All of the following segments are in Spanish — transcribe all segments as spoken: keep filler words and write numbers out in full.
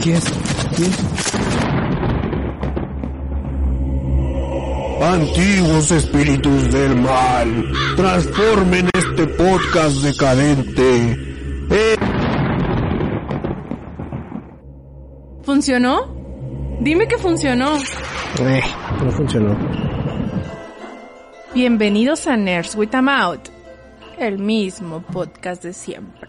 ¿Qué es? ¿Quién? Antiguos espíritus del mal, transformen este podcast decadente. Eh... ¿Funcionó? Dime que funcionó. Eh, no funcionó. Bienvenidos a Nerds with a Mouth, el mismo podcast de siempre.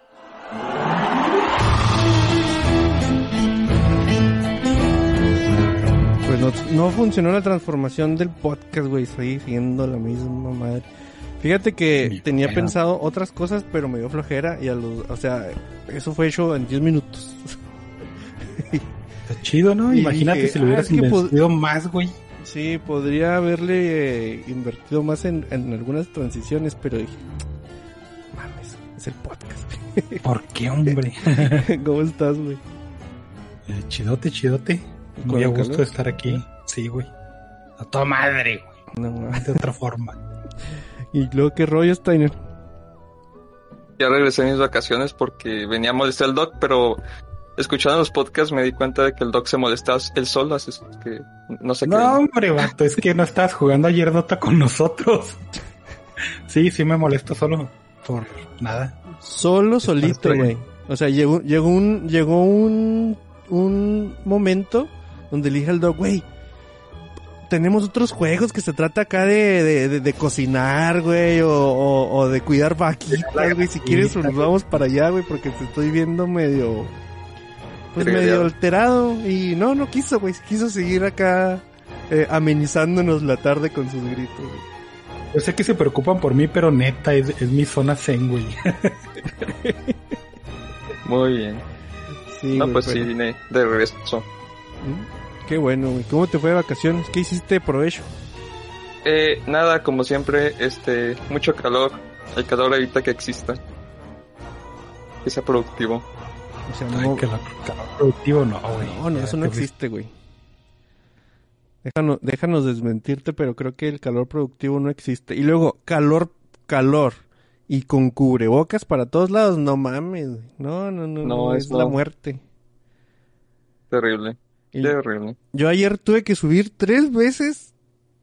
Pues no, no funcionó la transformación del podcast, güey. Estoy siendo la misma madre. Fíjate que Mi tenía pena. pensado otras cosas, pero me dio flojera y a los, o sea, eso fue hecho en diez minutos. Está chido, ¿no? Y Imagínate dije, si lo hubieras ah, invertido pod- más, güey. Sí, podría haberle eh, invertido más en, en algunas transiciones, pero dije, mames, es el podcast. ¿Por qué, hombre? ¿Cómo estás, güey? Eh, chidote, chidote. Muy a gusto calor? de estar aquí. Sí, güey. A toda madre, güey. No, de otra forma. ¿Y luego qué rollo, Steiner? Ya regresé a mis vacaciones porque venía a molestar al Doc, pero escuchando los podcasts me di cuenta de que el Doc se molestaba él solo, así que no sé no, qué. No, hombre, vato, es que no estabas jugando ayer Dota con nosotros. Sí, sí me molesto solo por nada. Solo solito, güey. O sea, llegó, llegó un, llegó un, un momento donde le dije al Doc, güey, tenemos otros juegos que se trata acá de, de, de, de cocinar, güey, o, o, o de cuidar vaquitas, güey. Si quieres, nos vamos para allá, güey, porque te estoy viendo medio, pues medio alterado. Y no, no quiso, güey. Quiso seguir acá eh, amenizándonos la tarde con sus gritos, güey. Yo sé que se preocupan por mí, pero neta, es, es mi zona zen, güey. Muy bien. Sí, no, güey, pues pero... sí, vine de regreso. ¿Mm? Qué bueno, güey. ¿Cómo te fue de vacaciones? ¿Qué hiciste de provecho? Eh, nada, como siempre, este, mucho calor. El calor ahorita que exista. Que sea productivo. O sea, no... Ay, calor, calor productivo no, güey. No, no, eso no existe, güey. Déjanos, déjanos desmentirte, pero creo que el calor productivo no existe. Y luego, calor, calor. Y con cubrebocas para todos lados, no mames. No, no, no, no, no es no. la muerte. Terrible. Terrible. Yo ayer tuve que subir tres veces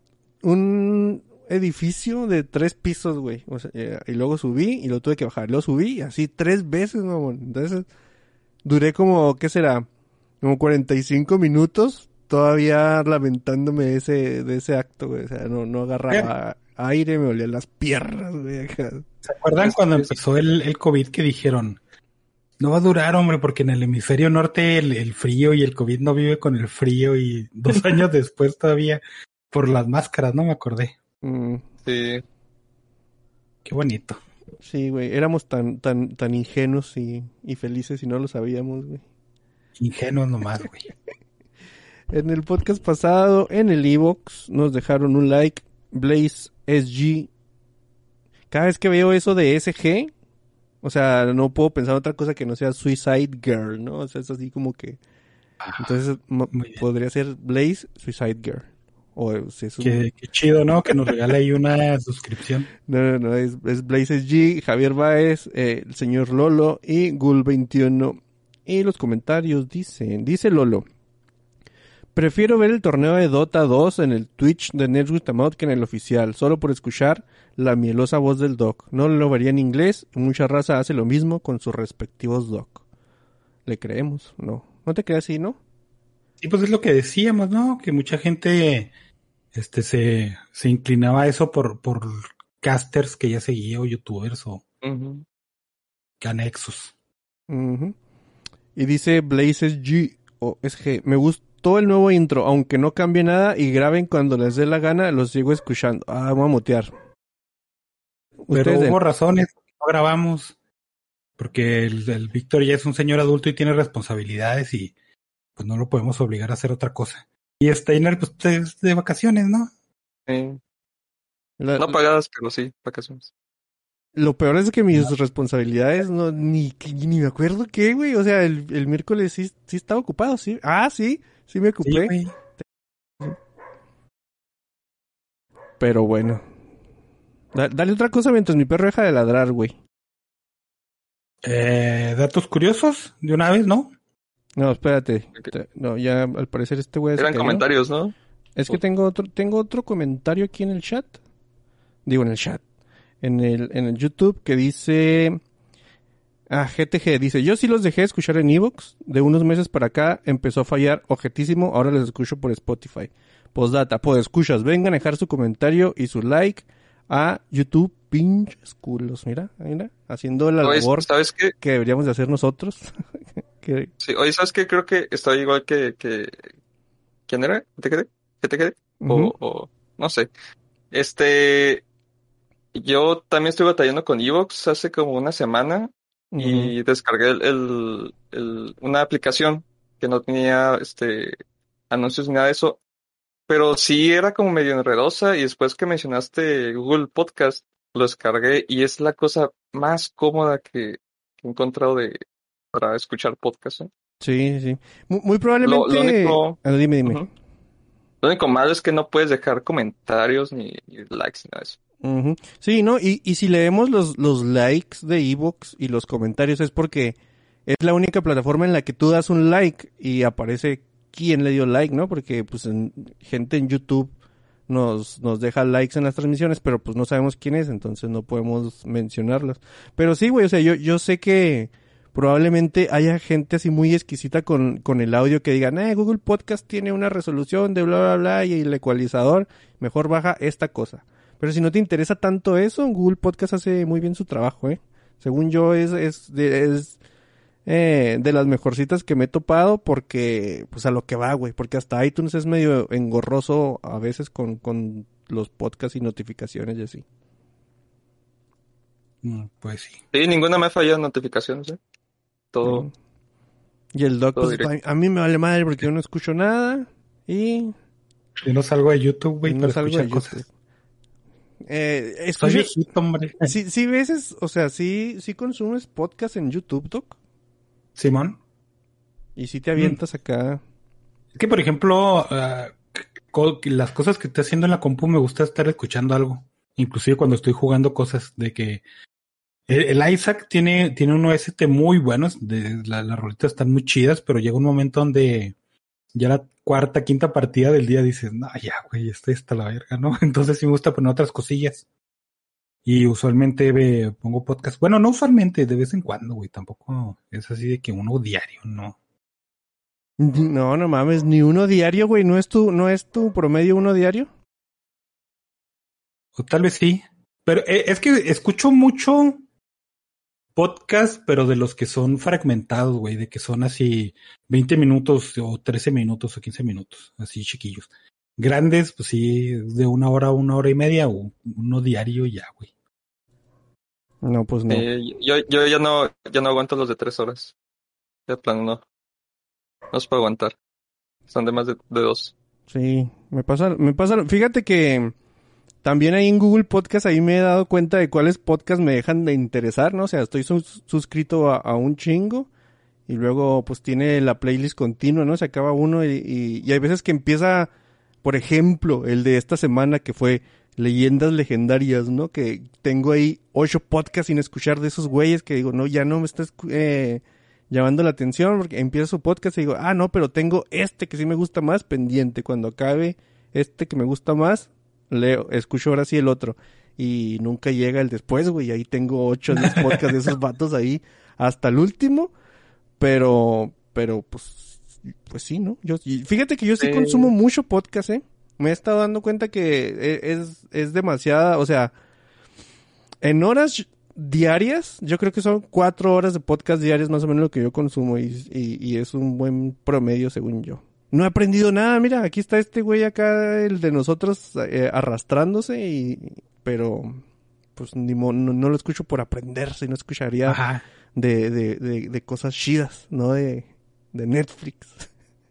un edificio de tres pisos, güey. O sea, y luego subí y lo tuve que bajar. Luego subí así tres veces, mamón. Entonces, duré como, ¿qué será? Como cuarenta y cinco minutos todavía lamentándome de ese, de ese acto, güey. O sea, no, no agarraba ¿Qué? aire, me olían las piernas, güey. ¿Se acuerdan cuando empezó el, el COVID que dijeron? No va a durar, hombre, porque en el hemisferio norte el, el frío y el COVID no vive con el frío y dos años después todavía por las máscaras, no me acordé. Mm, sí. Qué bonito. Sí, güey, éramos tan tan tan ingenuos y, y felices y no lo sabíamos, güey. Ingenuos nomás, güey. En el podcast pasado, en el iVoox, nos dejaron un like, Blaze S G. Cada vez que veo eso de S G... O sea, no puedo pensar otra cosa que no sea Suicide Girl, ¿no? O sea, es así como que... Entonces, ah, m- podría ser Blaze Suicide Girl. O si es un... qué, qué chido, ¿no? Que nos regale ahí una suscripción. No, no, no. Es, es Blaze S G, Javier Baez, eh, el señor Lolo y Gul veintiuno. Y los comentarios dicen... Dice Lolo. Prefiero ver el torneo de Dota dos en el Twitch de Nerds with a Mouth que en el oficial, solo por escuchar la mielosa voz del Doc. No lo vería en inglés, mucha raza hace lo mismo con sus respectivos Doc. ¿Le creemos? No. ¿No te creas así, no? Sí, pues es lo que decíamos, ¿no? Que mucha gente este se, se inclinaba a eso por, por casters que ya seguía o youtubers o uh-huh. anexos. Uh-huh. Y dice Blaze S G o S G, me gusta todo el nuevo intro, aunque no cambie nada y graben cuando les dé la gana, los sigo escuchando. Ah, vamos a mutear. Pero hubo den... razones, no grabamos, porque el, el Víctor ya es un señor adulto y tiene responsabilidades y pues no lo podemos obligar a hacer otra cosa. Y Steiner, pues es de vacaciones, ¿no? Sí. La, no pagadas, pero sí, vacaciones. Lo peor es que mis responsabilidades no ni, ni me acuerdo qué, güey. O sea, el, el miércoles sí, sí estaba ocupado, sí. Ah, sí. Sí me ocupé. Sí, pero bueno. Da, dale otra cosa mientras mi perro deja de ladrar, güey. Eh, datos curiosos, de una vez, ¿no? No, espérate. Okay. No, ya al parecer este güey... Eran comentarios, ¿no? Es que tengo otro, tengo otro comentario aquí en el chat. Digo, en el chat. En el, en el YouTube que dice... Ah, G T G dice, yo sí los dejé de escuchar en iVoox. De unos meses para acá empezó a fallar objetísimo. Ahora los escucho por Spotify. Postdata, pues escuchas, vengan a dejar su comentario y su like a YouTube. Pinches culos, mira, mira, haciendo la oye, labor ¿sabes qué? Que deberíamos de hacer nosotros. que... Sí, oye, ¿sabes qué? Creo que estoy igual que... que... ¿Quién era? ¿G T G? ¿G T G? Uh-huh. O, o... no sé. Este... Yo también estoy batallando con iVoox hace como una semana. Uh-huh. Y descargué el, el, el, una aplicación que no tenía este anuncios ni nada de eso. Pero sí era como medio enredosa. Y después que mencionaste Google Podcast, lo descargué y es la cosa más cómoda que, que he encontrado de para escuchar podcast, ¿eh? Sí, sí. Muy, muy probablemente... Lo, lo único... Ah, dime, dime. Uh-huh. Lo único malo es que no puedes dejar comentarios ni, ni likes ni nada de eso. Uh-huh. Sí, ¿no? Y, y si leemos los, los likes de iVoox y los comentarios es porque es la única plataforma en la que tú das un like y aparece quién le dio like, ¿no? Porque pues en, gente en YouTube nos nos deja likes en las transmisiones, pero pues no sabemos quién es, entonces no podemos mencionarlos. Pero sí, güey, o sea, yo yo sé que probablemente haya gente así muy exquisita con con el audio que digan, eh, Google Podcast tiene una resolución de bla, bla, bla, y el ecualizador, mejor baja esta cosa. Pero si no te interesa tanto eso, Google Podcast hace muy bien su trabajo, ¿eh? Según yo, es es de, es eh, de las mejorcitas que me he topado porque, pues a lo que va, güey. Porque hasta iTunes es medio engorroso a veces con, con los podcasts y notificaciones y así. Mm, pues sí. Sí, ninguna me ha fallado en notificaciones, ¿eh? Todo. Sí. Y el doc, pues, a, a mí me vale madre porque yo no escucho nada y... Yo no salgo de YouTube, güey, no para salgo escuchar de cosas. YouTube. Eh, escucha, Soy viejito, hombre. Sí, sí veces, o sea, sí, sí consumes podcast en YouTube, Doc. Simón. Y si te avientas mm. acá. Es que, por ejemplo, uh, co- las cosas que estoy haciendo en la compu me gusta estar escuchando algo. Inclusive cuando estoy jugando cosas de que... El, el Isaac tiene, tiene unos O S T muy buenos. De, la, las rolitas están muy chidas, pero llega un momento donde ya la cuarta, quinta partida del día dices, no, ya, güey, estoy hasta la verga, ¿no? Entonces sí me gusta poner otras cosillas. Y usualmente ve, pongo podcast. Bueno, no usualmente, de vez en cuando, güey. Tampoco es así de que uno diario, no. No, no mames, ni uno diario, güey. ¿No es tu, no es tu promedio uno diario? O tal vez sí. Pero eh, es que escucho mucho podcast, pero de los que son fragmentados, güey. De que son así veinte minutos o trece minutos o quince minutos. Así chiquillos. Grandes, pues sí, de una hora a una hora y media o uno diario ya, güey. No, pues no. Eh, yo, yo ya no, ya no aguanto los de tres horas. De plano no. No se puede aguantar. Son de más de, de dos. Sí, me pasa, me pasa, fíjate que también ahí en Google Podcast ahí me he dado cuenta de cuáles podcasts me dejan de interesar, ¿no? O sea, estoy sus, suscrito a, a un chingo y luego pues tiene la playlist continua, ¿no? Se acaba uno y, y, y hay veces que empieza, por ejemplo, el de esta semana que fue Leyendas Legendarias, ¿no? Que tengo ahí ocho podcasts sin escuchar de esos güeyes que digo, no, ya no me está eh, llamando la atención porque empieza su podcast y digo, ah, no, pero tengo este que sí me gusta más pendiente. Cuando acabe este que me gusta más, leo, escucho ahora sí el otro. Y nunca llega el después, güey. Ahí tengo ocho o diez podcasts de esos vatos ahí hasta el último. Pero, pero, pues, pues sí, ¿no? Yo, fíjate que yo sí eh... consumo mucho podcast, ¿eh? Me he estado dando cuenta que es, es demasiada, o sea, en horas diarias, yo creo que son cuatro horas de podcast diarias más o menos lo que yo consumo y, y, y es un buen promedio según yo. No he aprendido nada, mira, aquí está este güey acá, el de nosotros, eh, arrastrándose, y pero pues ni mo, no, no lo escucho por aprender, sino escucharía de, de, de, de cosas chidas, no de, de Netflix.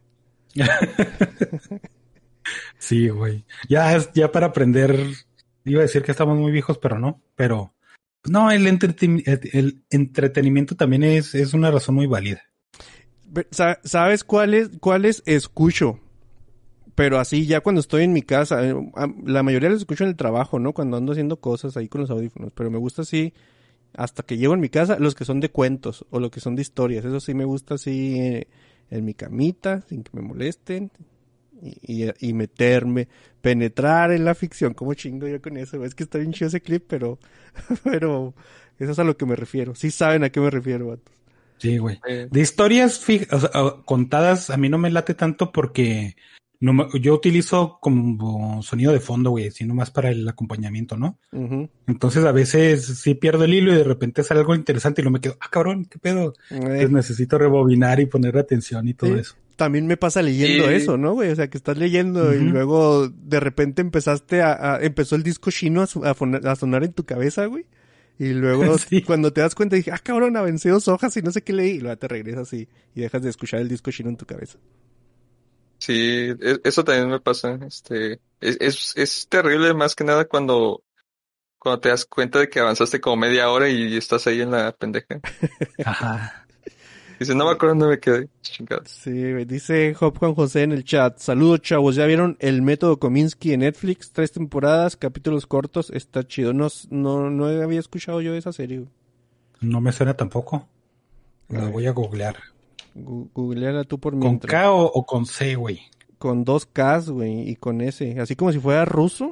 Sí, güey. Ya es ya para aprender, iba a decir que estamos muy viejos, pero no, pero no, el, entreten, el, el entretenimiento también es, es una razón muy válida. ¿Sabes cuáles cuáles escucho? Pero así ya cuando estoy en mi casa, la mayoría los escucho en el trabajo, ¿no? Cuando ando haciendo cosas ahí con los audífonos, pero me gusta así hasta que llego en mi casa los que son de cuentos o los que son de historias, eso sí me gusta así eh, en mi camita, sin que me molesten, y, y, y meterme, penetrar en la ficción. ¿Cómo chingo yo con eso? Es que está bien chido ese clip, pero, pero eso es a lo que me refiero. Sí saben a qué me refiero, vatos. Sí, güey. De historias fij- o sea, contadas, a mí no me late tanto porque no me- yo utilizo como sonido de fondo, güey, sino más para el acompañamiento, ¿no? Uh-huh. Entonces a veces sí pierdo el hilo y de repente sale algo interesante y lo me quedo, ah, cabrón, ¿qué pedo? Eh. Entonces necesito rebobinar y poner atención y todo Sí. eso. También me pasa leyendo Sí. eso, ¿no, güey? O sea, que estás leyendo Ujú. y luego de repente empezaste a, a- empezó el disco chino a, su- a, fona- a sonar en tu cabeza, güey. Y luego Sí. cuando te das cuenta dije, ah, cabrón, avancé dos hojas y no sé qué leí. Y luego te regresas y, y dejas de escuchar el disco chino en tu cabeza. Sí, e- eso también me pasa. Este, es, es, es terrible más que nada cuando, cuando te das cuenta de que avanzaste como media hora y estás ahí en la pendeja. Ajá. Dice, no me acuerdo dónde me quedé. Chingado. Sí, güey. Dice Job Juan José en el chat. Saludos, chavos. ¿Ya vieron El Método Kominsky en Netflix? Tres temporadas, capítulos cortos. Está chido. No, no, no había escuchado yo esa serie, güey. No me suena tampoco. La Ay. voy a googlear. Gu- Googleala tú por ¿Con mientras. K o, o con C, güey? Con dos Ks, güey, y con S. Así como si fuera ruso.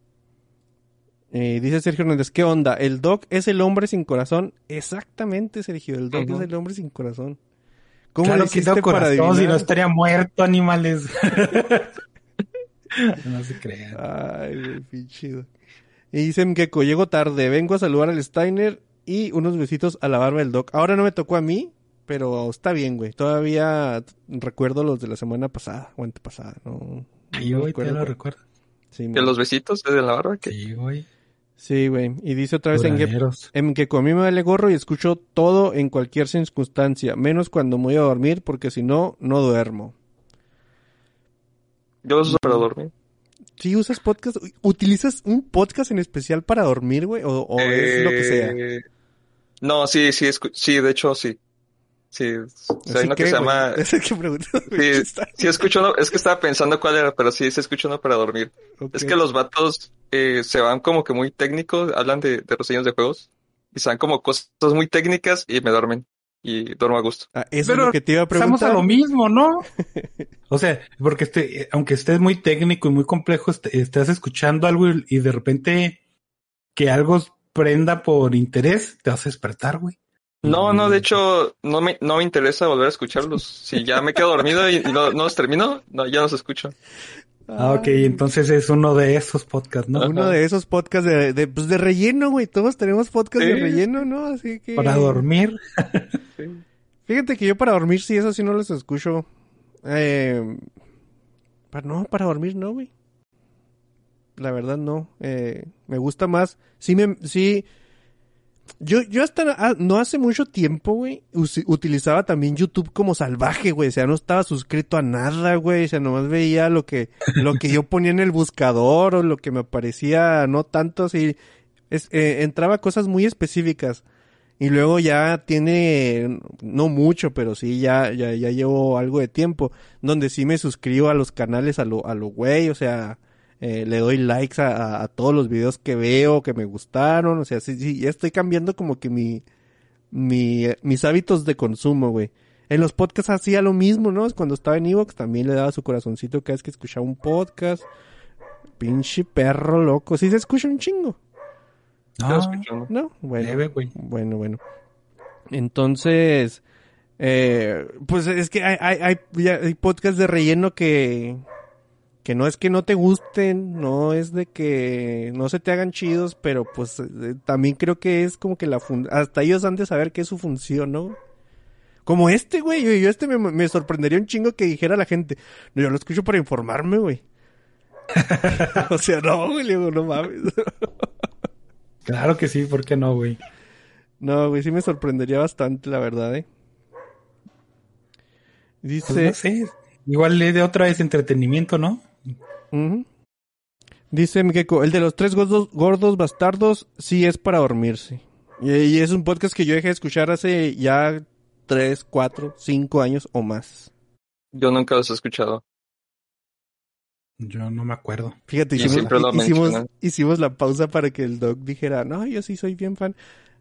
Eh, dice Sergio Hernández, ¿qué onda? ¿El Doc es el hombre sin corazón? Exactamente, Sergio. El Doc Ujú. es el hombre sin corazón. ¿Cómo Claro le que hiciste no, para corazón, si adivinar? no estaría muerto, animales. No se crean. Ay, güey, pinchido. Y dicen que llego tarde, vengo a saludar al Steiner y unos besitos a la barba del Doc. Ahora no me tocó a mí, pero está bien, güey. Todavía recuerdo los de la semana pasada o antepasada, ¿no? Ay, No güey, te recuerdo lo cuál. recuerdo. Sí, ¿Que man. los besitos desde la barba? ¿Qué? Sí, güey. Sí, güey. Y dice otra vez en que, Duraderos. en que a mí me vale gorro y escucho todo en cualquier circunstancia, menos cuando me voy a dormir, porque si no, no duermo. Yo los uso para dormir. ¿Sí usas podcast? ¿Utilizas un podcast en especial para dormir, güey? ¿O, o es lo que sea? Eh, No, sí, sí, escu- sí, de hecho, sí. Sí, o sea, hay Así uno que que, se güey, llama... es el que pregunto. Sí, sí escucho uno, es que estaba pensando cuál era, pero sí, se escucha uno para dormir. Ok. Es que los vatos eh, se van como que muy técnicos, hablan de, de reseñas de juegos, y se van como cosas muy técnicas y me duermen, y duermo a gusto. Ah, eso Pero es lo que te iba a estamos preguntar. a lo mismo, ¿no? O sea, porque este, aunque estés muy técnico y muy complejo, est- estás escuchando algo y, y de repente que algo prenda por interés, te vas a despertar, güey. No, Y- no, de hecho, no me, no me interesa volver a escucharlos. Si ya me quedo dormido y, y no, no los termino, no, ya los escucho. Ah, ok, Ay, entonces es uno de esos podcasts, ¿no? uno Ajá. de esos podcasts de, de, pues de relleno, güey. Todos tenemos podcasts de Sí. relleno, ¿no? Así que... Para dormir. Sí. Fíjate que yo para dormir sí, eso sí no los escucho. Eh, para, no, para dormir no, güey. La verdad no. Eh, me gusta más. Sí, me, sí. Yo, yo hasta ah, no hace mucho tiempo, güey, us- utilizaba también YouTube como salvaje, güey. O sea, no estaba suscrito a nada, güey. O sea, nomás veía lo que, lo que yo ponía en el buscador o lo que me aparecía, no tanto así. Es, eh, entraba cosas muy específicas. Y luego ya tiene, no mucho, pero sí ya, ya, ya llevo algo de tiempo, donde sí me suscribo a los canales a lo, a lo güey, o sea, eh, le doy likes a, a, a todos los videos que veo, que me gustaron, o sea, sí, sí, ya estoy cambiando como que mi, mi, eh, mis hábitos de consumo, güey. En los podcasts hacía lo mismo, ¿no? Cuando estaba en Evox también le daba su corazoncito cada vez que escuchaba un podcast. Pinche perro loco, sí se escucha un chingo. Yo No, los escucho, ¿no? ¿No? Bueno. leve, güey. Bueno, bueno. Entonces, eh, pues es que hay, hay, hay, ya hay podcasts de relleno que, que no es que no te gusten, no es de que no se te hagan chidos, pero pues eh, también creo que es como que la fun- hasta ellos han de saber qué es su función, ¿no? Como este, güey, yo, yo este me, me sorprendería un chingo que dijera la gente, no, yo lo escucho para informarme, güey. O sea, no, güey, le digo, no mames. Claro que sí, ¿por qué no, güey? No, güey, sí me sorprendería bastante, la verdad, ¿eh? Pues Dice... no sé. Igual le de otra vez entretenimiento, ¿no? Ujú. Dice Migueco, el de los tres gordos, gordos bastardos sí es para dormirse. Y, y es un podcast que yo dejé de escuchar hace ya tres, cuatro, cinco años o más. Yo nunca los he escuchado. Yo no me acuerdo. Fíjate, Y hicimos, siempre lo hicimos, mencionan. hicimos la pausa para que el Doc dijera, no, yo sí soy bien fan.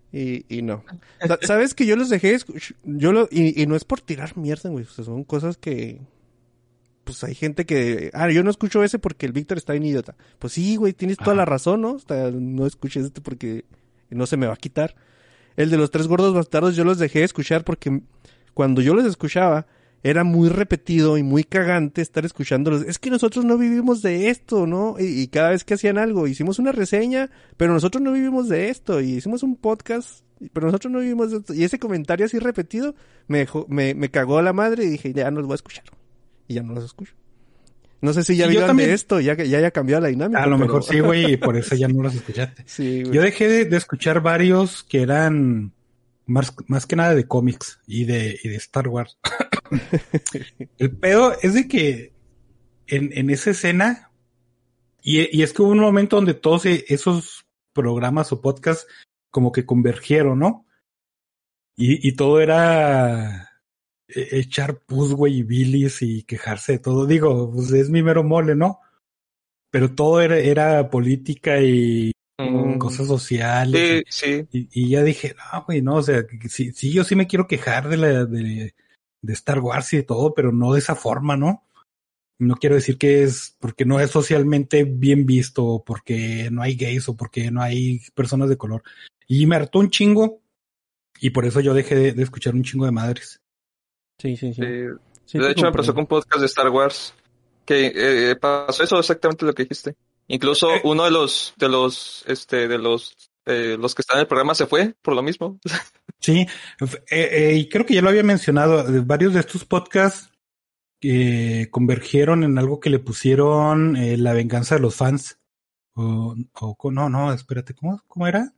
Y, y no. ¿Sabes que yo los dejé? Yo lo, y, y no es por tirar mierda, güey. O sea, son cosas que... Pues hay gente que... Ah, yo no escucho ese porque el Víctor está bien idiota. Pues sí, güey, tienes toda Ajá. la razón, ¿no? O sea, no escuches este porque no se me va a quitar. El de los tres gordos bastardos yo los dejé de escuchar porque cuando yo los escuchaba era muy repetido y muy cagante estar escuchándolos. Es que nosotros no vivimos de esto, ¿no? Y, y cada vez que hacían algo, hicimos una reseña, pero nosotros no vivimos de esto. Y hicimos un podcast, pero nosotros no vivimos de esto. Y ese comentario así repetido me, dejó, me, me cagó a la madre y dije, ya no los voy a escuchar. Y ya no los escucho. No sé si ya sí, vivan también... de esto, ya ya haya cambiado la dinámica. A lo pero... mejor sí, güey, y por eso ya no los escuchaste. Sí, yo dejé de, de escuchar varios que eran más, más que nada de cómics y de, y de Star Wars. El pedo es de que en, en esa escena, y, y es que hubo un momento donde todos esos programas o podcasts como que convergieron, ¿no? Y, y todo era... echar pus, güey, y bilis y quejarse de todo. Digo, pues es mi mero mole, ¿no? Pero todo era, era política y mm. cosas sociales. Sí, y, sí. Y, y ya dije, no, güey, no, o sea, sí, sí, yo sí me quiero quejar de la, de, de Star Wars y de todo, pero no de esa forma, ¿no? No quiero decir que es porque no es socialmente bien visto, o porque no hay gays, o porque no hay personas de color. Y me hartó un chingo, y por eso yo dejé de, de escuchar un chingo de madres. Sí, sí, sí. sí. sí de hecho, me pasó con un podcast de Star Wars que eh, pasó eso exactamente lo que dijiste. Incluso eh. uno de los, de los, este, de los, eh, los que están en el programa se fue por lo mismo. Sí, eh, eh, y creo que ya lo había mencionado. Varios de estos podcasts eh, convergieron en algo que le pusieron eh, la venganza de los fans. O, o no, no, espérate, ¿cómo, cómo era?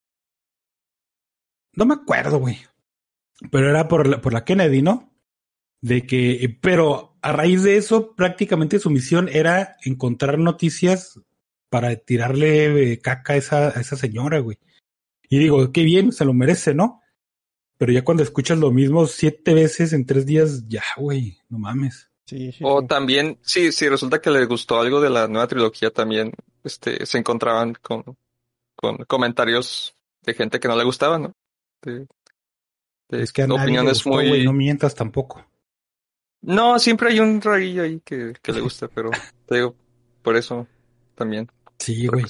No me acuerdo, güey. Pero era por la, por la Kennedy, ¿no? De que, pero a raíz de eso, prácticamente su misión era encontrar noticias para tirarle eh, caca a esa, a esa señora, güey. Y digo, qué bien, se lo merece, ¿no? Pero ya cuando escuchas lo mismo siete veces en tres días, ya, güey, no mames. Sí, sí, o sí. también, sí, sí, resulta que le gustó algo de la nueva trilogía también, este, se encontraban con, con comentarios de gente que no le gustaba, ¿no? De, de es que a nadie le gustó, muy... güey, no mientas tampoco. No, siempre hay un rarillo ahí que, que le gusta, pero te digo, por eso también. Sí, güey.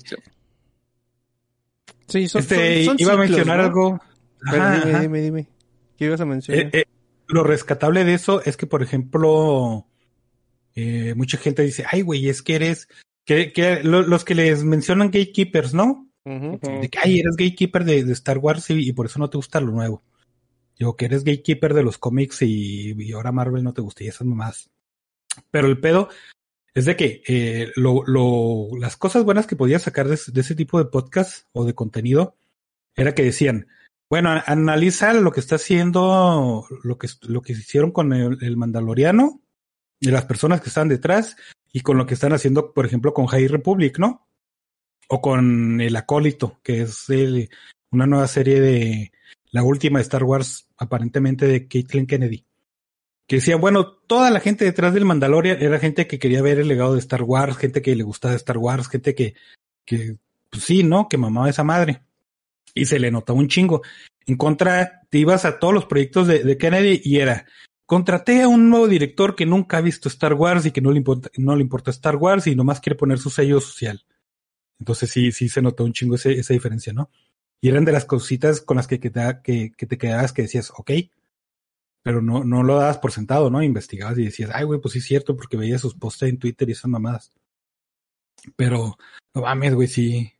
Sí, son, este, son, son iba ciclos, a mencionar ¿no? algo. Pero ajá, dime, ajá. dime, dime. ¿Qué ibas a mencionar? Eh, eh, lo rescatable de eso es que, por ejemplo, eh, mucha gente dice, ay, güey, es que eres, que, que lo, los que les mencionan gatekeepers, ¿no? Uh-huh. De que, ay, eres gatekeeper de, de Star Wars y, y por eso no te gusta lo nuevo. Digo, que eres gatekeeper de los cómics y, y ahora Marvel no te gusta y esas mamás. Pero el pedo es de que eh, lo, lo, las cosas buenas que podías sacar de, de ese tipo de podcast o de contenido era que decían, bueno, analiza lo que está haciendo, lo que, lo que hicieron con el, el Mandaloriano y las personas que están detrás y con lo que están haciendo, por ejemplo, con High Republic, ¿no? O con El Acólito, que es el, una nueva serie de la última de Star Wars, aparentemente de Kathleen Kennedy. Que decía, bueno, toda la gente detrás del Mandalorian era gente que quería ver el legado de Star Wars, gente que le gustaba Star Wars, gente que, que pues sí, ¿no? Que mamaba esa madre. Y se le notaba un chingo. En contra, te ibas a todos los proyectos de, de Kennedy y era, contraté a un nuevo director que nunca ha visto Star Wars y que no le importa, no le importa Star Wars y nomás quiere poner su sello social. Entonces sí, sí se notó un chingo ese, esa diferencia, ¿no? Y eran de las cositas con las que, que, te, que, que te quedabas que decías, ok, pero no, no lo dabas por sentado, ¿no? Investigabas y decías, ay, güey, pues sí es cierto, porque veías sus posts en Twitter y esas mamadas. Pero, no mames, güey, sí.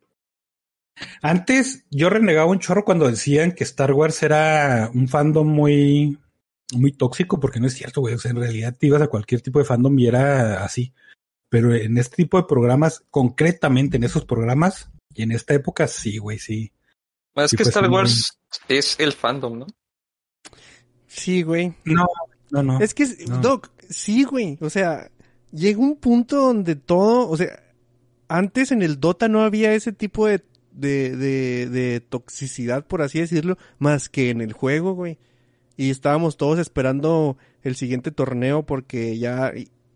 Antes yo renegaba un chorro cuando decían que Star Wars era un fandom muy, muy tóxico, porque no es cierto, güey. O sea, en realidad te ibas a cualquier tipo de fandom y era así. Pero en este tipo de programas, concretamente en esos programas, y en esta época, sí, güey, sí. Bueno, es sí que Star muy... Wars es el fandom, ¿no? Sí, güey. No, no, no. Es que, no. Doc, sí, güey. O sea, llega un punto donde todo, o sea, antes en el Dota no había ese tipo de, de, de, de toxicidad, por así decirlo, más que en el juego, güey. Y estábamos todos esperando el siguiente torneo porque ya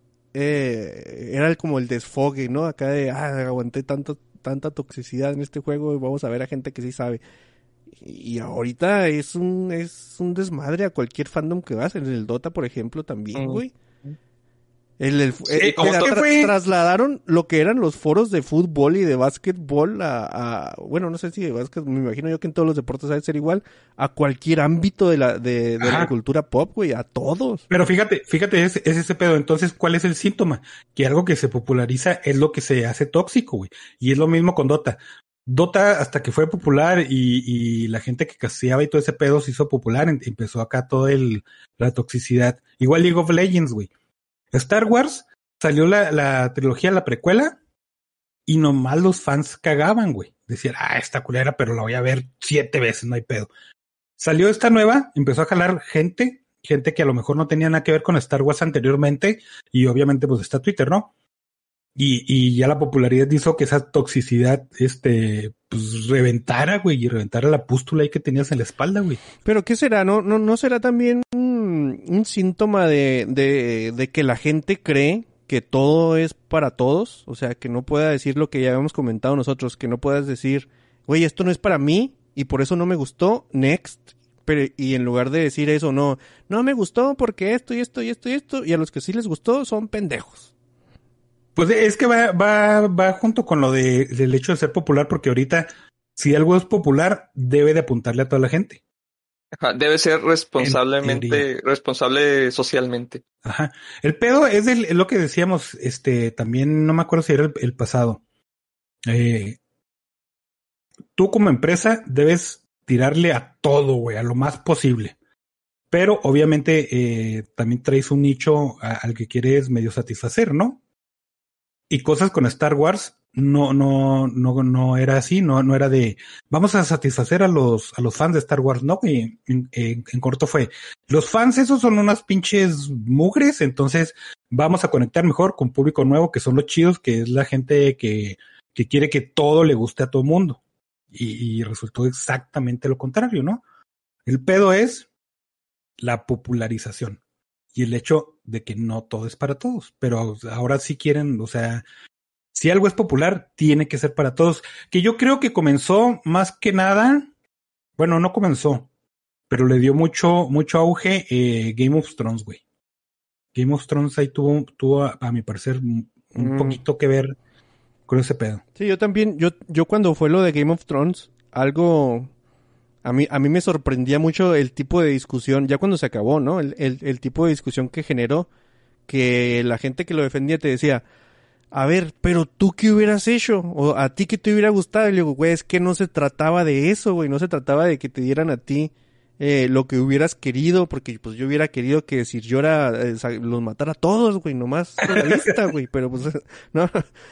eh, era como el desfogue, ¿no? Acá de, ah, aguanté tanto, tanta toxicidad en este juego y vamos a ver a gente que sí sabe. Y ahorita es un es un desmadre a cualquier fandom que vas. En el Dota, por ejemplo, también, güey. El, el, Sí, el, como el, que tra- fue- trasladaron lo que eran los foros de fútbol y de básquetbol a, a bueno, no sé si de básquet, me imagino yo que en todos los deportes debe ser igual, a cualquier ámbito de la de, de la Ajá. cultura pop, güey, a todos. Pero fíjate, fíjate, es, es ese pedo. Entonces, ¿cuál es el síntoma? Que algo que se populariza es lo que se hace tóxico, güey. Y es lo mismo con Dota. Dota, hasta que fue popular y, y la gente que casteaba y todo ese pedo se hizo popular, em- empezó acá toda el, la toxicidad. Igual League of Legends, güey. Star Wars, salió la, la trilogía, la precuela, y nomás los fans cagaban, güey. Decían, ah, esta culera, pero la voy a ver siete veces, no hay pedo. Salió esta nueva, empezó a jalar gente, gente que a lo mejor no tenía nada que ver con Star Wars anteriormente, y obviamente pues está Twitter, ¿no? Y, y ya la popularidad hizo que esa toxicidad, este, pues reventara, güey, y reventara la pústula ahí que tenías en la espalda, güey. Pero ¿qué será? ¿No, no, no será también un, un síntoma de, de, de que la gente cree que todo es para todos? O sea, que no pueda decir lo que ya habíamos comentado nosotros, que no puedas decir, güey, esto no es para mí y por eso no me gustó, next. Pero, y en lugar de decir eso, no, no me gustó porque esto y esto y esto y esto, y a los que sí les gustó son pendejos. Pues es que va, va, va junto con lo de, del hecho de ser popular, porque ahorita, si algo es popular, debe de apuntarle a toda la gente. Ajá, debe ser responsablemente, teoría. responsable socialmente. Ajá. El pedo es, del, es lo que decíamos, este, también no me acuerdo si era el, el pasado. Eh, tú como empresa debes tirarle a todo, güey, a lo más posible. Pero obviamente eh, también traes un nicho a, al que quieres medio satisfacer, ¿no? Y cosas con Star Wars no, no, no, no era así, no, no era de vamos a satisfacer a los, a los fans de Star Wars, no, y en, en, en corto fue los fans esos son unas pinches mugres, entonces vamos a conectar mejor con público nuevo, que son los chidos, que es la gente que, que quiere que todo le guste a todo mundo. Y, y resultó exactamente lo contrario, ¿no? El pedo es la popularización. Y el hecho de que no todo es para todos, pero ahora sí quieren, o sea, si algo es popular, tiene que ser para todos. Que yo creo que comenzó más que nada, bueno, no comenzó, pero le dio mucho, mucho auge eh, Game of Thrones, güey. Game of Thrones ahí tuvo, tuvo a, a mi parecer, un mm. poquito que ver con ese pedo. Sí, yo también, yo, yo cuando fue lo de Game of Thrones, algo... A mí, a mí me sorprendía mucho el tipo de discusión, ya cuando se acabó, ¿no? El, el, el tipo de discusión que generó, que la gente que lo defendía te decía, a ver, pero tú qué hubieras hecho, o a ti qué te hubiera gustado, y le digo, güey, es que no se trataba de eso, güey, no se trataba de que te dieran a ti eh, lo que hubieras querido, porque pues yo hubiera querido que si yo era, eh, los matara a todos, güey, nomás con la vista, güey, pero pues, no...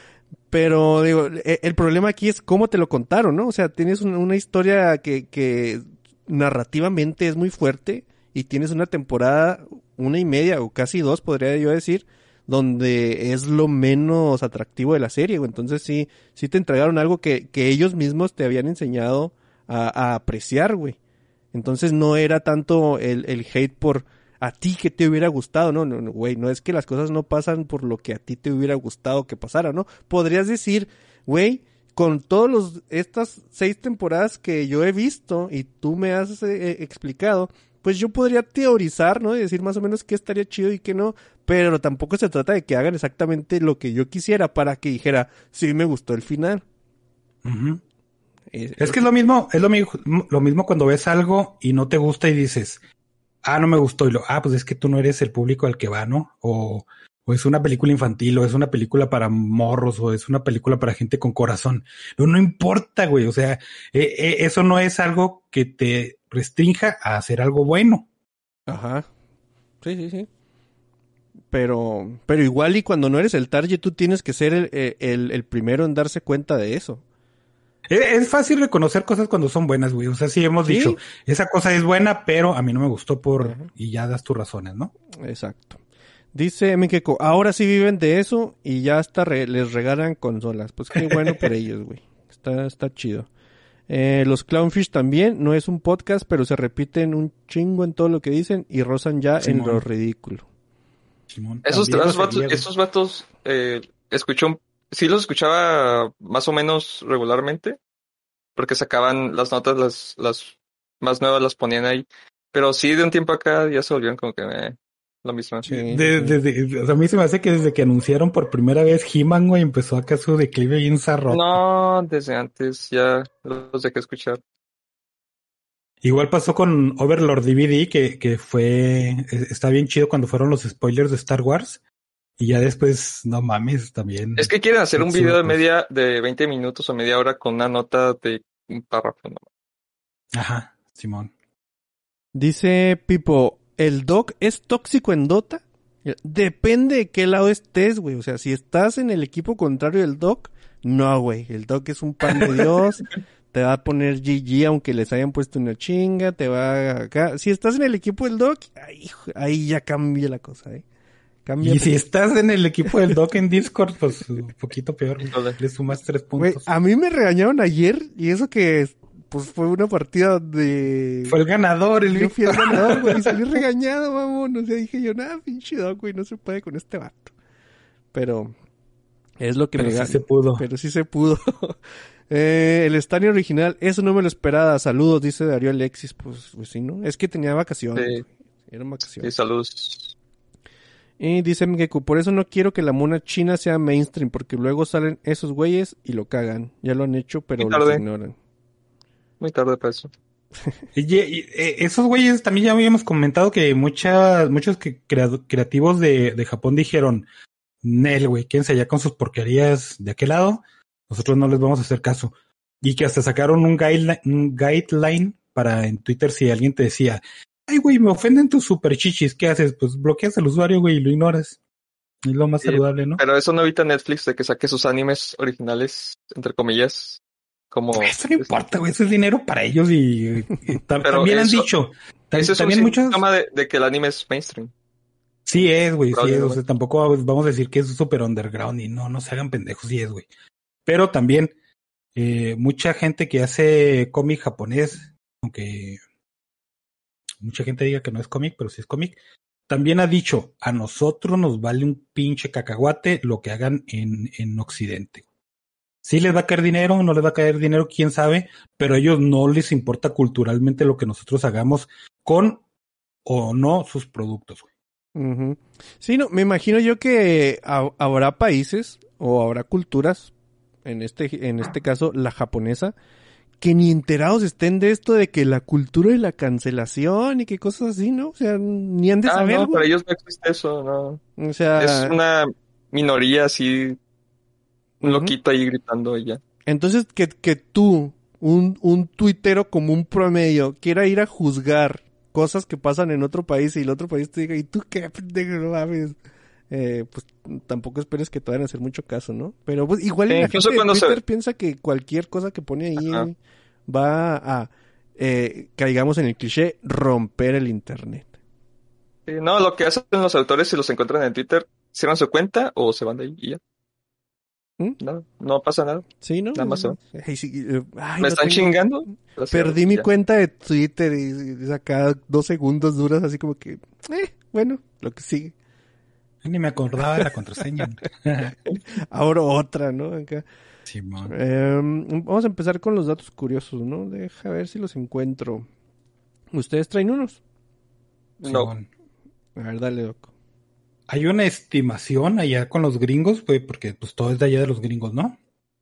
Pero, digo, el problema aquí es cómo te lo contaron, ¿no? O sea, tienes una, una historia que, que narrativamente es muy fuerte y tienes una temporada, una y media o casi dos, podría yo decir, donde es lo menos atractivo de la serie, güey. Entonces sí, sí te entregaron algo que, que ellos mismos te habían enseñado a, a apreciar, güey. Entonces no era tanto el, el hate por... a ti que te hubiera gustado, no, no, no, güey, no es que las cosas no pasan por lo que a ti te hubiera gustado que pasara, ¿no? Podrías decir, güey, con todos los, estas seis temporadas que yo he visto y tú me has eh, explicado, pues yo podría teorizar, ¿no? Y decir más o menos qué estaría chido y qué no, pero tampoco se trata de que hagan exactamente lo que yo quisiera para que dijera, sí me gustó el final. Uh-huh. Es, es que es lo mismo, es lo mismo, lo mismo cuando ves algo y no te gusta y dices, ah, no me gustó, y lo, ah, pues es que tú no eres el público al que va, ¿no? O, o es una película infantil, o es una película para morros, o es una película para gente con corazón. No, no importa, güey, o sea, eh, eh, eso no es algo que te restrinja a hacer algo bueno. Ajá, sí, sí, sí. Pero, pero igual y cuando no eres el target, tú tienes que ser el, el, el primero en darse cuenta de eso. Es fácil reconocer cosas cuando son buenas, güey. O sea, sí hemos ¿Sí? dicho, esa cosa es buena, pero a mí no me gustó por... Uh-huh. Y ya das tus razones, ¿no? Exacto. Dice Mikeko, ahora sí viven de eso y ya hasta re- les regalan consolas. Pues qué bueno por ellos, güey. Está, está chido. Eh, los Clownfish también, no es un podcast, pero se repiten un chingo en todo lo que dicen y rozan ya Simón. En lo ridículo. Simón, esos, esos vatos, esos vatos eh, escuchó... Sí los escuchaba más o menos regularmente, porque sacaban las notas, las, las más nuevas las ponían ahí. Pero sí, de un tiempo acá ya se volvieron como que eh, lo mismo. Sí, de, de, de, o sea, a mí se me hace que desde que anunciaron por primera vez He-Man, güey, empezó acá su declive bien zarrote. No, desde antes ya los dejé escuchar. Igual pasó con Overlord D V D, que, que fue, está bien chido cuando fueron los spoilers de Star Wars. Y ya después, no mames, también. Es que quieren hacer un video de media, de veinte minutos o media hora con una nota de un párrafo, ¿no? Ajá, Simón. Dice Pipo, ¿el Doc es tóxico en Dota? Depende de qué lado estés, güey. O sea, si estás en el equipo contrario del Doc, no, güey. El Doc es un pan de Dios. Te va a poner G G aunque les hayan puesto una chinga. Te va a... acá. Si estás en el equipo del Doc, ahí, ahí ya cambia la cosa, ¿eh? Cambia y por... si estás en el equipo del Doc en Discord, pues un poquito peor. Le sumas tres puntos. Güey, a mí me regañaron ayer y eso que... Pues fue una partida de... Fue el ganador, el Yo fui el ganador, güey, y salí regañado, mamón. O sea, dije yo, nada, pinche Doc, güey, no se puede con este vato. Pero... Es lo que Pero me gana. sí se pudo. Pero sí se pudo. eh, el estadio original, eso no me lo esperaba. Saludos, dice Darío Alexis. Pues, pues sí, ¿no? Es que tenía vacaciones. Sí. Eran vacaciones. Sí, saludos. Y dice Mgeku, por eso no quiero que la mona china sea mainstream, porque luego salen esos güeyes y lo cagan. Ya lo han hecho, pero los ignoran. Muy tarde para eso. Y, y, esos güeyes también ya habíamos comentado que muchas, muchos que crea- creativos de, de Japón dijeron, Nel, güey, quédense allá con sus porquerías de aquel lado, nosotros no les vamos a hacer caso. Y que hasta sacaron un guideline, un guideline para en Twitter si alguien te decía, ay, güey, me ofenden tus super chichis, ¿qué haces? Pues bloqueas al usuario, güey, y lo ignoras. Es lo más sí, saludable, ¿no? Pero eso no evita Netflix de que saque sus animes originales, entre comillas. Como eso no importa, güey, eso es dinero para ellos y, y tam- también eso, han dicho. Eso también es un muchos... síntoma de, de que el anime es mainstream. Sí es, güey, sí es, o sea, tampoco vamos a decir que es súper underground y no, no se hagan pendejos, sí es, güey. Pero también, eh, mucha gente que hace cómic japonés, aunque mucha gente diga que no es cómic, pero sí es cómic, también ha dicho, a nosotros nos vale un pinche cacahuate lo que hagan en, en Occidente. Sí les va a caer dinero, no les va a caer dinero, quién sabe, pero a ellos no les importa culturalmente lo que nosotros hagamos con o no sus productos, güey. Uh-huh. Sí, no, me imagino yo que ha, habrá países o habrá culturas, en este, en este caso la japonesa, que ni enterados estén de esto de que la cultura de la cancelación y que cosas así, ¿no? O sea, ni han de ah, saber. No, güey. para ellos no existe eso, no. O sea, es una minoría así, un uh-huh. loquito ahí gritando y ya. Entonces, que, que tú, un, un tuitero común promedio, quiera ir a juzgar cosas que pasan en otro país y el otro país te diga, ¿y tú qué pendejo no mames? Eh, pues tampoco esperes que te vayan a hacer mucho caso, ¿no? Pero pues igual sí, la gente de Twitter se... piensa que cualquier cosa que pone ahí Ajá. va a, eh, caigamos en el cliché, romper el internet. Sí, no, lo que hacen los autores si los encuentran en Twitter, cierran su cuenta o se van de ahí y ya. ¿Mm? No, no pasa nada. Sí, ¿no? Nada más se van. Ay, sí, eh, ay, ¿Me no están tengo... chingando? Perdí mi cuenta de Twitter y, y acá dos segundos duras así como que, eh, bueno, lo que sigue. Ni me acordaba de la contraseña. Ahora otra, ¿no? Acá. Sí, eh, vamos a empezar con los datos curiosos, ¿no? Deja ver si los encuentro. ¿Ustedes traen unos? No. A ver, dale, Doc. Hay una estimación allá con los gringos, güey, porque pues todo es de allá de los gringos, ¿no?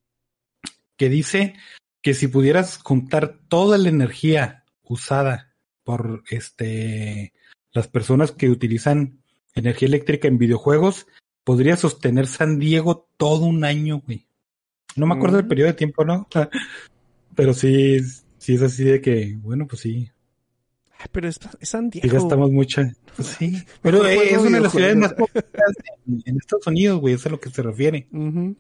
Que dice que si pudieras juntar toda la energía usada por este las personas que utilizan energía eléctrica en videojuegos, podría sostener San Diego todo un año, güey. No me acuerdo mm. del periodo de tiempo, ¿no? Pero sí, sí es así de que, bueno, pues sí. Ay, pero es, es San Diego. Y gastamos mucha. Pues sí. Pero eh, es una de las ciudades más populares en, en Estados Unidos, güey, eso es a lo que se refiere. Uh-huh.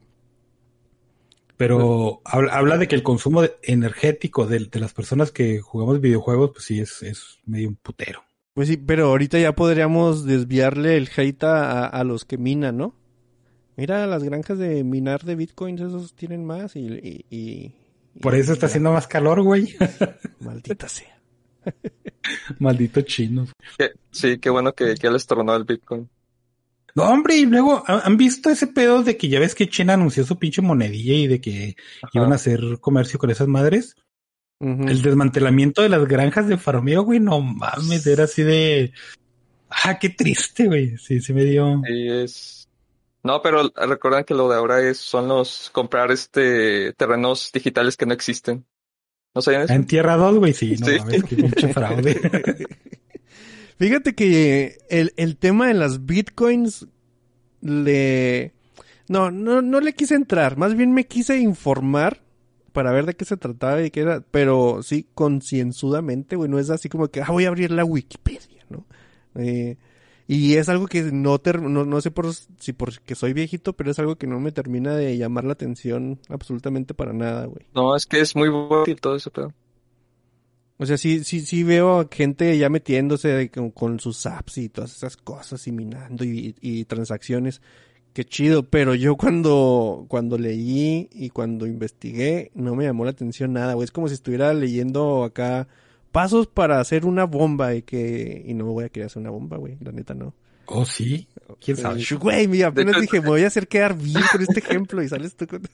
Pero pues, habla, habla de que el consumo de, energético de, de las personas que jugamos videojuegos, pues sí, es, es medio un putero. Pues sí, pero ahorita ya podríamos desviarle el hate a, a los que minan, ¿no? Mira, las granjas de minar de bitcoins, esos tienen más y... y, y Por eso y, está ya. haciendo más calor, güey. Maldita sea. Malditos chinos. Sí, qué bueno que, que les tronó el bitcoin. No, hombre, y luego, ¿han visto ese pedo de que ya ves que China anunció su pinche monedilla y de que Ajá. iban a hacer comercio con esas madres? Uh-huh. El desmantelamiento de las granjas de farmeo, güey, no mames, era así de... Ah, qué triste, güey. Sí, sí me dio... Sí, es... No, pero recuerdan que lo de ahora es son los comprar este terrenos digitales que no existen. ¿No sabían eso? En Tierra dos, güey, sí. No sí. mames, qué pinche fraude. Fíjate que el, el tema de las bitcoins le... No, no, no le quise entrar. Más bien me quise informar para ver de qué se trataba y qué era. Pero sí, concienzudamente, güey. No es así como que, ah, voy a abrir la Wikipedia, ¿no? Eh... Y es algo que no, ter- no no sé por si porque soy viejito, pero es algo que no me termina de llamar la atención absolutamente para nada, güey. No, es que es muy útil todo eso, pero... O sea, sí sí sí veo a gente ya metiéndose de, con, con sus apps y todas esas cosas y minando y, y transacciones. Qué chido, pero yo cuando cuando leí y cuando investigué no me llamó la atención nada, güey. Es como si estuviera leyendo acá... Pasos para hacer una bomba y que... Y no me voy a querer hacer una bomba, güey. La neta, no. ¿Oh, sí? ¿Quién sabe? Eh, güey, mira, apenas de dije, me voy a hacer quedar bien con este ejemplo y sales tú con...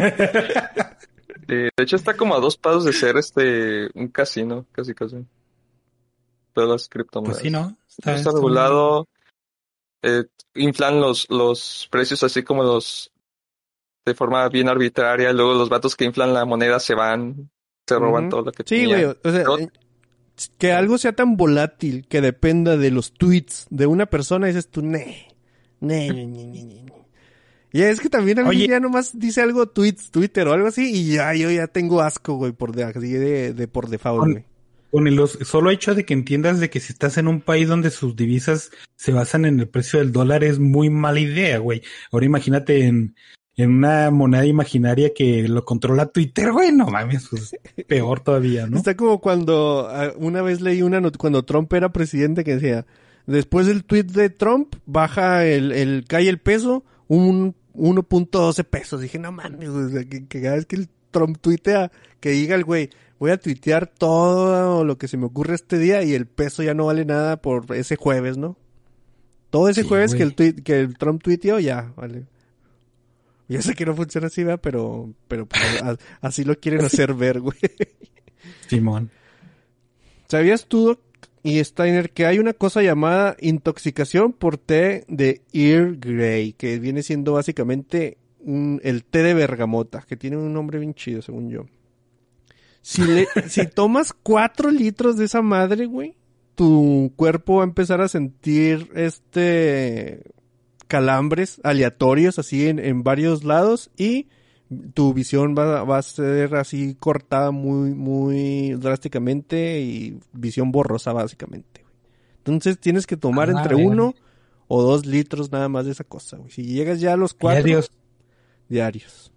de hecho, está como a dos pasos de ser este... un casino, casi casi. Todas las criptomonedas. Pues sí, ¿no? Está, está regulado. Eh, inflan los, los precios así como los... de forma bien arbitraria. Luego los vatos que inflan la moneda se van... se roban uh-huh. todo lo que sí, güey, o sea, Pero... que algo sea tan volátil que dependa de los tweets de una persona, dices tú, ne, ne, ne, ne, ne, ne. Y es que también alguien ya nomás dice algo tweets, Twitter o algo así, y ya yo ya tengo asco, güey, por de, así de, de por default, con, güey. Con el solo hecho de que entiendas de que si estás en un país donde sus divisas se basan en el precio del dólar es muy mala idea, güey. Ahora imagínate en... en una moneda imaginaria que lo controla Twitter, güey, no mames, pues peor todavía, ¿no? Está como cuando uh, una vez leí una not- cuando Trump era presidente que decía, después del tweet de Trump, baja el, el cae el peso, un uno punto doce pesos. Dije, no mames, o sea, que, que cada vez que el Trump tuitea, que diga el güey, voy a tuitear todo lo que se me ocurre este día y el peso ya no vale nada por ese jueves, ¿no? Todo ese sí, jueves que el, tweet, que el Trump tuiteó, ya, vale. Yo sé que no funciona así, ¿verdad? Pero, pero pues, a, así lo quieren hacer ver, güey. Simón. ¿Sabías tú, y Steiner, que hay una cosa llamada intoxicación por té de Earl Grey, que viene siendo básicamente un, el té de bergamota, que tiene un nombre bien chido, según yo? Si, le, si tomas cuatro litros de esa madre, güey, tu cuerpo va a empezar a sentir este... calambres aleatorios así en, en varios lados y tu visión va, va a ser así cortada muy muy drásticamente y visión borrosa básicamente. Entonces tienes que tomar ah, entre bien. uno o dos litros nada más de esa cosa, güey. Si llegas ya a los cuatro diarios, diarios.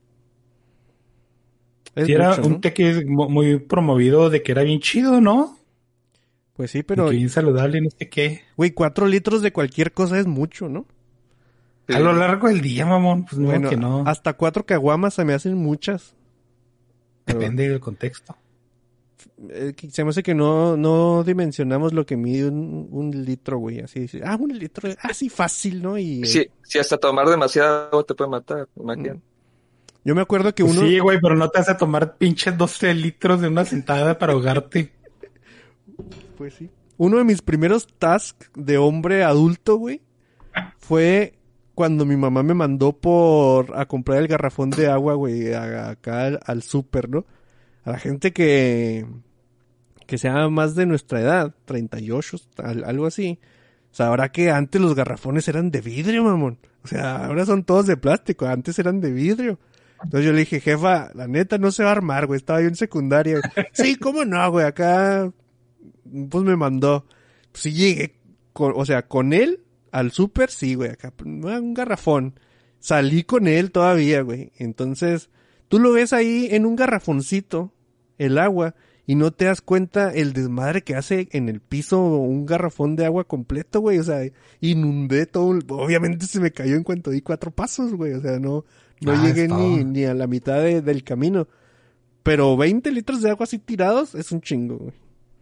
Es si mucho, era un ¿no? té que es muy promovido de que era bien chido, ¿no? Pues sí, pero... que bien saludable y no sé qué. Güey, cuatro litros de cualquier cosa es mucho, ¿no? A lo largo del día, mamón, pues bueno, no, que no. Hasta cuatro caguamas se me hacen muchas. Depende Pero, del contexto. Eh, se me hace que no, no dimensionamos lo que mide un, un litro, güey, así. Ah, un litro, así ah, fácil, ¿no? Y sí, sí, hasta tomar demasiado agua te puede matar, imagínate. Yo me acuerdo que pues uno... Sí, güey, pero no te vas a tomar pinches doce litros de una sentada para ahogarte. Pues sí. Uno de mis primeros tasks de hombre adulto, güey, fue... cuando mi mamá me mandó por a comprar el garrafón de agua, güey, acá al, al súper, ¿no? A la gente que que sea más de nuestra edad, treinta y ocho, algo así, sabrá que antes los garrafones eran de vidrio, mamón. O sea, ahora son todos de plástico, antes eran de vidrio. Entonces yo le dije, jefa, la neta no se va a armar, güey, estaba yo en secundaria. Sí, ¿cómo no, güey? Acá, pues me mandó. Pues sí llegué, con, o sea, con él, al súper, sí, güey, acá, un garrafón. Salí con él todavía, güey. Entonces, tú lo ves ahí en un garrafoncito, el agua, y no te das cuenta el desmadre que hace en el piso un garrafón de agua completo, güey. O sea, inundé todo. Obviamente se me cayó en cuanto di cuatro pasos, güey. O sea, no, no ah, llegué ni, ni a la mitad de, del camino. Pero veinte litros de agua así tirados es un chingo, güey.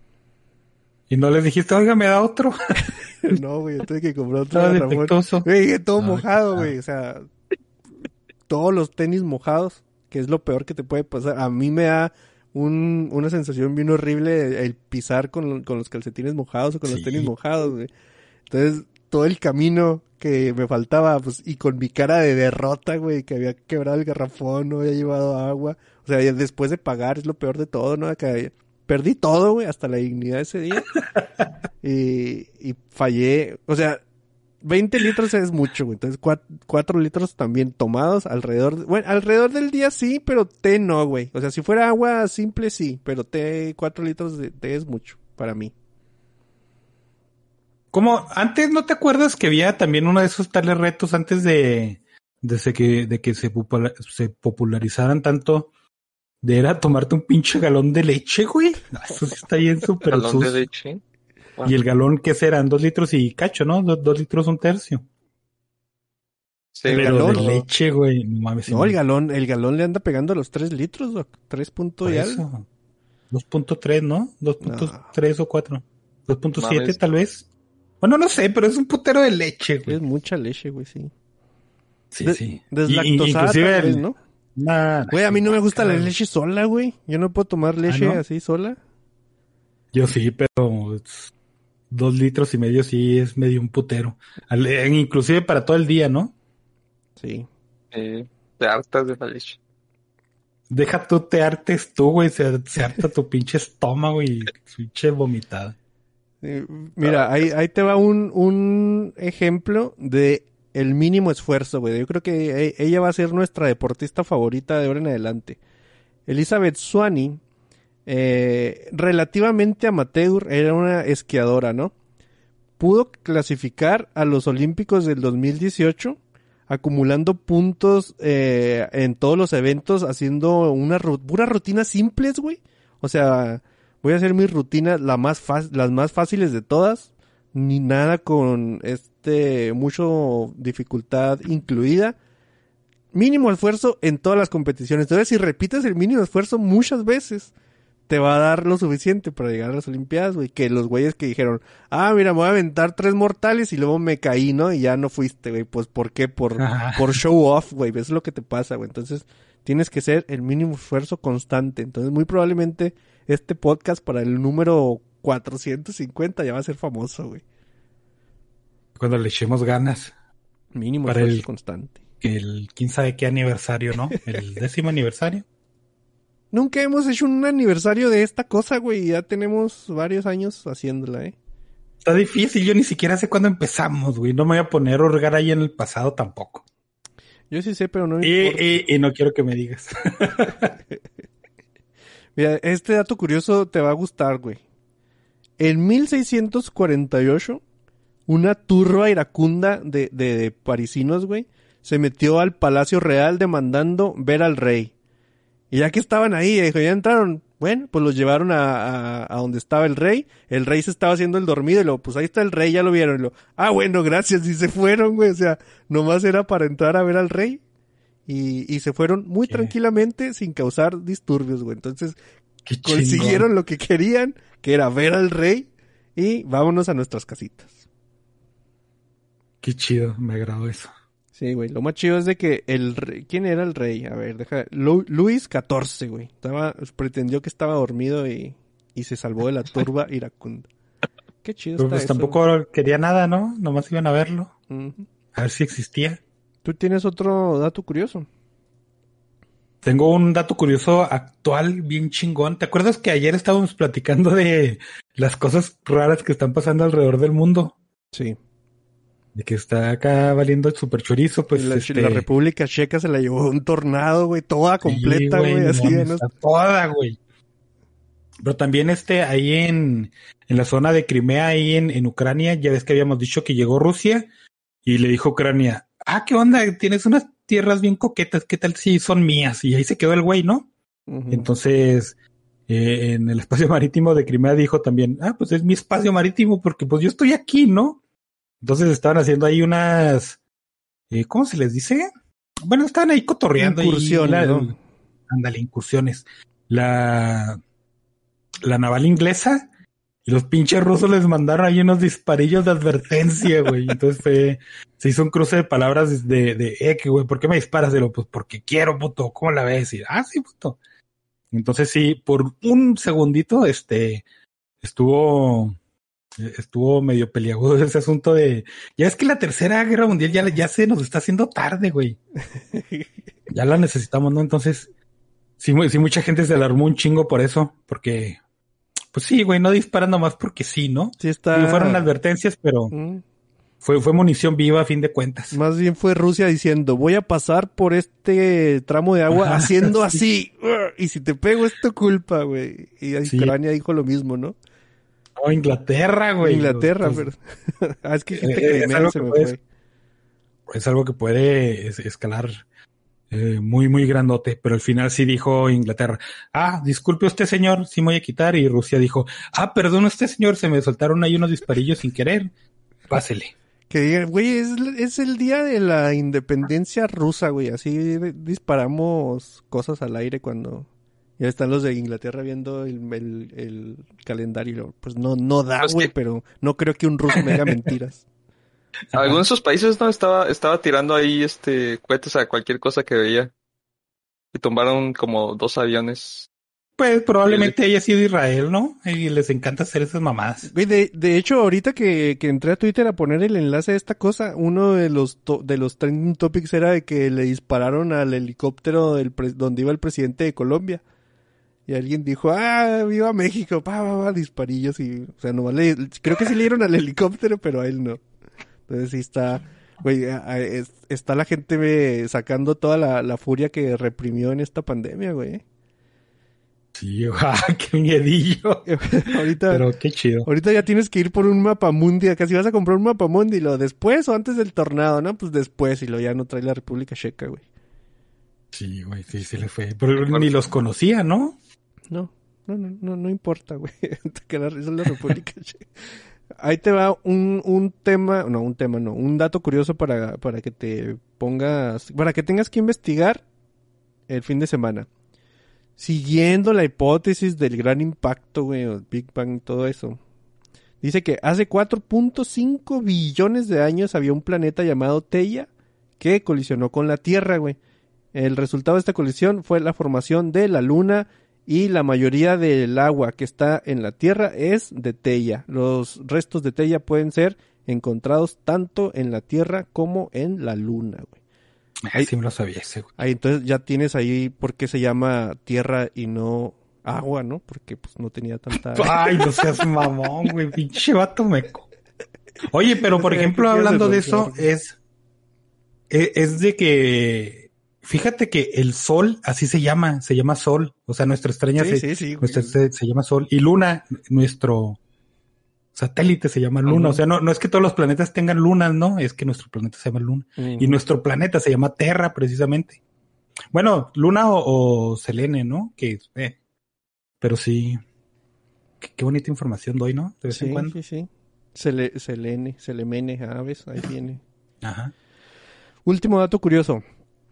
¿Y no les dijiste, oiga, me da otro? No, güey, yo tuve que comprar otro garrafón. Güey, todo ah, mojado, güey. O sea, todos los tenis mojados, que es lo peor que te puede pasar. A mí me da un, una sensación bien horrible el pisar con, con los calcetines mojados o con sí. los tenis mojados, güey. Entonces, todo el camino que me faltaba, pues, y con mi cara de derrota, güey, que había quebrado el garrafón, no había llevado agua. O sea, después de pagar es lo peor de todo, ¿no? Que perdí todo, güey, hasta la dignidad ese día. y, y fallé, o sea, veinte litros es mucho, güey. Entonces, cuatro litros también tomados alrededor, bueno, alrededor del día sí, pero té no, güey. O sea, si fuera agua simple sí, pero té, cuatro litros de té es mucho para mí. Como antes, ¿no te acuerdas que había también uno de esos tales retos antes de, de que, de que se, popular, se popularizaran tanto? De era tomarte un pinche galón de leche, güey. Eso sí está bien súper ¿Galón sucio. de leche? Wow. Y el galón, ¿qué serán? Dos litros y cacho, ¿no? Dos, dos litros un tercio. Sí, pero galón, de leche, güey. No mames. No, el galón, el galón le anda pegando a los tres litros, doc. Tres punto y algo. dos punto tres, ¿no? dos punto tres no. o cuatro. dos punto siete tal vez. Bueno, no sé, pero es un putero de leche, güey. Es mucha leche, güey, sí. Sí, de, sí. Deslactosada, tal vez, ¿no? Nah, güey, a mí no me gusta la leche sola, güey. Yo no puedo tomar leche ¿Ah, no? así sola. Yo sí, pero dos litros y medio sí es medio un putero. Inclusive para todo el día, ¿no? Sí. Eh, te hartas de la leche. Deja tú, te hartes tú, güey. Se, se harta tu pinche estómago y pinche vomitada. Eh, mira, ahí, ahí te va un, un ejemplo de el mínimo esfuerzo, güey. Yo creo que ella va a ser nuestra deportista favorita de ahora en adelante. Elizabeth Swanny, eh, relativamente amateur, era una esquiadora, ¿no? Pudo clasificar a los Olímpicos del dos mil dieciocho, acumulando puntos eh, en todos los eventos, haciendo una puras rutinas simples, güey. O sea, voy a hacer mis rutinas la más las más fáciles de todas, ni nada con este mucho dificultad incluida. Mínimo esfuerzo en todas las competiciones. Entonces, si repites el mínimo esfuerzo muchas veces, te va a dar lo suficiente para llegar a las Olimpiadas, güey. Que los güeyes que dijeron, ah, mira, me voy a aventar tres mortales y luego me caí, ¿no? Y ya no fuiste, güey. Pues, ¿por qué? Por, por show off, güey. Eso es lo que te pasa, güey. Entonces, tienes que ser el mínimo esfuerzo constante. Entonces, muy probablemente este podcast para el número cuatrocientos cincuenta ya va a ser famoso, güey. Cuando le echemos ganas. Mínimo para esfuerzo el, constante. El quién sabe qué aniversario, ¿no? El décimo aniversario. Nunca hemos hecho un aniversario de esta cosa, güey. Ya tenemos varios años haciéndola, ¿eh? Está difícil. Yo ni siquiera sé cuándo empezamos, güey. No me voy a poner a hurgar ahí en el pasado tampoco. Yo sí sé, pero no me y, importa. Y, y no quiero que me digas. Mira, este dato curioso te va a gustar, güey. En mil seiscientos cuarenta y ocho, una turba iracunda de, de, de parisinos, güey, se metió al Palacio Real demandando ver al rey. Y ya que estaban ahí, ya entraron, bueno, pues los llevaron a, a, a donde estaba el rey. El rey se estaba haciendo el dormido y luego, pues ahí está el rey, ya lo vieron. Y luego, ah, bueno, gracias, y se fueron, güey. O sea, nomás era para entrar a ver al rey. Y, y se fueron muy ¿Qué? tranquilamente sin causar disturbios, güey. Entonces, Qué consiguieron chingón. Lo que querían, que era ver al rey. Y vámonos a nuestras casitas. Qué chido, me agradó eso. Sí, güey. Lo más chido es de que el rey... ¿Quién era el rey? A ver, deja... Lu... Luis catorce, güey. Estaba... Pretendió que estaba dormido y... Y se salvó de la turba iracunda. Qué chido Pero está pues eso. tampoco quería nada, ¿no? Nomás iban a verlo. Uh-huh. A ver si existía. ¿Tú tienes otro dato curioso? Tengo un dato curioso actual bien chingón. ¿Te acuerdas que ayer estábamos platicando de las cosas raras que están pasando alrededor del mundo? Sí. De que está acá valiendo súper chorizo, pues. La, este... la República Checa se la llevó un tornado, güey, toda completa, güey, sí, así. No, está toda, güey. Pero también este, ahí en, en la zona de Crimea, ahí en, en Ucrania, ya ves que habíamos dicho que llegó Rusia y le dijo a Ucrania, ah, ¿qué onda? Tienes unas tierras bien coquetas, ¿qué tal si son mías? Y ahí se quedó el güey, ¿no? Uh-huh. Entonces, eh, en el espacio marítimo de Crimea dijo también, ah, pues es mi espacio marítimo porque pues yo estoy aquí, ¿no? Entonces estaban haciendo ahí unas, eh, ¿cómo se les dice? Bueno, estaban ahí cotorreando. Incursiones, ¿no? Ándale, incursiones. La, la naval inglesa y los pinches rusos les mandaron ahí unos disparillos de advertencia, güey. Entonces fue, se hizo un cruce de palabras de, de, eh, que güey, ¿por qué me disparas? De lo, pues porque quiero, puto, ¿cómo la ves? Y, ah, sí, puto. Entonces sí, por un segundito, este, estuvo, estuvo medio peliagudo ese asunto de, ya es que la tercera guerra mundial ya, ya se nos está haciendo tarde, güey. Ya la necesitamos, ¿no? Entonces, sí, sí, mucha gente se alarmó un chingo por eso, porque, pues sí, güey, no disparan nomás porque sí, ¿no? Sí está. Sí, fueron advertencias, pero ¿Mm? fue, fue munición viva a fin de cuentas. Más bien fue Rusia diciendo, voy a pasar por este tramo de agua haciendo así, y si te pego es tu culpa, güey. Y Ucrania sí. dijo lo mismo, ¿no? No, Inglaterra, güey. Inglaterra, los, pero... ah, es que eh, es, algo se que me puede, fue. es algo que puede es, escalar eh, muy, muy grandote, pero al final sí dijo Inglaterra, ah, disculpe usted, señor, sí me voy a quitar, y Rusia dijo, ah, perdón usted, señor, se me soltaron ahí unos disparillos sin querer, pásele. Que digan, güey, es, es el día de la independencia rusa, güey, así disparamos cosas al aire cuando... Ya están los de Inglaterra viendo el, el, el calendario. Pues no, no da, güey, que... pero no creo que un ruso me haga mentiras. Algunos de sus países no estaba, estaba tirando ahí este cohetes a cualquier cosa que veía. Y tumbaron como dos aviones. Pues probablemente haya sido Israel, ¿no? Y les encanta hacer esas mamadas. Güey, de, de hecho, ahorita que, que entré a Twitter a poner el enlace de esta cosa, uno de los to- de los trending topics era de que le dispararon al helicóptero del pre- donde iba el presidente de Colombia. Y alguien dijo, ah, viva México, pa, pa, pa, disparillos y, o sea, nomás le, creo que sí le dieron al helicóptero, pero a él no. Entonces sí está, güey, está la gente sacando toda la, la furia que reprimió en esta pandemia, güey. Sí, ah, qué miedillo. ahorita, pero qué chido. Ahorita ya tienes que ir por un mapamundi, acá si vas a comprar un mapamundi, lo después o antes del tornado, ¿no? Pues después, y lo ya no trae la República Checa, güey. Sí, güey, sí, se le fue. Pero ni los conocía, ¿no? No, no, no, no, no importa, güey. Eso es la República Checa. Ahí te va un, un tema, no, un tema no, un dato curioso para, para que te pongas, para que tengas que investigar el fin de semana. Siguiendo la hipótesis del gran impacto, güey, o Big Bang, todo eso. Dice que hace cuatro punto cinco billones de años había un planeta llamado Theia que colisionó con la Tierra, güey. El resultado de esta colisión fue la formación de la Luna y la mayoría del agua que está en la Tierra es de Theia. Los restos de Theia pueden ser encontrados tanto en la Tierra como en la Luna, güey. Ahí sí me lo sabía ese, güey. Ahí entonces ya tienes ahí por qué se llama Tierra y no agua, ¿no? Porque pues no tenía tanta... Ay, no seas mamón, güey, pinche vato meco. Oye, pero por ejemplo, hablando de eso, es, es, es de que... Fíjate que el Sol, así se llama, se llama Sol. O sea, nuestra estrella sí, se, sí, sí, nuestra, se, se llama Sol. Y Luna, nuestro satélite se llama Luna. Uh-huh. O sea, no, no es que todos los planetas tengan lunas, ¿no? Es que nuestro planeta se llama Luna. Uh-huh. Y nuestro planeta se llama Terra, precisamente. Bueno, Luna o, o Selene, ¿no? Que, eh, pero sí. Qué, qué bonita información doy, ¿no? De vez sí, en cuando. Sí, sí, Sele, Selene, Selemene, ¿sabes? Ahí viene. Ajá. Último dato curioso.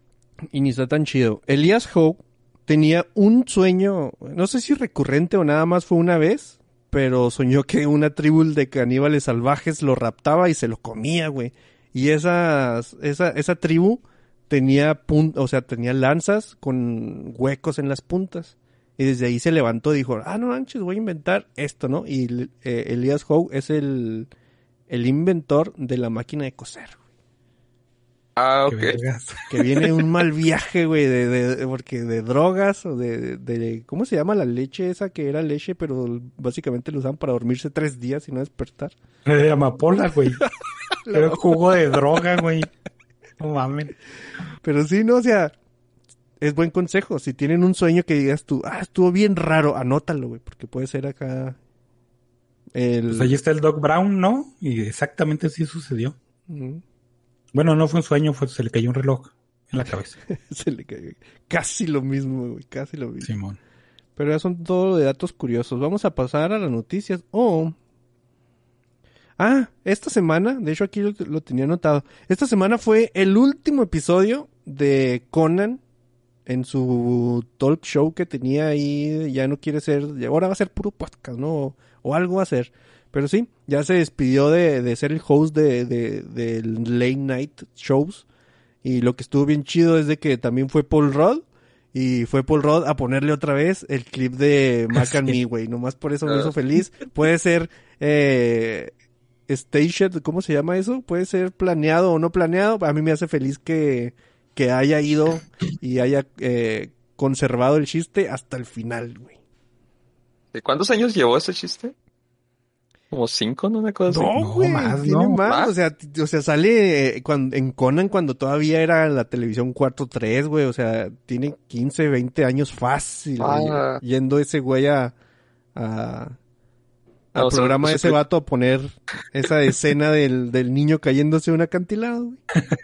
Y ni está tan chido. Elias Howe tenía un sueño, no sé si recurrente o nada más fue una vez, pero soñó que una tribu de caníbales salvajes lo raptaba y se lo comía, güey. Y esas, esa, esa tribu tenía pun- o sea, tenía lanzas con huecos en las puntas. Y desde ahí se levantó y dijo, ah, no manches, voy a inventar esto, ¿no? Y eh, Elias Howe es el, el inventor de la máquina de coser. Ah, ok. Que viene un mal viaje, güey, de, de, de, porque de drogas o de, de, de... ¿Cómo se llama la leche esa que era leche, pero básicamente lo usaban para dormirse tres días y no despertar? De amapola, güey. Era jugo de droga, güey. No mames. Pero sí, no, o sea, es buen consejo. Si tienen un sueño que digas tú, ah, estuvo bien raro, anótalo, güey, porque puede ser acá... El... Pues ahí está el Doc Brown, ¿no? Y exactamente así sucedió. Uh-huh. Bueno, no fue un sueño, fue, se le cayó un reloj en la cabeza. Se le cayó. Casi lo mismo, güey, casi lo mismo. Simón. Pero ya son todo de datos curiosos. Vamos a pasar a las noticias. Oh. Ah, esta semana, de hecho aquí lo, lo tenía anotado. Esta semana fue el último episodio de Conan en su talk show que tenía ahí. Ya no quiere ser, ahora va a ser puro podcast, ¿no? O, o algo va a ser. Pero sí, ya se despidió de, de ser el host de, de, de late night shows. Y lo que estuvo bien chido es de que también fue Paul Rudd. Y fue Paul Rudd a ponerle otra vez el clip de Mac and Me, güey. Nomás por eso me hizo feliz. Puede ser, eh, staged, ¿cómo se llama eso? Puede ser planeado o no planeado. A mí me hace feliz que, que haya ido y haya, eh, conservado el chiste hasta el final, güey. ¿Cuántos años llevó ese chiste? Como cinco, ¿no? Una cosa así. No, güey, más, tiene no. más. ¿Más? O sea, t- o sea, sale eh, cuando, en Conan cuando todavía era la televisión cuatro tres, güey. O sea, tiene quince, veinte años fácil. Ah. güey, yendo ese güey a, a al No, programa se- de ese se- vato a poner esa escena del, del niño cayéndose de un acantilado, güey.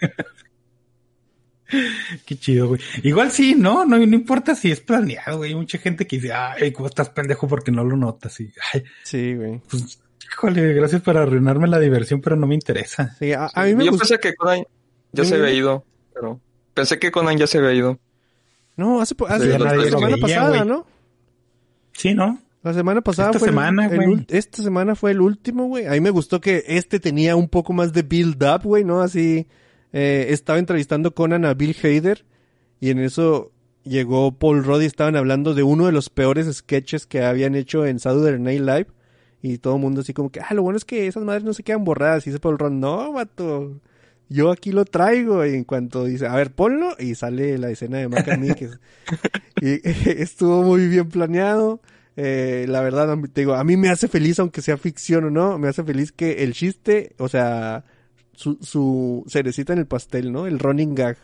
Qué chido, güey. Igual sí, ¿no? No, no importa si es planeado, güey. Hay mucha gente que dice, ay, ¿cómo estás pendejo porque no lo notas? Y, ay, Sí, güey. pues, híjole, gracias por arruinarme la diversión, pero no me interesa. Sí, a, a mí me Yo gusta. pensé que Conan ya Sí. se había ido, pero pensé que Conan ya se había ido. No, hace, po- hace Sí, la nadie lo semana veía, pasada, güey. ¿no? Sí, ¿no? La semana pasada Esta fue el- semana, el güey. ul- esta semana fue el último, güey. A mí me gustó que este tenía un poco más de build up, güey, ¿no? Así, eh, estaba entrevistando Conan a Bill Hader y en eso llegó Paul Rudd y estaban hablando de uno de los peores sketches que habían hecho en Saturday Night Live y todo el mundo así como que, ah, lo bueno es que esas madres no se quedan borradas. Y dice Paul Rudd, no, vato, yo aquí lo traigo. Y en cuanto dice, a ver, ponlo, y sale la escena de Mac and Me, que es- y estuvo muy bien planeado. Eh, la verdad, a mí- te digo, a mí me hace feliz, aunque sea ficción o no, me hace feliz que el chiste, o sea, su, su cerecita en el pastel, ¿no? El running gag.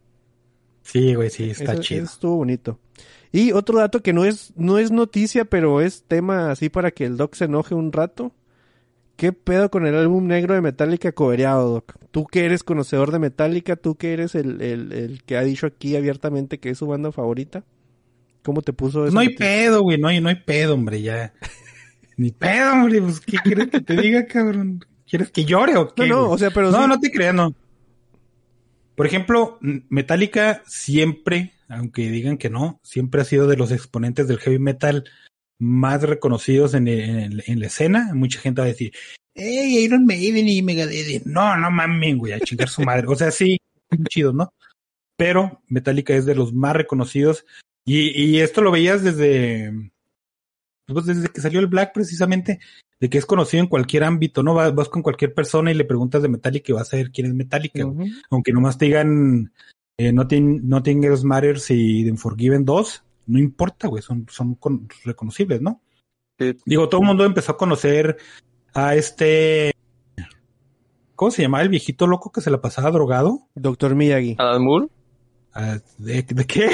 Sí, güey, sí, está Eso- chido. eso estuvo bonito. Y otro dato que no es, no es noticia, pero es tema así para que el Doc se enoje un rato. ¿Qué pedo con el álbum negro de Metallica cobereado, Doc? Tú que eres conocedor de Metallica, tú que eres el, el, el que ha dicho aquí abiertamente que es su banda favorita. ¿Cómo te puso eso? No hay pedo, güey, no hay, no hay pedo, hombre, ya. Ni pedo, hombre, pues, ¿qué quieres que te diga, cabrón? ¿Quieres que llore o qué? No, no, güey? o sea, pero No, sí- no te creas, no. Por ejemplo, Metallica siempre, aunque digan que no, siempre ha sido de los exponentes del heavy metal más reconocidos en, en, en la escena. Mucha gente va a decir, hey, Iron Maiden y Megadeth. No, no mames, güey, a chingar su madre. O sea, sí, chidos, ¿no? Pero Metallica es de los más reconocidos. Y, y esto lo veías desde, pues desde que salió el Black, precisamente, de que es conocido en cualquier ámbito, ¿no? Vas, vas con cualquier persona y le preguntas de Metallica y vas a saber quién es Metallica. Ujú. Aunque nomás te digan eh, Nothing, Nothing Else Matters y The Unforgiven dos, no importa, güey, son, son con, reconocibles, ¿no? Sí. Digo, todo el mundo empezó a conocer a este, ¿cómo se llamaba el viejito loco que se la pasaba drogado? Doctor Miyagi. Alan Moore. Ah, ¿de, de qué?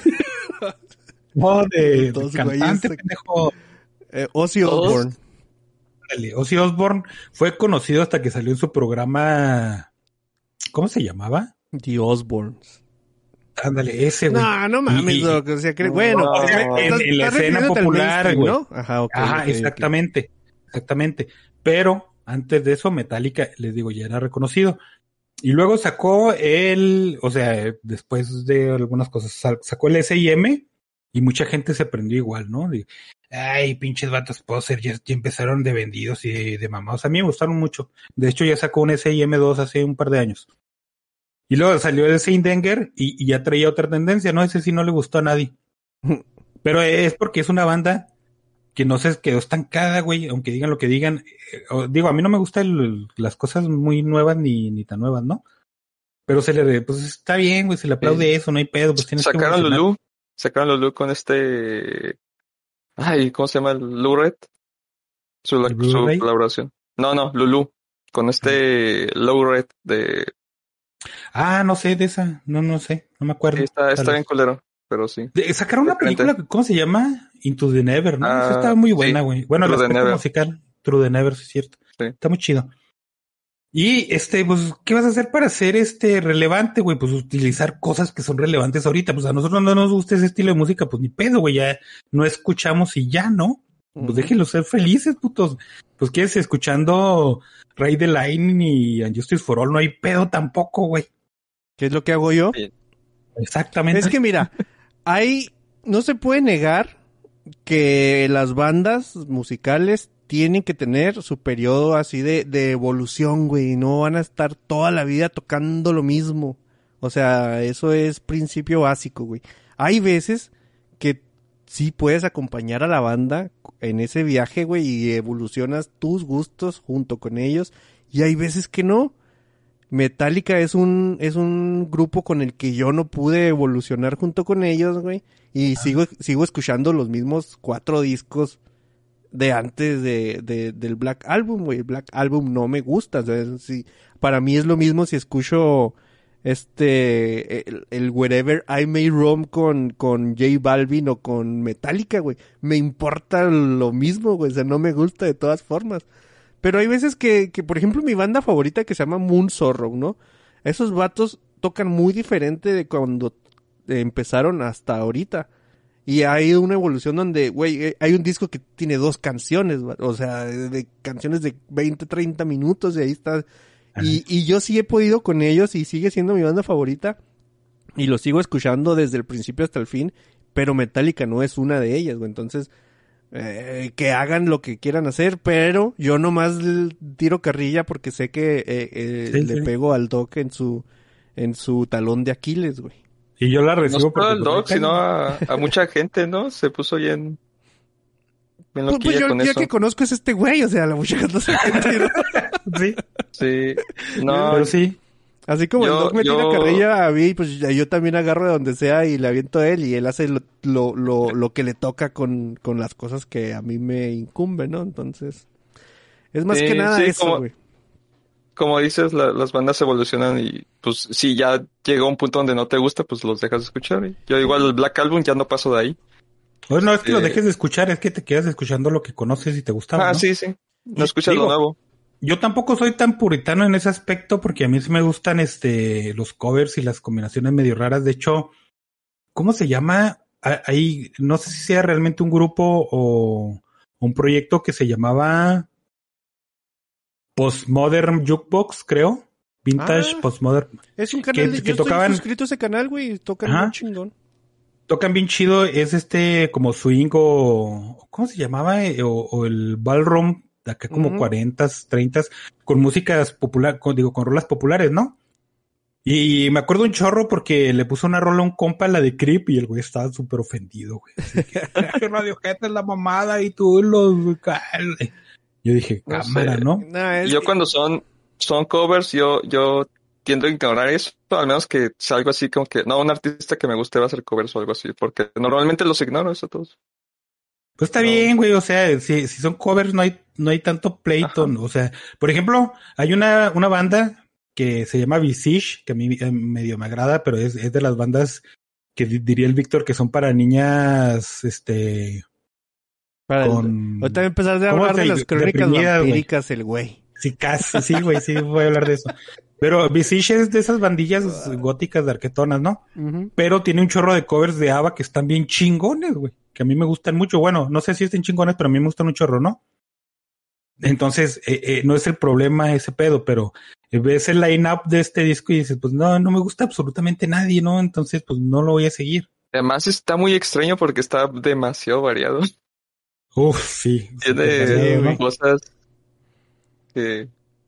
No, de, de Dos cantante, güeyes. pendejo. Eh, Ozzy Todos. Osbourne. Ándale, Ozzy Osbourne fue conocido hasta que salió en su programa, ¿cómo se llamaba? The Osbournes. Ándale, ese, güey. No, no mames, Y- y- Doc. O sea, que, bueno. No, o sea, en- estás- en la estás escena refiriéndote al popular, mainstream, güey. ¿no? Ajá, ok. Ajá, ok, ok. exactamente, exactamente. Pero antes de eso, Metallica, les digo, ya era reconocido. Y luego sacó el, o sea, después de algunas cosas, sa- sacó el S I M y mucha gente se prendió igual, ¿no? De, ay, pinches vatos poser, ya, ya empezaron de vendidos y de, de mamados. A mí me gustaron mucho. De hecho, ya sacó un S I M dos hace un par de años. Y luego salió el Seindenger y, y ya traía otra tendencia, ¿no? Ese sí no le gustó a nadie. Pero es porque es una banda que no se quedó estancada, güey, aunque digan lo que digan. Eh, o- digo, a mí no me gustan las cosas muy nuevas ni, ni tan nuevas, ¿no? Pero se le, pues está bien, güey, se le aplaude Sí. eso, no hay pedo, pues tienes que Sacaron evolucionar. Lulu. Sacaron Lulu con este. Ay, ¿cómo se llama? Lured. Su, ¿El su Blu-ray? colaboración. No, no, Lulu. Con este Low Red de. Ah, no sé de esa, no, no sé, no me acuerdo. Sí, está, está Tal bien vez. culero, pero sí. De- sacaron una Diferente. película, ¿cómo se llama? Into the Never, ¿no? Ah, Esa estaba muy sí. buena, güey. Bueno, el Through the aspecto Never. musical, True the Never, sí es cierto. Sí. Está muy chido. Y este, pues, ¿qué vas a hacer para ser este relevante, güey? Pues utilizar cosas que son relevantes ahorita. Pues a nosotros no nos gusta ese estilo de música, pues ni pedo, güey, ya no escuchamos y ya, ¿no? Pues Ujú. déjenlos ser felices, putos. Pues quieres escuchando Ride the Line y Unjustice for All, no hay pedo tampoco, güey. ¿Qué es lo que hago yo? Exactamente. Es que mira, hay, no se puede negar que las bandas musicales tienen que tener su periodo así de, de evolución, güey, no van a estar toda la vida tocando lo mismo. O sea, eso es principio básico, güey. hay veces que sí puedes acompañar a la banda en ese viaje, güey, y evolucionas tus gustos junto con ellos, y hay veces que no. Metallica es un es un grupo con el que yo no pude evolucionar junto con ellos, güey, y sigo sigo escuchando los mismos cuatro discos de antes de, de del Black Album, güey. El Black Album no me gusta, o sea, sí, para mí es lo mismo si escucho este el, el Wherever I May Roam con con J Balvin o con Metallica, güey. Me importa lo mismo, güey, o sea, no me gusta de todas formas. Pero hay veces que, que, por ejemplo, mi banda favorita que se llama Moon Sorrow, ¿no? Esos vatos tocan muy diferente de cuando empezaron hasta ahorita. Y hay una evolución donde, güey, hay un disco que tiene dos canciones, o sea, de, de canciones de veinte, treinta minutos, y ahí está. Y, y yo sí he podido con ellos y sigue siendo mi banda favorita. Y lo sigo escuchando desde el principio hasta el fin, pero Metallica no es una de ellas, güey. Entonces... Eh, que hagan lo que quieran hacer, pero yo nomás tiro carrilla porque sé que eh, eh, sí, le sí. pego al Doc en su en su talón de Aquiles, güey. Y yo la recibo no solo al Doc, sino a, a mucha gente, ¿no? Se puso bien, bien pues, pues yo con ya eso. Que conozco es este güey, o sea, la mucha gente se sí. Sí. No, pero sí. Así como yo, el Doc me yo... tira carrilla a mí, pues yo también agarro de donde sea y le aviento a él y él hace lo, lo, lo, lo que le toca con, con las cosas que a mí me incumben, ¿no? Entonces, es más sí, que nada sí, eso, güey. Como, como dices, la, las bandas evolucionan y pues si ya llega un punto donde no te gusta, pues los dejas de escuchar. ¿eh? Yo igual el Black Album ya no paso de ahí. Bueno, no es que eh... lo dejes de escuchar, es que te quedas escuchando lo que conoces y te gustaba, Ah, ¿no? sí, sí. No escuchas Digo, lo nuevo. Yo tampoco soy tan puritano en ese aspecto porque a mí sí me gustan este los covers y las combinaciones medio raras. De hecho, ¿cómo se llama? Ahí no sé si sea realmente un grupo o un proyecto que se llamaba Postmodern Jukebox, creo. Vintage ah, Postmodern. Es un canal que, de, que yo tocaban, estoy suscrito a ese canal, güey. Tocan ajá, bien chingón. Tocan bien chido. Es este como swing o ¿cómo se llamaba? O, o el ballroom. De acá como uh-huh. cuarenta, treinta, con músicas populares, digo, con rolas populares, ¿no? Y me acuerdo un chorro porque le puso una rola a un compa, la de Creep, y el güey estaba súper ofendido, güey. Así que, ¿qué Radiohead es la mamada? Y tú los... Yo dije, no cámara, sé. ¿no? no yo que... cuando son, son covers, yo, yo tiendo a ignorar eso, al menos que sea algo así como que, no, un artista que me guste va a hacer covers o algo así, porque normalmente los ignoro eso todos. Pues está no. bien, güey, o sea, si, si son covers no hay no hay tanto pleito, o sea, por ejemplo, hay una una banda que se llama Visage, que a mí eh, medio me agrada, pero es, es de las bandas que di, diría el Víctor que son para niñas, este... Para con... el, ahorita voy a empezar a hablar de las crónicas vampíricas, el güey. Sí, casi, sí, güey, sí, voy a hablar de eso. Pero Visage es de esas bandillas uh, góticas de arquetonas, ¿no? Uh-huh. Pero tiene un chorro de covers de ABBA que están bien chingones, güey. Que a mí me gustan mucho. Bueno, no sé si estén chingones, pero a mí me gustan un chorro, ¿no? Entonces, eh, eh, no es el problema ese pedo, pero ves el line-up de este disco y dices, pues no, no me gusta absolutamente nadie, ¿no? Entonces, pues no lo voy a seguir. Además está muy extraño porque está demasiado variado. Uf, sí. Tiene sí, cosas que...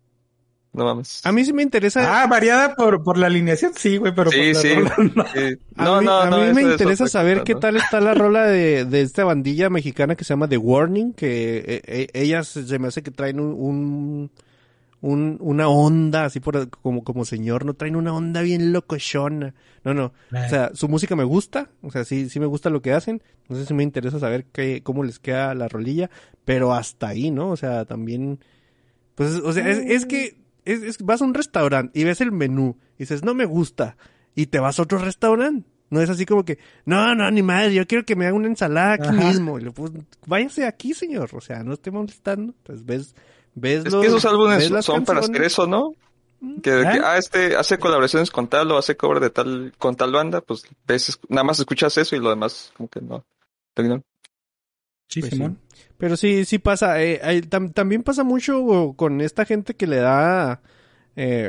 No mames. A mí sí me interesa... Ah, variada por, por la alineación, sí, güey, pero sí, por la sí, rola, no. sí. No, a mí, no, a no, mí no, me eso, interesa eso saber cosa, qué ¿no? tal está la rola de, de esta bandilla mexicana que se llama The Warning, que eh, eh, ellas se me hace que traen un, un, un una onda, así por como, como señor, no traen una onda bien locochona. No, no, eh. o sea, su música me gusta, o sea, sí, sí me gusta lo que hacen, no sé si me interesa saber qué, cómo les queda la rolilla, pero hasta ahí, ¿no? O sea, también, pues, o sea, es, es que Es, es, vas a un restaurante y ves el menú y dices, no me gusta, y te vas a otro restaurante. No es así como que, no, no, ni madre, yo quiero que me haga una ensalada aquí Ajá. mismo. Y le pues, váyase aquí, señor, o sea, no esté molestando. Pues ves, ves Es los, que esos álbumes son canciones para hacer eso, ¿no? Que, ¿Eh? que, ah, este hace colaboraciones con tal o hace cover de tal, con tal banda, pues ves, nada más escuchas eso y lo demás como que no. no. Sí, pues Simón. Sí. Pero sí, sí pasa. Eh, eh, tam, también pasa mucho con esta gente que le da... Eh,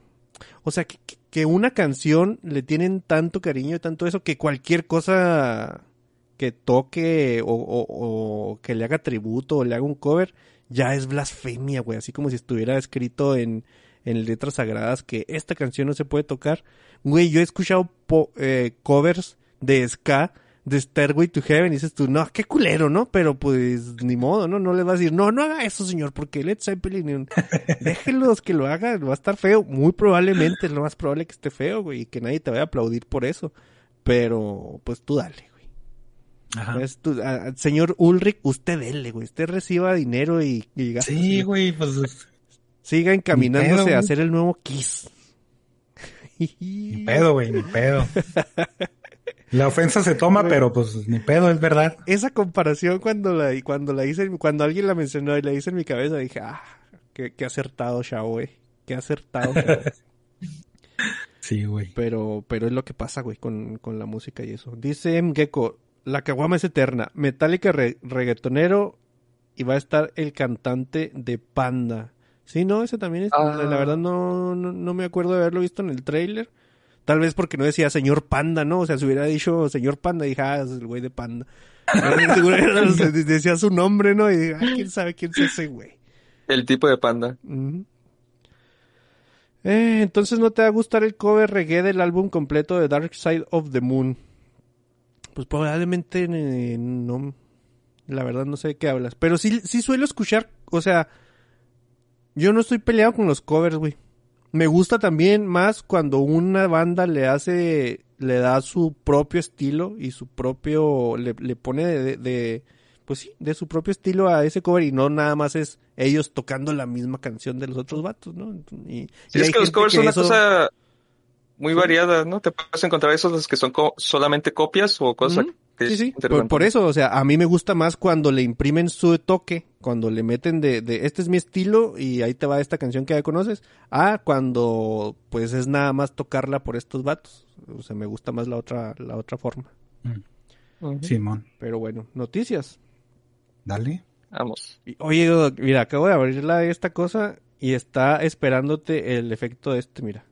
o sea, que, que una canción le tienen tanto cariño y tanto eso que cualquier cosa que toque o, o, o que le haga tributo o le haga un cover ya es blasfemia, güey. Así como si estuviera escrito en, en letras sagradas que esta canción no se puede tocar. Güey, yo he escuchado po- eh, covers de ska, de Stairway to Heaven, y dices tú, no, qué culero, ¿no? Pero pues, ni modo, ¿no? No le vas a decir, no, no haga eso, señor, porque Led Zeppelin, déjenlos que lo hagan, va a estar feo, muy probablemente, es lo más probable que esté feo, güey, y que nadie te vaya a aplaudir por eso, pero, pues tú dale, güey. Ajá. Pues, tú, a, señor Ulrich, usted dele, güey, usted reciba dinero y, y gaste. Sí, güey, pues... Siga encaminándose pedo, a hacer el nuevo Kiss. Ni pedo, güey, ni pedo. La ofensa se toma, pero pues ni pedo, es verdad. Esa comparación cuando la cuando la hice, cuando alguien la mencionó y la hice en mi cabeza, dije, ah, qué, qué acertado, Shao, güey. Qué acertado. Sí, güey. Pero, pero es lo que pasa, güey, con, con la música y eso. Dice M. Gecko, la caguama es eterna. Metallica re, reggaetonero y va a estar el cantante de Panda. Sí, no, ese también es, ah. la verdad no, no, no me acuerdo de haberlo visto en el tráiler. Tal vez porque no decía señor Panda, ¿no? O sea, si hubiera dicho señor Panda, dije, ah, es el güey de Panda. Seguro decía su nombre, ¿no? Y dije, ah, quién sabe quién es ese güey. El tipo de Panda. Uh-huh. Eh, entonces, ¿no te va a gustar el cover reggae del álbum completo de Dark Side of the Moon? Pues probablemente eh, no. La verdad no sé de qué hablas. Pero sí, sí suelo escuchar, o sea, yo no estoy peleado con los covers, güey. Me gusta también más cuando una banda le hace, le da su propio estilo y su propio, le, le pone de, de, de, pues sí, de su propio estilo a ese cover y no nada más es ellos tocando la misma canción de los otros vatos, ¿no? Y, sí, y es que los covers que son una eso... cosa muy variada, ¿no? Te puedes encontrar esos los que son co- solamente copias o cosas... ¿Mm? Sí, sí, por, por eso, o sea, a mí me gusta más cuando le imprimen su toque, cuando le meten de, de este es mi estilo y ahí te va esta canción que ya conoces, a cuando pues es nada más tocarla por estos vatos. O sea, me gusta más la otra la otra forma. Mm. Uh-huh. Simón. Pero bueno, noticias. Dale. Vamos. Y, oye, mira, acabo de abrirla esta cosa y está esperándote el efecto de este, mira.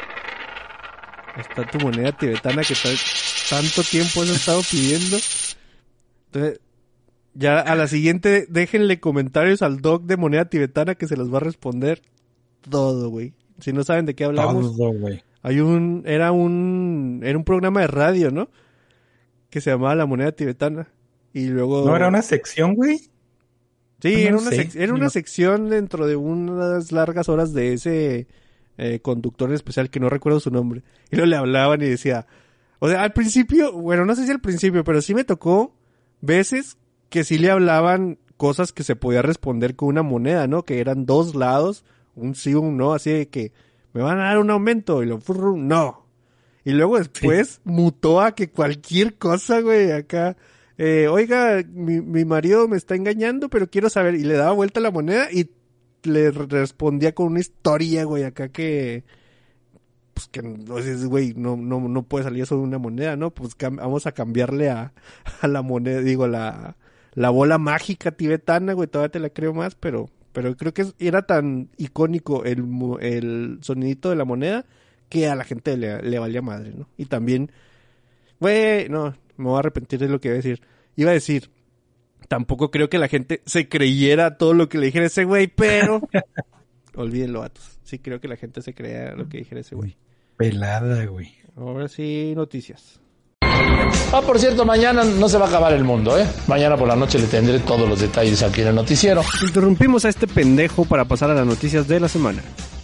Está tu moneda tibetana que está... tanto tiempo has estado pidiendo. Entonces, ya a la siguiente, déjenle comentarios al doc de moneda tibetana que se los va a responder todo, güey. Si no saben de qué hablamos. Todo, güey. Hay un, era un, era un programa de radio, ¿no? Que se llamaba La Moneda Tibetana. Y luego... ¿No era una sección, güey? Sí, no era una, sé. sec- era una no. sección dentro de unas largas horas de ese eh, conductor especial que no recuerdo su nombre. Y luego le hablaban y decía... O sea, al principio, bueno, no sé si al principio, pero sí me tocó veces que sí le hablaban cosas que se podía responder con una moneda, ¿no? Que eran dos lados, un sí, un no, así de que me van a dar un aumento y lo furru, no. Y luego después sí. mutó a que cualquier cosa, güey, acá, eh, oiga, mi, mi marido me está engañando, pero quiero saber, y le daba vuelta la moneda y le respondía con una historia, güey, acá que... pues que, güey, no, no, no puede salir eso de una moneda, ¿no? Pues cam- vamos a cambiarle a, a la moneda, digo, la, la bola mágica tibetana, güey, todavía te la creo más, pero, pero creo que era tan icónico el, el sonidito de la moneda que a la gente le, le valía madre, ¿no? Y también, güey, no, me voy a arrepentir de lo que iba a decir. Iba a decir, tampoco creo que la gente se creyera todo lo que le dijera ese güey, pero... olvídenlo, vatos. Sí creo que la gente se crea lo que dijera ese güey. Pelada, güey. Ahora sí, noticias. Ah, por cierto, mañana no se va a acabar el mundo, ¿eh? Mañana por la noche le tendré todos los detalles aquí en el noticiero. Interrumpimos a este pendejo para pasar a las noticias de la semana.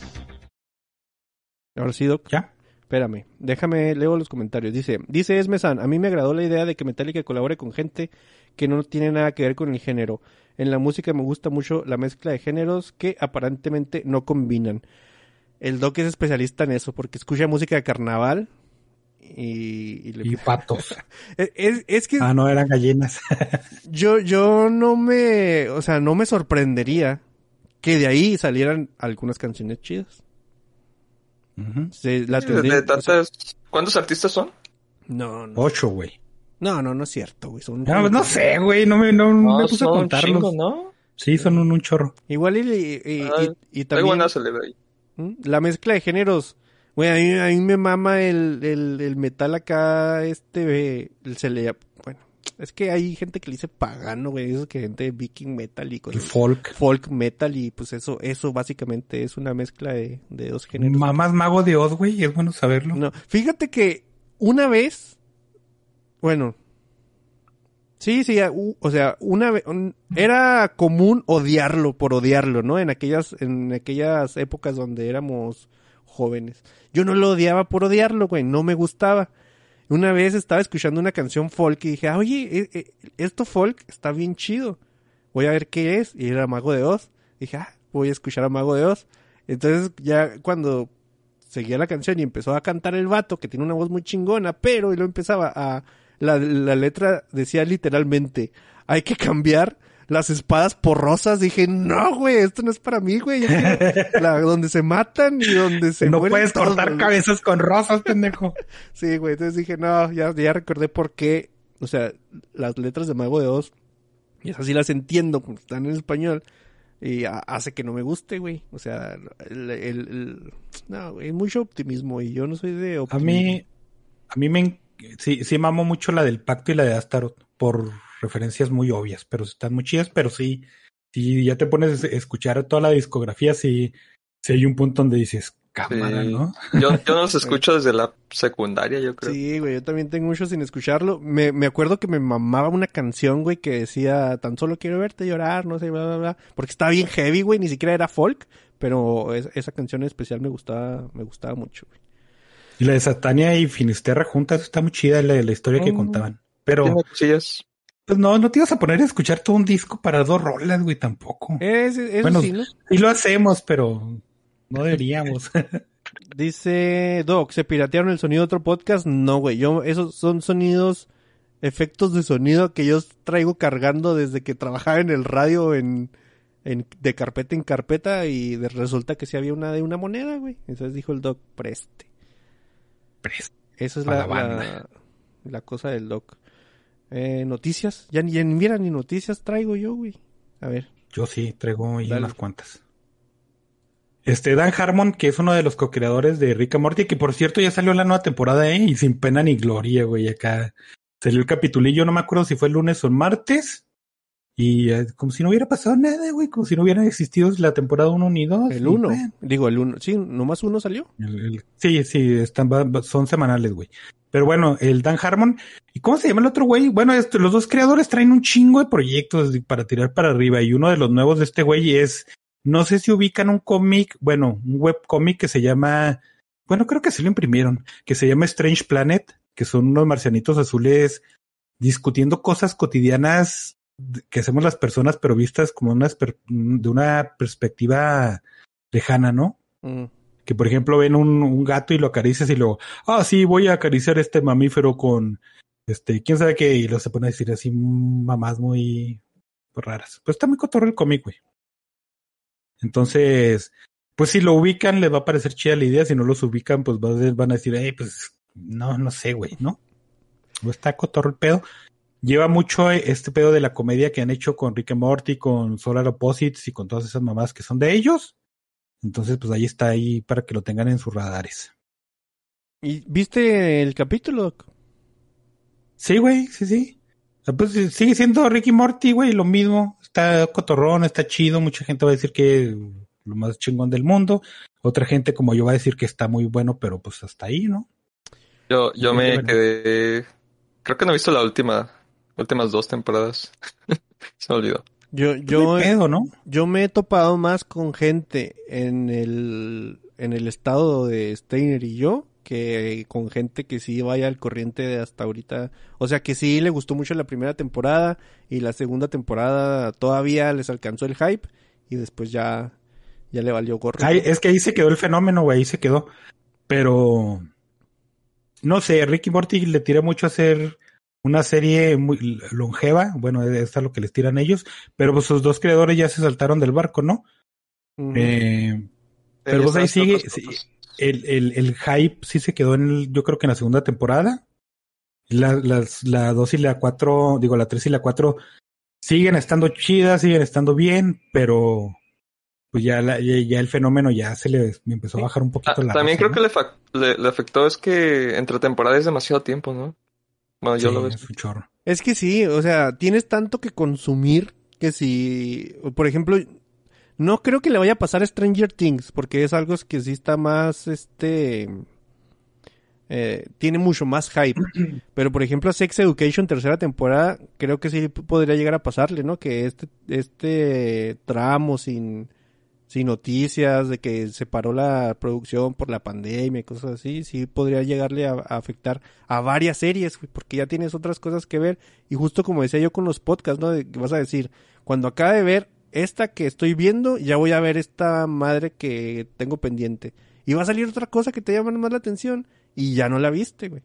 Ahora sí, Doc. ¿Ya? Espérame, déjame, leo los comentarios. Dice, dice Esme-san, a mí me agradó la idea de que Metallica colabore con gente que no tiene nada que ver con el género. En la música me gusta mucho la mezcla de géneros que aparentemente no combinan. El Doc es especialista en eso porque escucha música de carnaval y... Y, le... y patos. es, es que... Ah, no, eran gallinas. yo, yo no me... O sea, no me sorprendería que de ahí salieran algunas canciones chidas. Uh-huh. Sí, la de, tendría, de tantas... o sea, ¿Cuántos artistas son? No, no. Ocho, güey. No, no, no es cierto, güey. Son No, no sé, güey. No me, no, No, me puse a son un contarlos. chingo, ¿no? Sí, son un, un chorro. Igual y, y, y, Ah, y, y también... buena se le ve ahí. ¿Mm? La mezcla de géneros. Güey, a mí, a mí me mama el, el, el metal acá, este, el, se le... Bueno, es que hay gente que le dice pagano, güey. Eso que gente de viking metal y cosas. El folk. Folk metal y pues eso, eso básicamente es una mezcla de, de dos géneros. Mamás Mago de Oz, güey. Es bueno saberlo. No, fíjate que una vez Bueno. Sí, sí, o sea, una vez, un, era común odiarlo por odiarlo, ¿no? En aquellas, en aquellas épocas donde éramos jóvenes. Yo no lo odiaba por odiarlo, güey, no me gustaba. Una vez estaba escuchando una canción folk y dije, ah, oye, esto folk está bien chido. Voy a ver qué es. Y era Mago de Oz. Dije, ah, voy a escuchar a Mago de Oz. Entonces ya cuando seguía la canción y empezó a cantar el vato, que tiene una voz muy chingona, pero y luego empezaba a... La, la letra decía literalmente, hay que cambiar las espadas por rosas. Dije, no, güey, esto no es para mí, güey. La, donde se matan y donde se no mueren puedes todos, cortar güey. Cabezas con rosas, pendejo. Sí, güey, entonces dije, no, ya, ya recordé por qué, o sea, las letras de Mago de Oz, y esas sí las entiendo, como están en español, y a, hace que no me guste, güey. O sea, el, el, el no, güey, mucho optimismo, y yo no soy de optimismo. A mí, a mí me sí, sí mamo mucho la del Pacto y la de Astaroth, por referencias muy obvias, pero están muy chidas, pero sí, si ya te pones a escuchar toda la discografía, sí, sí hay un punto donde dices, cámara, sí. ¿no? Yo, yo no los escucho desde la secundaria, yo creo. Sí, güey, yo también tengo mucho sin escucharlo. Me, me acuerdo que me mamaba una canción, güey, que decía, tan solo quiero verte llorar, no sé, bla, bla, bla, porque estaba bien heavy, güey, ni siquiera era folk, pero es, esa canción en especial me gustaba, me gustaba mucho, güey. Y la de Satania y Finisterra juntas está muy chida la, la historia oh, que contaban. Pero, cosillas. Pues no, no te ibas a poner a escuchar todo un disco para dos rolas, güey, tampoco. Es, eso bueno, sí, ¿no? Y lo hacemos, pero no deberíamos. Dice Doc, ¿se piratearon el sonido de otro podcast? No, güey, yo, esos son sonidos, efectos de sonido que yo traigo cargando desde que trabajaba en el radio en, en de carpeta en carpeta y de, resulta que sí había una de una moneda, güey. Entonces dijo el Doc, preste. Preste. Esa es la, la, la, la cosa del Doc. Eh, noticias, ya ni, ya ni mira ni noticias traigo yo, güey. A ver. Yo sí, traigo ahí unas cuantas. Este, Dan Harmon, que es uno de los co-creadores de Rick and Morty, que por cierto ya salió la nueva temporada, eh, y sin pena ni gloria, güey, acá salió el capitulillo, no me acuerdo si fue el lunes o el martes, y eh, como si no hubiera pasado nada, güey, como si no hubiera existido la temporada uno ni dos. El uno, digo el uno, sí, nomás uno salió. El, el, sí, sí, están, son semanales, güey. Pero bueno, el Dan Harmon, ¿y cómo se llama el otro güey? Bueno, esto, los dos creadores traen un chingo de proyectos para tirar para arriba, y uno de los nuevos de este güey es, no sé si ubican un cómic, bueno, un webcómic que se llama, bueno, creo que se lo imprimieron, que se llama Strange Planet, que son unos marcianitos azules discutiendo cosas cotidianas que hacemos las personas, pero vistas como una, de una perspectiva lejana, ¿no? Mm. Que por ejemplo ven un, un gato y lo acaricias y luego, ah, sí, voy a acariciar este mamífero con, este, quién sabe qué, y lo se pone a decir así mamás muy raras. Pues está muy cotorro el cómic, güey. Entonces, pues si lo ubican, les va a parecer chida la idea. Si no los ubican, pues van a decir, hey, pues no, no sé, güey, ¿no? No está cotorro el pedo. Lleva mucho este pedo de la comedia que han hecho con Rick and Morty, con Solar Opposites y con todas esas mamás que son de ellos. Entonces, pues ahí está, ahí para que lo tengan en sus radares. ¿Y viste el capítulo? Sí, güey, sí, sí. Pues sigue siendo Rick y Morty, güey, lo mismo. Está cotorrón, está chido. Mucha gente va a decir que es lo más chingón del mundo. Otra gente como yo va a decir que está muy bueno, pero pues hasta ahí, ¿no? Yo, yo me bueno. quedé... Creo que no he visto la última, últimas dos temporadas. Se me olvidó. Yo, yo, pedo, ¿no? yo me he topado más con gente en el, en el estado de Steiner y yo, que con gente que sí vaya al corriente de hasta ahorita. O sea, que sí le gustó mucho la primera temporada y la segunda temporada todavía les alcanzó el hype y después ya, ya le valió gorro. Ay, es que ahí se quedó el fenómeno, güey, ahí se quedó. Pero, no sé, Rick y Morty le tira mucho a hacer una serie muy longeva. Bueno, es a lo que les tiran ellos. Pero pues sus dos creadores ya se saltaron del barco, ¿no? Uh-huh. Eh, pero pues ahí sigue... Sí, El, el, el hype sí se quedó en el, yo creo que en la segunda temporada. La, las, la dos y la cuatro, digo la tres y la cuatro siguen estando chidas, siguen estando bien, pero pues ya, la, ya, ya el fenómeno ya se le empezó a bajar un poquito ah, la También raza, creo ¿no? que le, fa- le, le afectó es que entre temporadas es demasiado tiempo, ¿no? Bueno, yo sí, lo veo. Es un chorro. Es que sí, o sea, tienes tanto que consumir que si, por ejemplo, no creo que le vaya a pasar a Stranger Things, porque es algo que sí está más, este, Eh, tiene mucho más hype. Pero, por ejemplo, a Sex Education, tercera temporada, creo que sí podría llegar a pasarle, ¿no? Que este, este tramo sin, sin noticias, de que se paró la producción por la pandemia y cosas así, sí podría llegarle a, a afectar a varias series, porque ya tienes otras cosas que ver. Y justo como decía yo con los podcasts, ¿no? De que vas a decir, cuando acabe de ver esta que estoy viendo, ya voy a ver esta madre que tengo pendiente. Y va a salir otra cosa que te llama más la atención. Y ya no la viste, güey.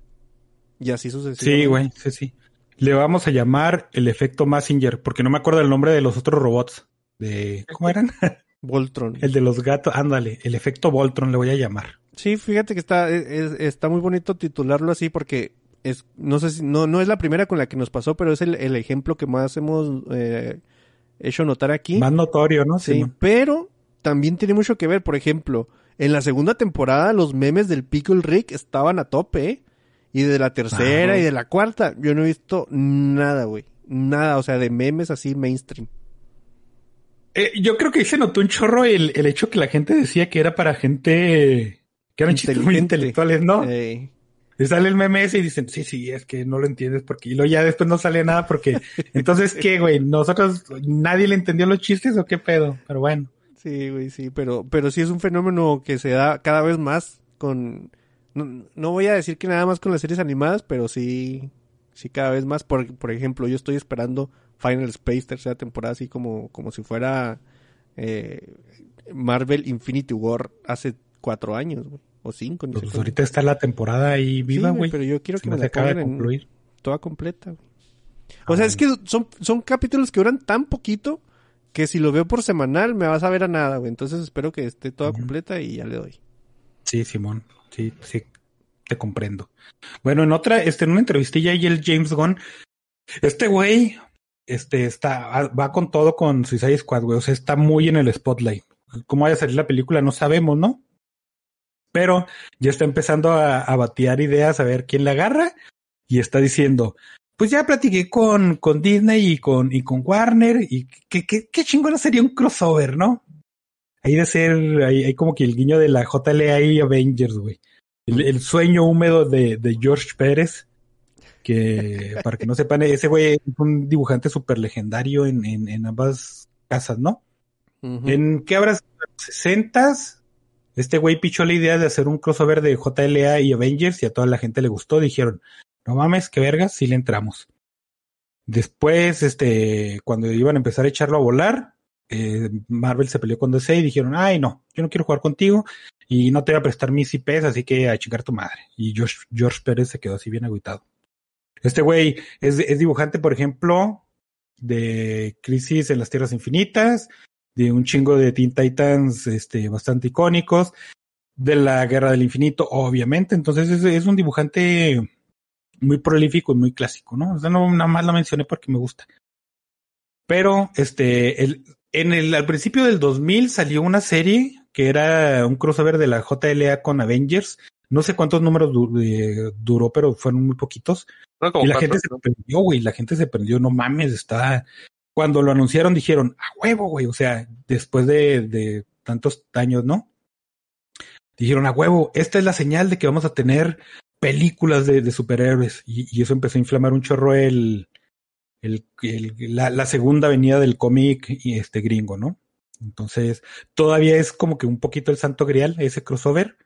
Y así sucesivamente. Sí, güey, sí, sí. Le vamos a llamar el efecto Mazinger, porque no me acuerdo el nombre de los otros robots. De ¿Cómo eran? Voltron. El de los gatos, ándale, el efecto Voltron le voy a llamar. Sí, fíjate que está, es, está muy bonito titularlo así porque es, no sé si, no, no es la primera con la que nos pasó, pero es el, el ejemplo que más hemos eh, hecho notar aquí. Más notorio, ¿no? Sí, sí, pero también tiene mucho que ver, por ejemplo... En la segunda temporada los memes del Pickle Rick estaban a tope, ¿eh? Y de la tercera Ajá. y de la cuarta, yo no he visto nada, güey. Nada, o sea, de memes así mainstream. Eh, yo creo que ahí se notó un chorro el, el hecho que la gente decía que era para gente... Que eran chistes muy intelectuales, ¿no? Eh. Y sale el meme ese y dicen, sí, sí, es que no lo entiendes porque... Y luego ya después no sale nada porque... Entonces, ¿qué, güey? ¿Nosotros, nadie le entendió los chistes o qué pedo? Pero bueno. Sí, güey, sí, pero, pero sí es un fenómeno que se da cada vez más con, no, no voy a decir que nada más con las series animadas, pero sí, sí cada vez más. Por, por ejemplo, yo estoy esperando Final Space tercera temporada, así como, como si fuera eh, Marvel Infinity War hace cuatro años, güey, o cinco. Pues ahorita está la temporada ahí viva, güey. Sí, pero yo quiero se que me la la acaba de pongan concluir. En toda completa, güey. Ah, o sea, bueno. es que son, son capítulos que duran tan poquito que si lo veo por semanal me vas a ver a nada, güey. Entonces espero que esté toda uh-huh. completa y ya le doy. Sí, Simón. Sí, sí. Te comprendo. Bueno, en otra, este, en una entrevistilla ahí el James Gunn, este güey, este, está, va con todo con Suicide Squad, güey. O sea, está muy en el spotlight. Cómo vaya a salir la película no sabemos, ¿no? Pero ya está empezando a, a batear ideas, a ver quién la agarra. Y está diciendo... Pues ya platiqué con, con Disney y con, y con Warner y qué qué qué chingona sería un crossover, ¿no? Ahí de ser, hay, hay como que el guiño de la J L A y Avengers, güey. El, el sueño húmedo de, de George Pérez, que para que no sepan, ese güey es un dibujante súper legendario en, en, en ambas casas, ¿no? Uh-huh. En qué habrá sesentas, este güey pichó la idea de hacer un crossover de J L A y Avengers y a toda la gente le gustó, dijeron, no mames, qué vergas, sí le entramos. Después, este, cuando iban a empezar a echarlo a volar, eh, Marvel se peleó con D C y dijeron, ay no, yo no quiero jugar contigo y no te voy a prestar mis I Ps, así que a chingar tu madre. Y George, George Pérez se quedó así bien agüitado. Este güey es, es dibujante, por ejemplo, de Crisis en las Tierras Infinitas, de un chingo de Teen Titans, este, bastante icónicos, de la Guerra del Infinito, obviamente. Entonces es, es un dibujante muy prolífico y muy clásico, ¿no? O sea, no, nada más la mencioné porque me gusta. Pero, este, el, en el, al principio del dos mil salió una serie que era un crossover de la J L A con Avengers. No sé cuántos números du- eh, duró, pero fueron muy poquitos. No, y la cuatro, gente ¿no? se prendió, güey, la gente se prendió, no mames, está... Cuando lo anunciaron dijeron, a huevo, güey, o sea, después de, de tantos años, ¿no? Dijeron, a huevo, esta es la señal de que vamos a tener películas de, de superhéroes, y, y eso empezó a inflamar un chorro el, el, el la, la segunda venida del cómic y este gringo, ¿no? Entonces, todavía es como que un poquito el santo grial, ese crossover,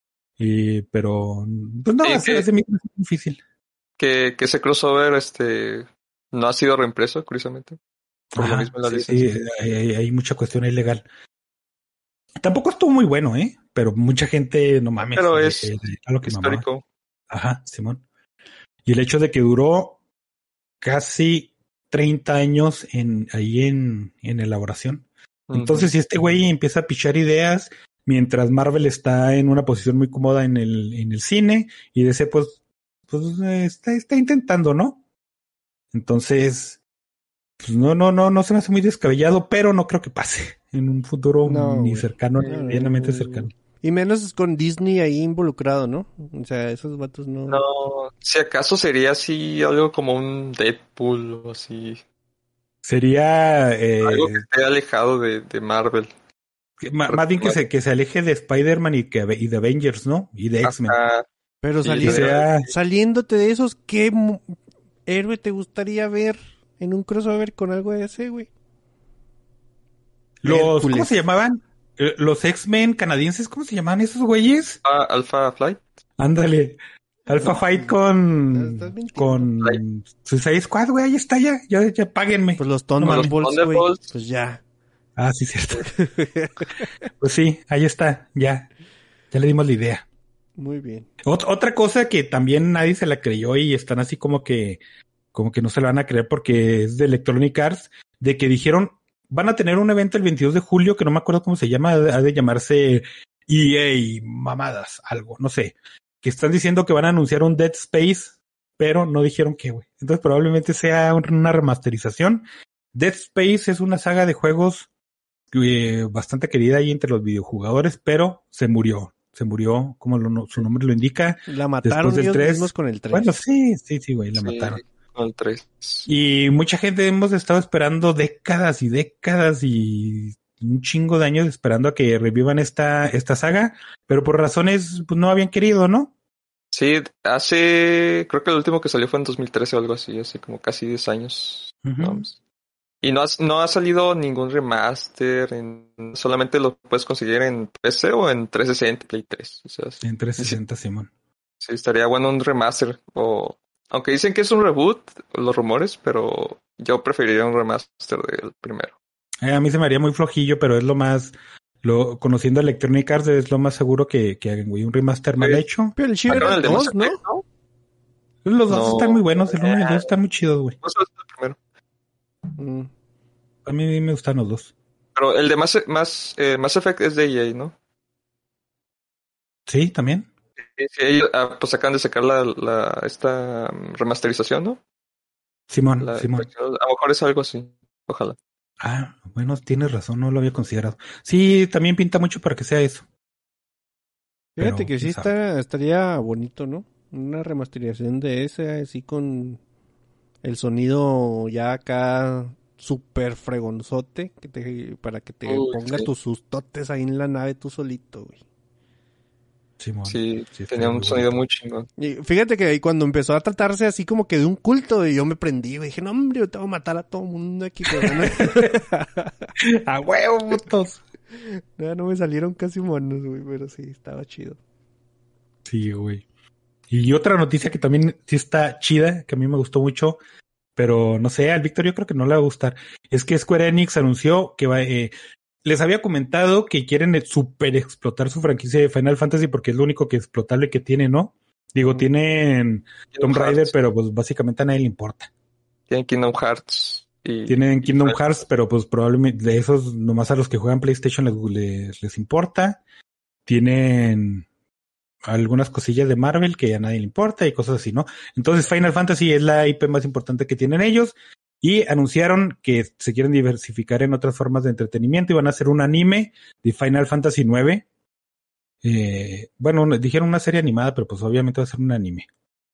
y, pero, pues no, Sí, es, que- es difícil. Que, que ese crossover este no ha sido reimpreso, curiosamente. Por lo Ajá, mismo en la sí, licencia. sí, hay, hay, hay mucha cuestión ilegal. Tampoco estuvo muy bueno, ¿eh? Pero mucha gente, no mames, Pero eh, es eh, era lo que mamaba. histórico. Ajá, Simón. Y el hecho de que duró casi treinta años en, ahí en, en elaboración. Entonces, si este güey empieza a pichar ideas, mientras Marvel está en una posición muy cómoda en el, en el cine, y D C, pues, pues eh, está, está intentando, ¿no? Entonces, pues no, no, no, no se me hace muy descabellado, pero no creo que pase en un futuro No, ni güey. cercano, No, ni no, medianamente no, cercano. Y menos con Disney ahí involucrado, ¿no? O sea, esos vatos no... No, si acaso sería así algo como un Deadpool o así. Sería eh, Algo que esté alejado de, de Marvel. que- ma- más bien que se, que se aleje de Spider-Man y, que, y de Avengers, ¿no? Y de X-Men. Ajá. Pero Sí, saliendo, sea- saliéndote de esos, ¿qué mu- héroe te gustaría ver en un crossover con algo de ese, güey? Los, Hércules. ¿cómo se llamaban? Eh, Los X-Men canadienses, ¿cómo se llamaban esos güeyes? Ah, Alpha Flight. Ándale. Alpha Fight con Estás mintiendo. con Suicide Squad, güey, ahí está ya, ya, ya páguenme. Pues los Los Thunderbolts, güey. Thunderbolts. Pues ya. Ah, sí, cierto. Pues sí, ahí está, ya. Ya le dimos la idea. Muy bien. Ot- otra cosa que también nadie se la creyó y están así como que, como que no se la van a creer porque es de Electronic Arts, de que dijeron, van a tener un evento el veintidós de julio que no me acuerdo cómo se llama, ha de llamarse E A mamadas, algo, no sé. Que están diciendo que van a anunciar un Dead Space, pero no dijeron qué, güey. Entonces probablemente sea un- una remasterización. Dead Space es una saga de juegos eh, bastante querida ahí entre los videojugadores, pero se murió. Se murió, como lo, no- su nombre lo indica. La mataron Después del ellos tres. mismos con el tres. Bueno, sí, sí, sí, güey, la Sí, mataron. con el tres. Y mucha gente hemos estado esperando décadas y décadas y un chingo de años esperando a que revivan esta, esta saga, pero por razones pues no habían querido, ¿no? Sí, hace, creo que el último que salió fue en dos mil trece o algo así, así como casi diez años. Ujú. ¿No? Y no, has- no ha salido ningún remaster, en, solamente lo puedes conseguir en P C o en trescientos sesenta, Play tres. O sea, sí, En trescientos sesenta, Simón. sí, estaría bueno un remaster. O, aunque dicen que es un reboot, los rumores, pero yo preferiría un remaster del primero. Eh, a mí se me haría muy flojillo, pero es lo más, lo conociendo a Electronic Arts es lo más seguro que, que hagan, güey, un remaster mal Pues, hecho. Pero el chido Sacaron era el de dos, Mass ¿no? Effect, ¿no? Los dos No. están muy buenos, el uno y el dos están muy chidos, güey. No solo el primero. Mm. A mí me gustan los dos. Pero el de Mass, Mass, eh, Mass Effect es de E A, ¿no? Sí, también. Sí, sí, ellos ah, pues acaban de sacar la, la esta mm, remasterización, ¿no? Simón, La- Simón. A lo mejor es algo así. Ojalá. Ah, bueno, tienes razón, no lo había considerado. Sí, también pinta mucho para que sea eso. Fíjate Pero, que sí quién sabe. está, estaría bonito, ¿no? Una remasterización de ese, así con el sonido ya acá súper fregonzote, que te, para que te Uy, ponga sí. tus sustotes ahí en la nave tú solito, güey. Simón. Sí, Sí, tenía estaría un muy sonido bonito. muy chingón. Y fíjate que ahí cuando empezó a tratarse así como que de un culto, y yo me prendí, güey. Dije, no, hombre, yo te voy a matar a todo el mundo aquí. Pero no, ¡A huevo, putos! no, no me salieron casi monos, güey, pero sí, estaba chido. Sí, güey. Y otra noticia que también sí está chida, que a mí me gustó mucho, pero no sé, al Víctor yo creo que no le va a gustar, es que Square Enix anunció que va, eh, les había comentado que quieren eh, super explotar su franquicia de Final Fantasy porque es lo único que explotable que tiene, ¿no? Digo, Mm. tienen Tomb Raider, Hearts. pero pues básicamente a nadie le importa. Tienen Kingdom Hearts. Y, Tienen Kingdom y- Hearts, pero pues probablemente de esos nomás a los que juegan PlayStation les, les, les importa. Tienen algunas cosillas de Marvel que a nadie le importa y cosas así, ¿no? Entonces Final Fantasy es la I P más importante que tienen ellos y anunciaron que se quieren diversificar en otras formas de entretenimiento y van a hacer un anime de Final Fantasy nueve. Eh, bueno, dijeron una serie animada, pero pues obviamente va a ser un anime.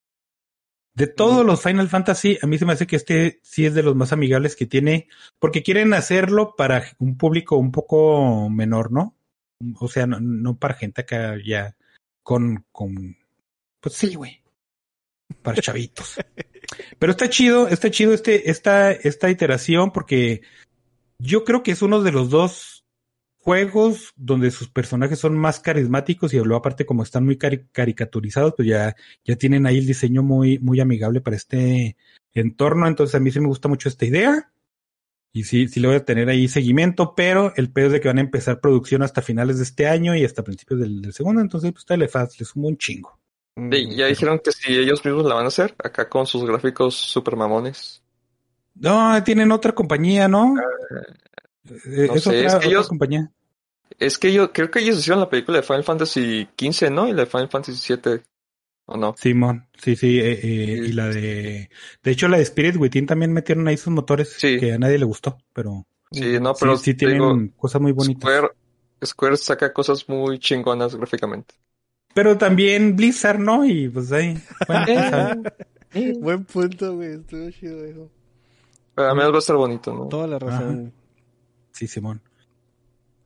De todos los Final Fantasy, a mí se me hace que este sí es de los más amigables que tiene, porque quieren hacerlo para un público un poco menor, ¿no? O sea, no, no para gente acá ya con, con, pues sí, güey, para chavitos. Pero está chido, está chido este, esta, esta iteración porque yo creo que es uno de los dos juegos donde sus personajes son más carismáticos y luego aparte como están muy cari- caricaturizados, pues ya, ya tienen ahí el diseño muy, muy amigable para este entorno. Entonces a mí sí me gusta mucho esta idea. Y sí, sí le voy a tener ahí seguimiento, pero el pedo es de que van a empezar producción hasta finales de este año y hasta principios del, del segundo, entonces pues le, faz, le sumo un chingo. Sí, ya dijeron que si ellos mismos la van a hacer, acá con sus gráficos super mamones. No, tienen otra compañía, ¿no? Eh, no es sé, otra, es que otra ellos- compañía. Es que yo creo que ellos hicieron la película de Final Fantasy quince, ¿no? Y la de Final Fantasy siete, ¿o no? Simón, sí, sí, eh, eh, Sí. y la de... De hecho, la de Spirit Within también metieron ahí sus motores Sí. que a nadie le gustó, pero Sí, no, pero sí, sí te tienen digo, cosas muy bonitas. Square, Square saca cosas muy chingonas gráficamente. Pero también Blizzard, ¿no? Y pues ahí, bueno, quién sabe. Buen punto, güey. Estuvo chido eso. Pero a mí va a estar bonito, ¿no? Toda la razón. Sí, Simón.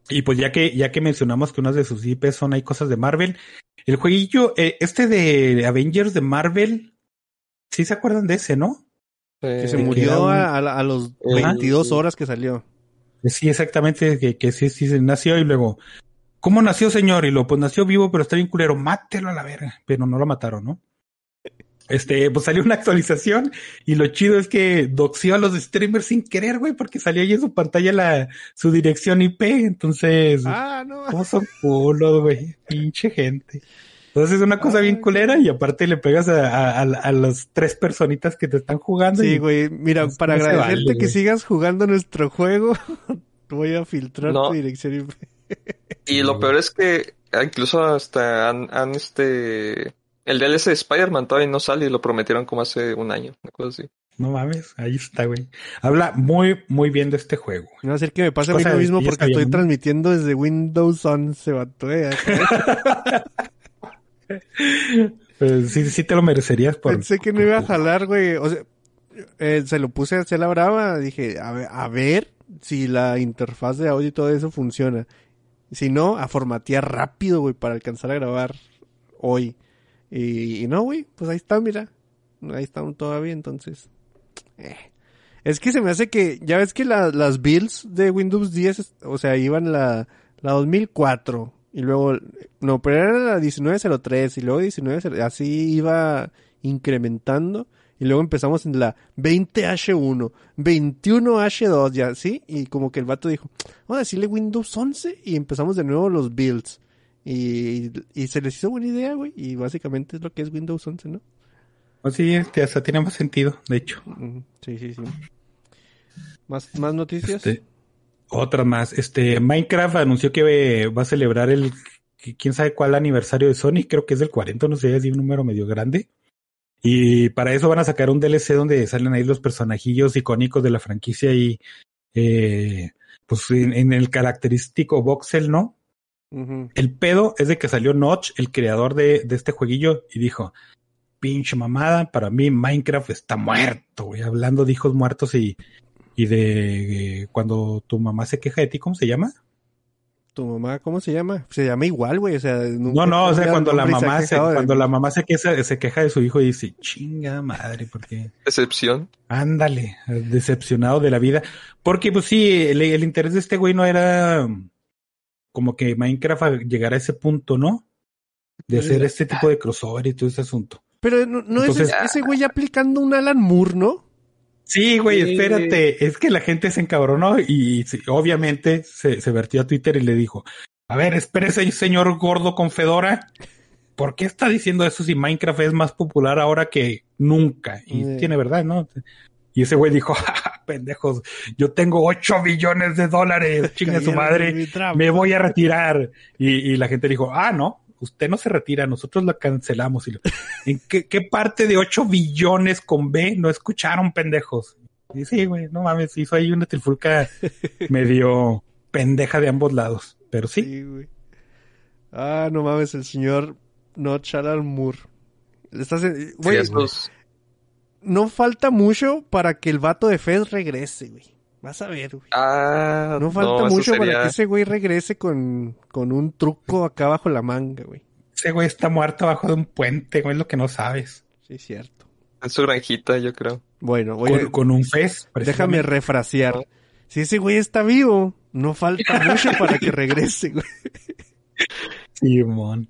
Y pues ya que ya que mencionamos que unas de sus I Pes son hay cosas de Marvel, el jueguillo, eh, este de Avengers de Marvel, ¿sí se acuerdan de ese, no? Eh, que se murió un... a, a, a los veintidós horas que salió. Sí, exactamente, que, que sí, sí, nació y luego, ¿cómo nació, señor? Y luego, pues nació vivo, pero está bien culero, mátelo a la verga. Pero no lo mataron, ¿no? Este, pues salió una actualización y lo chido es que doxió a los streamers sin querer, güey, porque salió ahí en su pantalla la, su dirección I P, entonces, ah, no. ¿cómo son culos, güey? Pinche gente. Entonces es una cosa ah, bien culera y aparte le pegas a, a, a las tres personitas que te están jugando. Sí, güey, mira, pues para agradecerte vale, que sigas jugando nuestro juego, voy a filtrar no. tu dirección I P. Y lo peor es que incluso hasta han, han este... El D L C de Spider-Man todavía no sale y lo prometieron como hace un año, una cosa así. No mames, ahí está, güey. Habla muy, muy bien de este juego. No va a ser que me pase a mí lo mismo porque estoy transmitiendo desde Windows once, vato. Eh, pues sí, sí te lo merecerías por... Pensé que no iba a jalar, güey. O sea, eh, se lo puse hacia la brava. Dije, a ver, a ver si la interfaz de audio y todo eso funciona. Si no, a formatear rápido, güey, para alcanzar a grabar hoy. Y, y no, güey, pues ahí está, mira. Ahí están todavía, entonces. Eh. Es que se me hace que, ya ves que la, las builds de Windows diez, o sea, iban la, la dos mil cuatro. Y luego, no, pero era la diecinueve cero tres. Y luego diecinueve cero, así iba incrementando. Y luego empezamos en la veinte hache uno, veintiuno hache dos, ya, ¿sí? Y como que el vato dijo, vamos a decirle Windows once. Y empezamos de nuevo los builds. Y, y se les hizo buena idea, güey. Y básicamente es lo que es Windows once, ¿no? Pues sí, este, hasta tiene más sentido, de hecho. Sí, sí, sí. ¿Más, más noticias? Este, otra más. Este, Minecraft anunció que va a celebrar el, quién sabe cuál aniversario de Sonic. Creo que es del cuarenta, no sé, es un número medio grande. Y para eso van a sacar un D L C donde salen ahí los personajillos icónicos de la franquicia y, eh, pues en, en el característico voxel, ¿no? Uh-huh. El pedo es de que salió Notch, el creador de, de este jueguillo, y dijo, pinche mamada, para mí Minecraft está muerto, güey, hablando de hijos muertos y, y de eh, cuando tu mamá se queja de ti, ¿cómo se llama? ¿Tu mamá cómo se llama? Se llama igual, güey, o sea... No, no, o sea, cuando la mamá se, se cuando de... la mamá se queja, se queja de su hijo y dice, chinga madre, porque... Decepción. Ándale, decepcionado de la vida, porque pues sí, el, el interés de este güey no era... como que Minecraft llegara a ese punto, ¿no? De hacer este tipo de crossover y todo ese asunto. Pero no, no Entonces, es ese güey aplicando un Alan Moore, ¿no? Sí, güey, sí. Espérate. Es que la gente se encabronó y, y sí, obviamente se, se vertió a Twitter y le dijo, a ver, espérese, señor gordo con fedora. ¿Por qué está diciendo eso si Minecraft es más popular ahora que nunca? Y sí. Tiene verdad, ¿no? Y ese güey dijo, ja, pendejos, yo tengo ocho billones de dólares, chinga su madre, me voy a retirar. Y, y la gente dijo, ah, no, usted no se retira, nosotros la cancelamos. Y lo, ¿en qué, qué parte de ocho billones con B no escucharon, pendejos? Y sí, güey, no mames, hizo ahí una trifulca medio pendeja de ambos lados, pero sí. Sí, güey. Ah, no mames, el señor Notch Alan Moore. Estás en... Güey, sí, no falta mucho para que el vato de Fez regrese, güey. Vas a ver, güey. Ah, no falta no, mucho sería... para que ese güey regrese con, con un truco acá bajo la manga, güey. Ese güey está muerto abajo de un puente, güey, es lo que no sabes. Sí, es cierto. En su granjita, yo creo. Bueno, voy con, a... con un Fez. Déjame refrasear. ¿No? Si ese güey está vivo, no falta mucho para que regrese, güey. Sí, mon.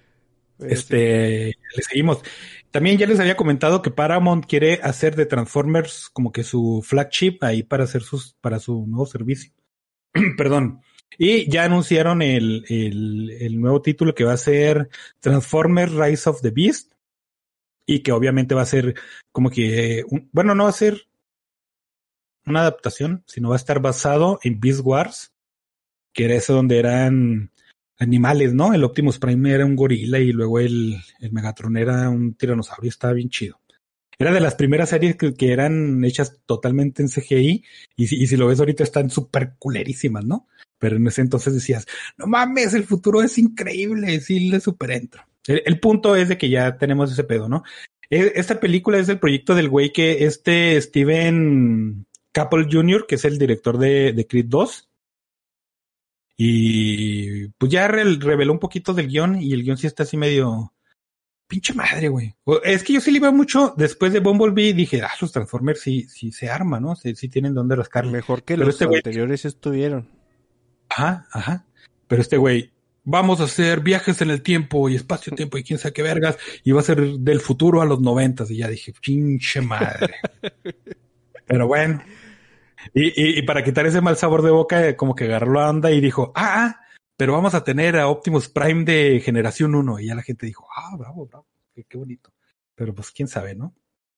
Este, sí. Le seguimos. También ya les había comentado que Paramount quiere hacer de Transformers como que su flagship ahí para hacer sus, para su nuevo servicio. Perdón. Y ya anunciaron el, el, el nuevo título que va a ser Transformers Rise of the Beast. Y que obviamente va a ser como que, un, bueno, no va a ser una adaptación, sino va a estar basado en Beast Wars, que era ese donde eran animales, ¿no? El Optimus Prime era un gorila y luego el, el Megatron era un tiranosaurio, estaba bien chido. Era de las primeras series que, que eran hechas totalmente en C G I y si, y si lo ves ahorita están súper culerísimas, ¿no? Pero en ese entonces decías, no mames, el futuro es increíble, sí le super entro. El, el punto es de que ya tenemos ese pedo, ¿no? Esta película es el proyecto del güey que este Steven Caple junior, que es el director de, de Creed dos. Y pues ya re- reveló un poquito del guión y el guión sí está así medio... Pinche madre, güey. Es que yo sí le iba mucho, después de Bumblebee dije, ah, los Transformers sí, sí se arman, ¿no? Sí, sí tienen dónde rascar. Mejor que Pero los este güey... anteriores estuvieron. Ajá, ajá. Pero este güey, vamos a hacer viajes en el tiempo y espacio-tiempo y quién sabe qué vergas, y va a ser del futuro a los noventas. Y ya dije, pinche madre. Pero bueno. Y, y, y para quitar ese mal sabor de boca, como que agarró la onda y dijo, ah, ah, pero vamos a tener a Optimus Prime de generación uno. Y ya la gente dijo, ah, bravo, bravo, qué, qué bonito. Pero pues quién sabe, ¿no?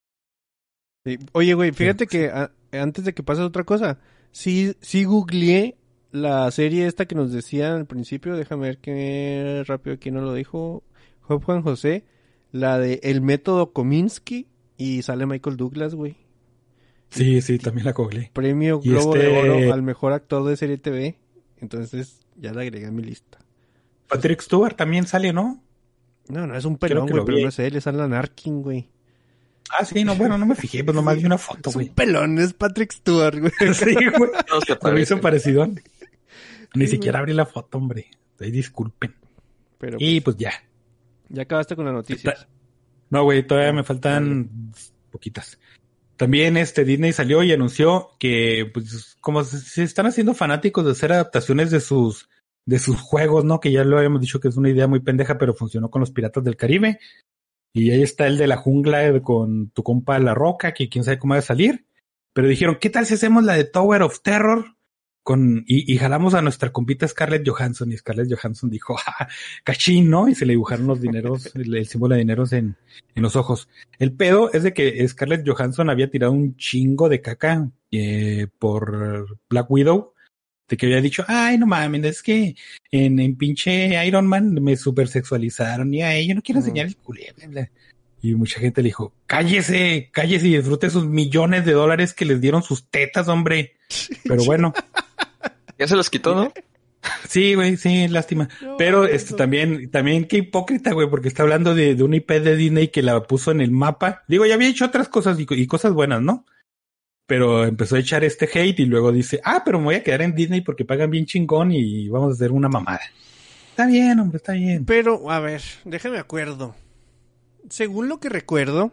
Sí. Oye, güey, fíjate sí, que sí. A, antes de que pase otra cosa, sí, sí googleé la serie esta que nos decían al principio. Déjame ver qué rápido aquí no lo dijo Juan José. La de El Método Kominsky y sale Michael Douglas, güey. Sí, sí, también la googleé. Premio Y Globo este... de Oro al mejor actor de serie T V. Entonces ya la agregué a mi lista. Patrick Stewart también sale, ¿no? No, no, es un pelón, güey, pero no es él, es Alan Arkin, güey. Ah, sí, no, bueno, no me fijé, pues nomás vi una foto, güey. Es un pelón, es Patrick Stewart, güey. Sí, güey. No se Me hizo parece. parecido. Ni Sí, siquiera güey. abrí la foto, hombre. Ahí disculpen. Pero Y pues, pues ya. ya acabaste con las noticias. Está- No, güey, todavía Ah, me faltan poquitas. También este Disney salió y anunció que, pues, como se, se están haciendo fanáticos de hacer adaptaciones de sus de sus juegos, ¿no? Que ya lo habíamos dicho que es una idea muy pendeja, pero funcionó con los Piratas del Caribe. Y ahí está el de la jungla de- con tu compa La Roca, que quién sabe cómo va a salir. Pero dijeron, ¿qué tal si hacemos la de Tower of Terror? Con, y, y jalamos a nuestra compita Scarlett Johansson. Y Scarlett Johansson dijo, ¡ja! Cachín, ¿no? Y se le dibujaron los dineros, el, el símbolo de dineros en, en los ojos. El pedo es de que Scarlett Johansson había tirado un chingo de caca eh, por Black Widow. De que había dicho, ay, no mames, es que en, en pinche Iron Man me supersexualizaron y ay, yo no quiero enseñar el culé, bla, bla. Y mucha gente le dijo, cállese, cállese y disfrute esos millones de dólares que les dieron sus tetas, hombre. Pero bueno. Ya se los quitó, ¿no? Sí, güey, sí, lástima. No, Pero no, este no. también, también qué hipócrita, güey, porque está hablando de, de una I P de Disney que la puso en el mapa. Digo, ya había hecho otras cosas y, y cosas buenas, ¿no? Pero empezó a echar este hate y luego dice, ah, pero me voy a quedar en Disney porque pagan bien chingón y vamos a hacer una mamada. Está bien, hombre, está bien. Pero, a ver, déjame acuerdo. Según lo que recuerdo,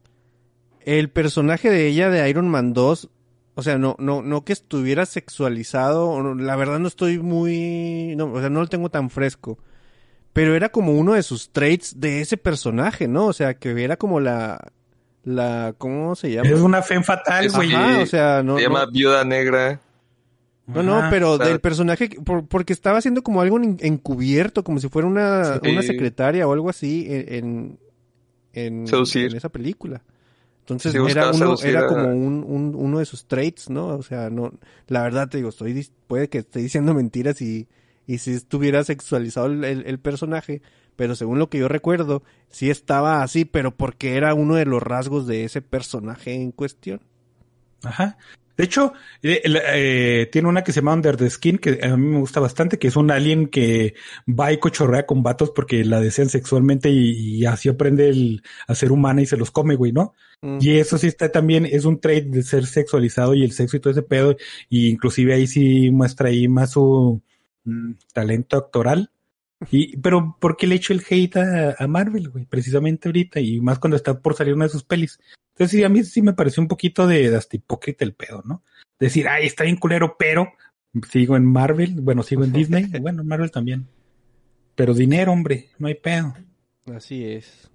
el personaje de ella de Iron Man dos, o sea, no, no, no que estuviera sexualizado, o no, la verdad no estoy muy, no, o sea, no lo tengo tan fresco. Pero era como uno de sus traits de ese personaje, ¿no? O sea, que era como la, la, ¿cómo se llama? Es una fe fatal, Es- güey. Ajá, o sea, no, Se llama no, Viuda Negra. no, no, Ajá. pero claro. del personaje, por- porque estaba haciendo como algo en- encubierto, como si fuera una, Sí. una secretaria o algo así en, en, en, Seducir. en esa película. Entonces Sí, era buscaba uno, seducir era a- como un, un, uno de sus traits, ¿no? O sea, no, la verdad te digo, estoy, dis- puede que esté diciendo mentiras y, y si estuviera sexualizado el, el, el personaje, pero según lo que yo recuerdo, sí estaba así, pero porque era uno de los rasgos de ese personaje en cuestión. Ajá. De hecho, eh, el- eh, tiene una que se llama Under the Skin, que a mí me gusta bastante, que es un alien que va y cochorrea con vatos porque la desean sexualmente y, y así aprende el, a ser humana y se los come, güey, ¿no? Mm. Y eso sí está también, es un trait de ser sexualizado y el sexo y todo ese pedo, y inclusive ahí sí muestra ahí más su mm, talento actoral. Y, pero ¿por qué le echo el hate a, a Marvel, güey? Precisamente ahorita, y más cuando está por salir una de sus pelis. Entonces sí, a mí sí me pareció un poquito de, de hasta hipócrita el pedo, ¿no? Decir, ay, está bien culero, pero sigo en Marvel, bueno, sigo en Disney, bueno, Marvel también. Pero dinero, hombre, no hay pedo. Así es.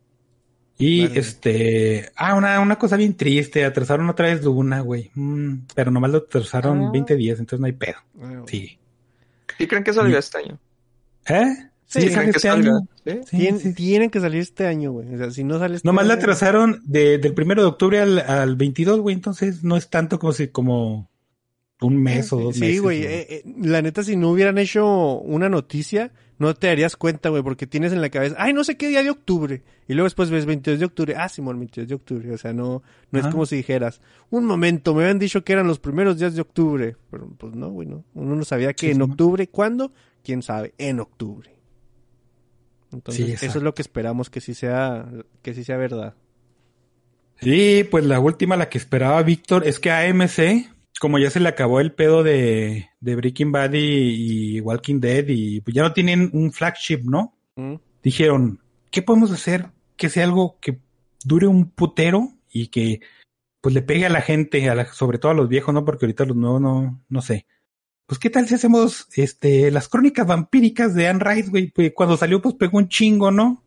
Y Vale. este, ah, una, una cosa bien triste, atrasaron otra vez Duna, güey. Mm, pero nomás lo atrasaron Ah. veinte días, entonces no hay pedo. Ah, Sí. ¿Sí creen que salga Y- este año? ¿Eh? Sí, Sí, ¿Creen sale que este salga? año. ¿Sí? Sí, Tien- sí. Tienen que salir este año, güey. O sea, si no sale este Nomás la año- atrasaron de, del primero de octubre al, al veintidós, güey, entonces no es tanto como si como un mes o dos Sí, meses. güey. eh, eh, la neta, si no hubieran hecho una noticia, no te darías cuenta, güey, porque tienes en la cabeza, ay, no sé qué día de octubre. Y luego después ves veintidós de octubre. Ah, Simón, veintidós de octubre. O sea, no, no es Ajá. como si dijeras, un momento, me habían dicho que eran los primeros días de octubre. Pero pues no, güey, no. Uno no sabía que Sí, en Simón. octubre, ¿cuándo? ¿Quién sabe? En octubre. Entonces, Sí, eso exacto. es lo que esperamos que sí sea, que sí sea verdad. Sí, pues la última, la que esperaba Víctor, es que A M C como ya se le acabó el pedo de, de Breaking Bad y, y Walking Dead y pues ya no tienen un flagship, ¿no? Mm. Dijeron, ¿qué podemos hacer que sea algo que dure un putero y que pues le pegue a la gente, a la, sobre todo a los viejos, ¿no? Porque ahorita los nuevos no, no sé. Pues qué tal si hacemos este las crónicas vampíricas de Anne Rice, güey, pues cuando salió pues pegó un chingo, ¿no?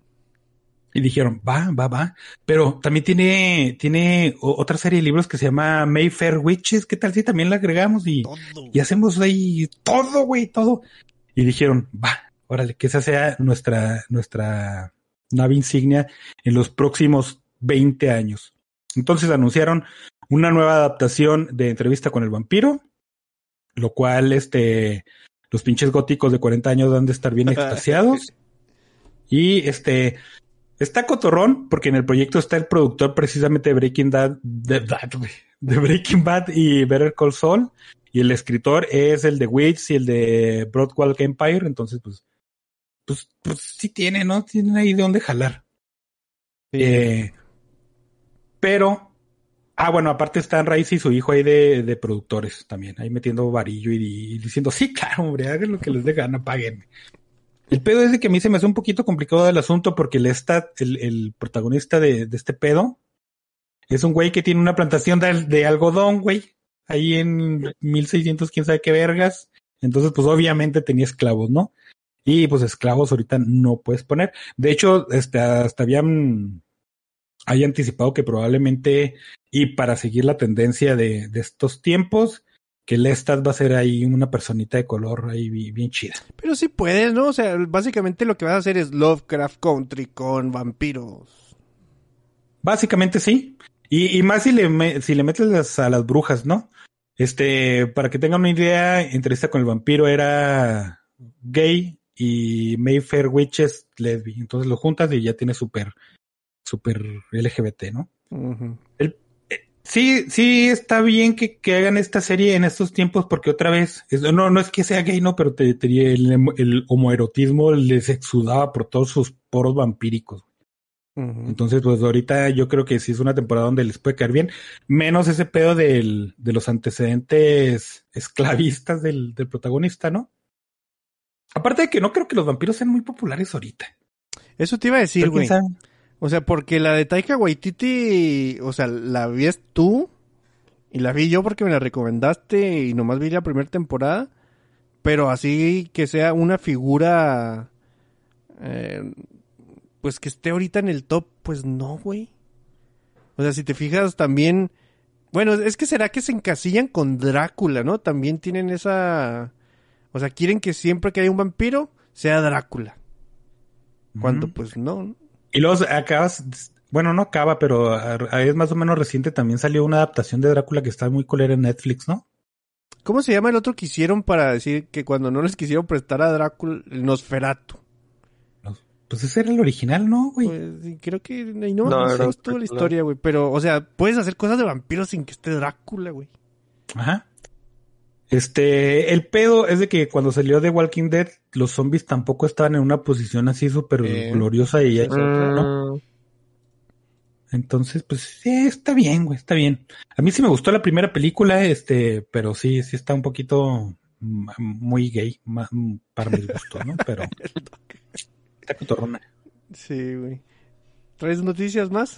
Y dijeron, va, va, va. Pero también tiene, tiene otra serie de libros que se llama Mayfair Witches. ¿Qué tal si también la agregamos y, y hacemos ahí todo, güey, todo? Y dijeron, va, órale, que esa sea nuestra, nuestra nave insignia en los próximos veinte años. Entonces anunciaron una nueva adaptación de Entrevista con el Vampiro, lo cual, este, los pinches góticos de cuarenta años van de estar bien extasiados. Y este, está cotorrón, porque en el proyecto está el productor precisamente de Breaking Bad, de, de Breaking Bad y Better Call Saul, y el escritor es el de Witch y el de Broadwalk Empire, entonces pues, pues, pues sí tiene, ¿no? Tienen ahí de dónde jalar. Sí. Eh, pero, ah, bueno, aparte están Rice y su hijo ahí de, de productores también, ahí metiendo varillo y, y diciendo, sí, claro, hombre, hagan lo que les dé gana, páguenme. El pedo es de que a mí se me hace un poquito complicado el asunto porque el, esta, el, el protagonista de, de este pedo es un güey que tiene una plantación de, de algodón, güey, ahí en mil seiscientos, quién sabe qué vergas. Entonces, pues obviamente tenía esclavos, ¿no? Y pues esclavos ahorita no puedes poner. De hecho, este, hasta habían, hay anticipado que probablemente, y para seguir la tendencia de, de estos tiempos, que Lestat va a ser ahí una personita de color ahí bien, bien chida. Pero sí puedes, ¿no? O sea, básicamente lo que vas a hacer es Lovecraft Country con vampiros. Básicamente sí. Y, y más si le, me, si le metes las, a las brujas, ¿no? Este, para que tengan una idea, Entrevista con el Vampiro era gay y Mayfair Witches lesbi. Entonces lo juntas y ya tiene súper, súper L G B T, ¿no? Uh-huh. El Sí, sí está bien que, que hagan esta serie en estos tiempos porque otra vez, es, no no es que sea gay, no, pero te, te, el, el homoerotismo les exudaba por todos sus poros vampíricos. Uh-huh. Entonces, pues ahorita yo creo que sí es una temporada donde les puede caer bien, menos ese pedo del, de los antecedentes esclavistas del, del protagonista, ¿no? Aparte de que no creo que los vampiros sean muy populares ahorita. Eso te iba a decir, güey. O sea, porque la de Taika Waititi, o sea, la vías tú y la vi yo porque me la recomendaste y nomás vi la primera temporada, pero así que sea una figura, eh, pues que esté ahorita en el top, pues no, güey. O sea, si te fijas también, bueno, es que será que se encasillan con Drácula, ¿no? También tienen esa, o sea, quieren que siempre que haya un vampiro sea Drácula. Cuando, mm. pues no. Y luego acabas, bueno, no acaba, pero es más o menos reciente, también salió una adaptación de Drácula que está muy colera en Netflix, ¿no? ¿Cómo se llama el otro que hicieron para decir que cuando no les quisieron prestar a Drácula, el Nosferatu? Pues ese era el original, ¿no, güey? Pues creo que no, no, no sé toda la historia, güey, pero, o sea, puedes hacer cosas de vampiros sin que esté Drácula, güey. Ajá. Este, el pedo es de que cuando salió The Walking Dead, los zombies tampoco estaban en una posición así súper eh, gloriosa y eso, ¿no? Entonces, pues, sí, está bien, güey, está bien. A mí sí me gustó la primera película, este, pero sí, sí está un poquito muy gay, más, para mis gustos, ¿no? Pero está cotorrona. Sí, güey. ¿Traes noticias más?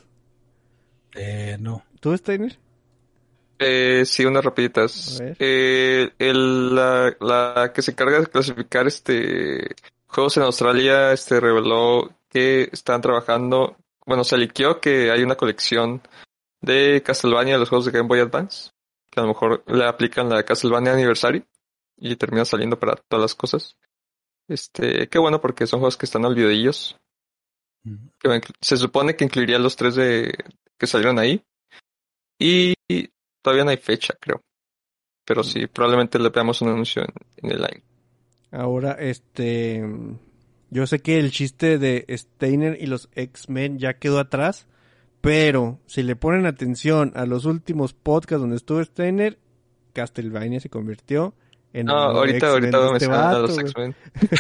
Eh, no. ¿Tú, Steiner? Eh, sí, unas rapiditas. Eh, el, la, la que se encarga de clasificar este juegos en Australia, este reveló que están trabajando, bueno, se liqueó que hay una colección de Castlevania de los juegos de Game Boy Advance, que a lo mejor le aplican la Castlevania Anniversary y termina saliendo para todas las cosas. Este, qué bueno porque son juegos que están olvidadillos. Mm. Que se supone que incluiría los tres de que salieron ahí. Y todavía no hay fecha, creo. Pero sí, probablemente le veamos un anuncio en, en el año. Ahora, este... yo sé que el chiste de Steiner y los X-Men ya quedó atrás, pero si le ponen atención a los últimos podcasts donde estuvo Steiner, Castlevania se convirtió en... No, ahorita, ahorita voy a mencionar a los X-Men.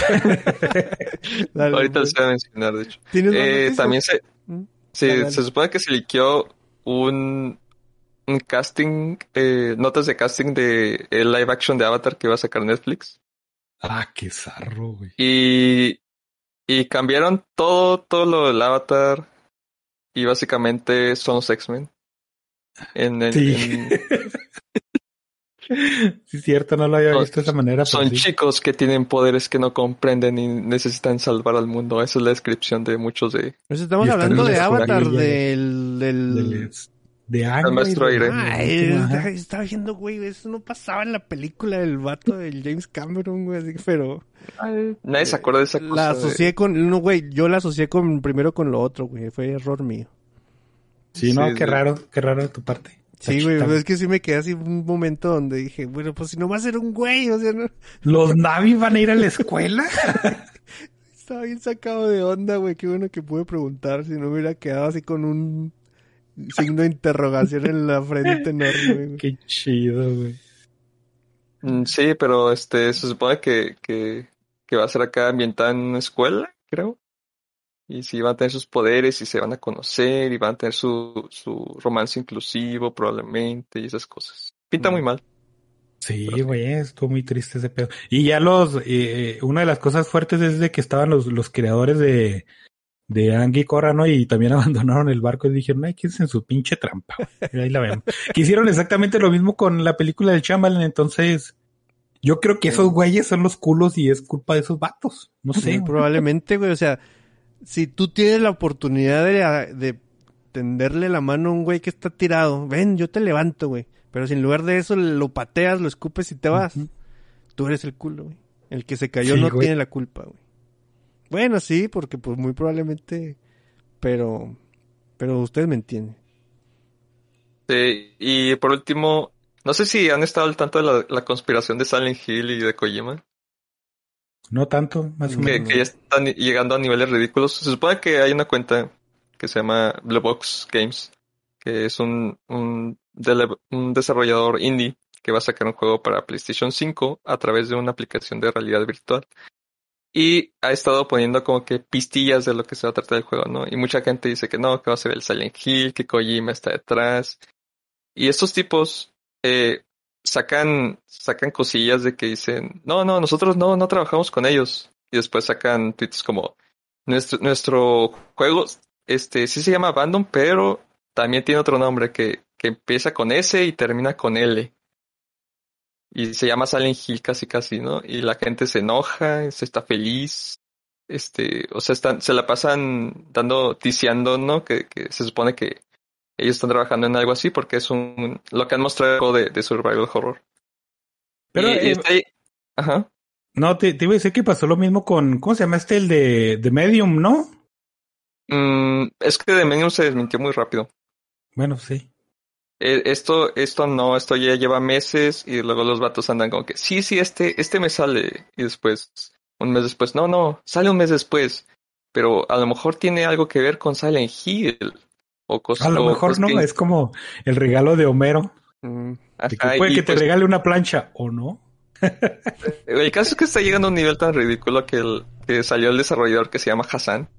Dale, ahorita les voy a mencionar, de hecho. Eh, también se... ¿Mm? Sí, dale, dale. Se supone que se liqueó un... un casting, eh, notas de casting de el live action de Avatar que va a sacar Netflix. Ah, qué zarro, güey. Y, y cambiaron todo, todo lo del Avatar. Y básicamente son los X-Men. En, en, sí. en... sí, cierto, no lo había son, visto de esa manera. Son sí. chicos que tienen poderes que no comprenden y necesitan salvar al mundo. Esa es la descripción de muchos de... Pues estamos hablando de Avatar, del... del... del de Ang, el maestro aire. Ay, estaba viendo, güey, eso no pasaba en la película del vato del James Cameron, güey, así que, pero... Ay, nadie se acuerda de esa cosa. La asocié de... con... No, güey, yo la asocié con primero con lo otro, güey, fue error mío. Sí, no, sí, qué sí. raro, qué raro de tu parte. Sí, güey, es que sí me quedé así un momento donde dije, bueno, pues si no va a ser un güey, o sea, no... ¿Los Navi van a ir a la escuela? Estaba bien sacado de onda, güey, qué bueno que pude preguntar, si no me hubiera quedado así con un signo de interrogación en la frente enorme, güey. Qué chido, güey. Mm, sí, pero este, se supone que, que, que va a ser acá ambientada en una escuela, creo. Y sí van a tener sus poderes y se van a conocer y van a tener su, su romance inclusivo probablemente y esas cosas. Pinta mm. muy mal. Sí, güey, estuvo muy triste ese pedo. Y ya los, eh, una de las cosas fuertes es de que estaban los, los creadores de, de Ang y Korra, ¿no? Y también abandonaron el barco y dijeron, ay, quédense en su pinche trampa. Y ahí la vemos. Que hicieron exactamente lo mismo con la película del Shyamalan, entonces yo creo que esos güeyes son los culos y es culpa de esos vatos. No sé. Sí, probablemente, güey, o sea, si tú tienes la oportunidad de, de tenderle la mano a un güey que está tirado, ven, yo te levanto, güey. Pero si en lugar de eso lo pateas, lo escupes y te vas, uh-huh. tú eres el culo, güey. El que se cayó sí, no güey. tiene la culpa, güey. Bueno, sí, porque pues muy probablemente, pero, pero ustedes me entienden. Sí, y por último, no sé si han estado al tanto de la, la conspiración de Silent Hill y de Kojima. No tanto, más o que, menos. Que ya están llegando a niveles ridículos. Se supone que hay una cuenta que se llama Blue Box Games, que es un, un, dele- un desarrollador indie que va a sacar un juego para PlayStation cinco a través de una aplicación de realidad virtual. Y ha estado poniendo como que pistillas de lo que se va a tratar el juego, ¿no? Y mucha gente dice que no, que va a ser el Silent Hill, que Kojima está detrás. Y estos tipos eh, sacan sacan cosillas de que dicen, no, no, nosotros no, no trabajamos con ellos. Y después sacan tweets como, nuestro, nuestro juego este sí se llama Abandon, pero también tiene otro nombre que, que empieza con S y termina con L. Y se llama Silent Hill casi casi, ¿no? Y la gente se enoja, se está feliz. Este, o sea, están, se la pasan dando, ticiando, ¿no? Que, que se supone que ellos están trabajando en algo así porque es un lo que han mostrado de, de survival horror. Pero, y, eh, y está ahí, ajá. No, te, te iba a decir que pasó lo mismo con, ¿cómo se llama este? El de, de Medium, ¿no? Mm, es que de Medium se desmintió muy rápido. Bueno, sí. Eh, esto, esto no, esto ya lleva meses y luego los vatos andan como que, sí, sí, este, este me sale. Y después, un mes después, no, no, sale un mes después. Pero a lo mejor tiene algo que ver con Silent Hill. O cosas, a lo o mejor cosas no, que... es como el regalo de Homero. Mm, de que puede que pues, te regale una plancha, ¿o no? El caso es que está llegando a un nivel tan ridículo que, el, que salió el desarrollador que se llama Hassan.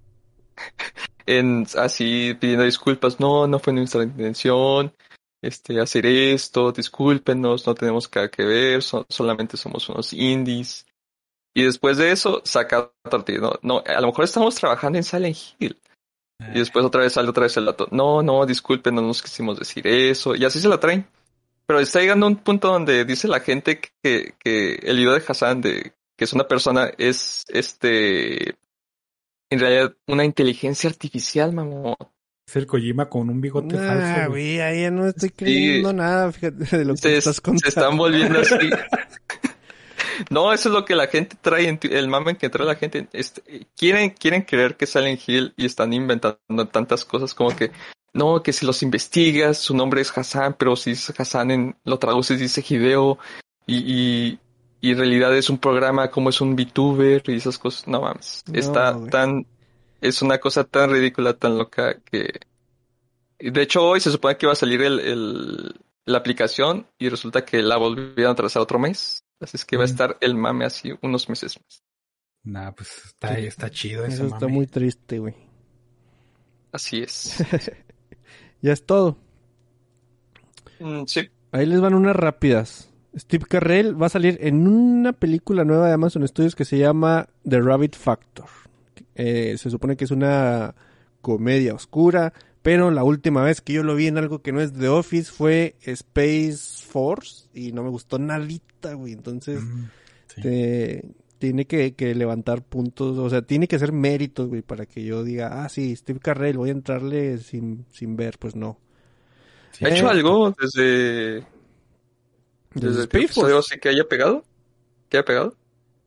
En, así pidiendo disculpas, no, no fue nuestra intención este, hacer esto, discúlpenos, no tenemos nada que ver, so, solamente somos unos indies. Y después de eso, saca otro tío, no, no, a lo mejor estamos trabajando en Silent Hill. Y después otra vez sale otra vez el dato, no, no, disculpen, no nos quisimos decir eso, y así se la traen. Pero está llegando a un punto donde dice la gente que, que el video de Hassan, de que es una persona, es este en realidad una inteligencia artificial, mamón. Es el Kojima con un bigote nah, falso. güey, ahí ya no estoy creyendo sí, nada, fíjate, de lo se, que estás contando. Se están volviendo así. No, eso es lo que la gente trae, en el mame que trae la gente. Este, quieren, quieren creer que Silent Hill y están inventando tantas cosas como que, no, que si los investigas, su nombre es Hassan, pero si dices Hassan, en, lo traduces, dice Hideo, y, y, y en realidad es un programa como es un VTuber y esas cosas. No mames, no, está güey. tan, es una cosa tan ridícula, tan loca que... De hecho, hoy se supone que iba a salir el, el, la aplicación y resulta que la volvieron a trazar otro mes. Así es que mm. va a estar el mame así unos meses más. Nah, pues está, está chido ese Eso mame. Está muy triste, güey. Así es. Ya es todo. Mm, sí. Ahí les van unas rápidas. Steve Carell va a salir en una película nueva de Amazon Studios que se llama The Rabbit Factor. Eh, se supone que es una comedia oscura, pero la última vez que yo lo vi en algo que no es The Office fue Space Force y no me gustó nadita, güey. Entonces, mm, sí. te, tiene que, que levantar puntos, o sea, tiene que hacer méritos, güey, para que yo diga, ah, sí, Steve Carell, voy a entrarle sin, sin ver, pues no. ¿Ha eh, hecho algo desde... desde, desde Space Force? ¿Así que haya pegado? ¿Que haya pegado?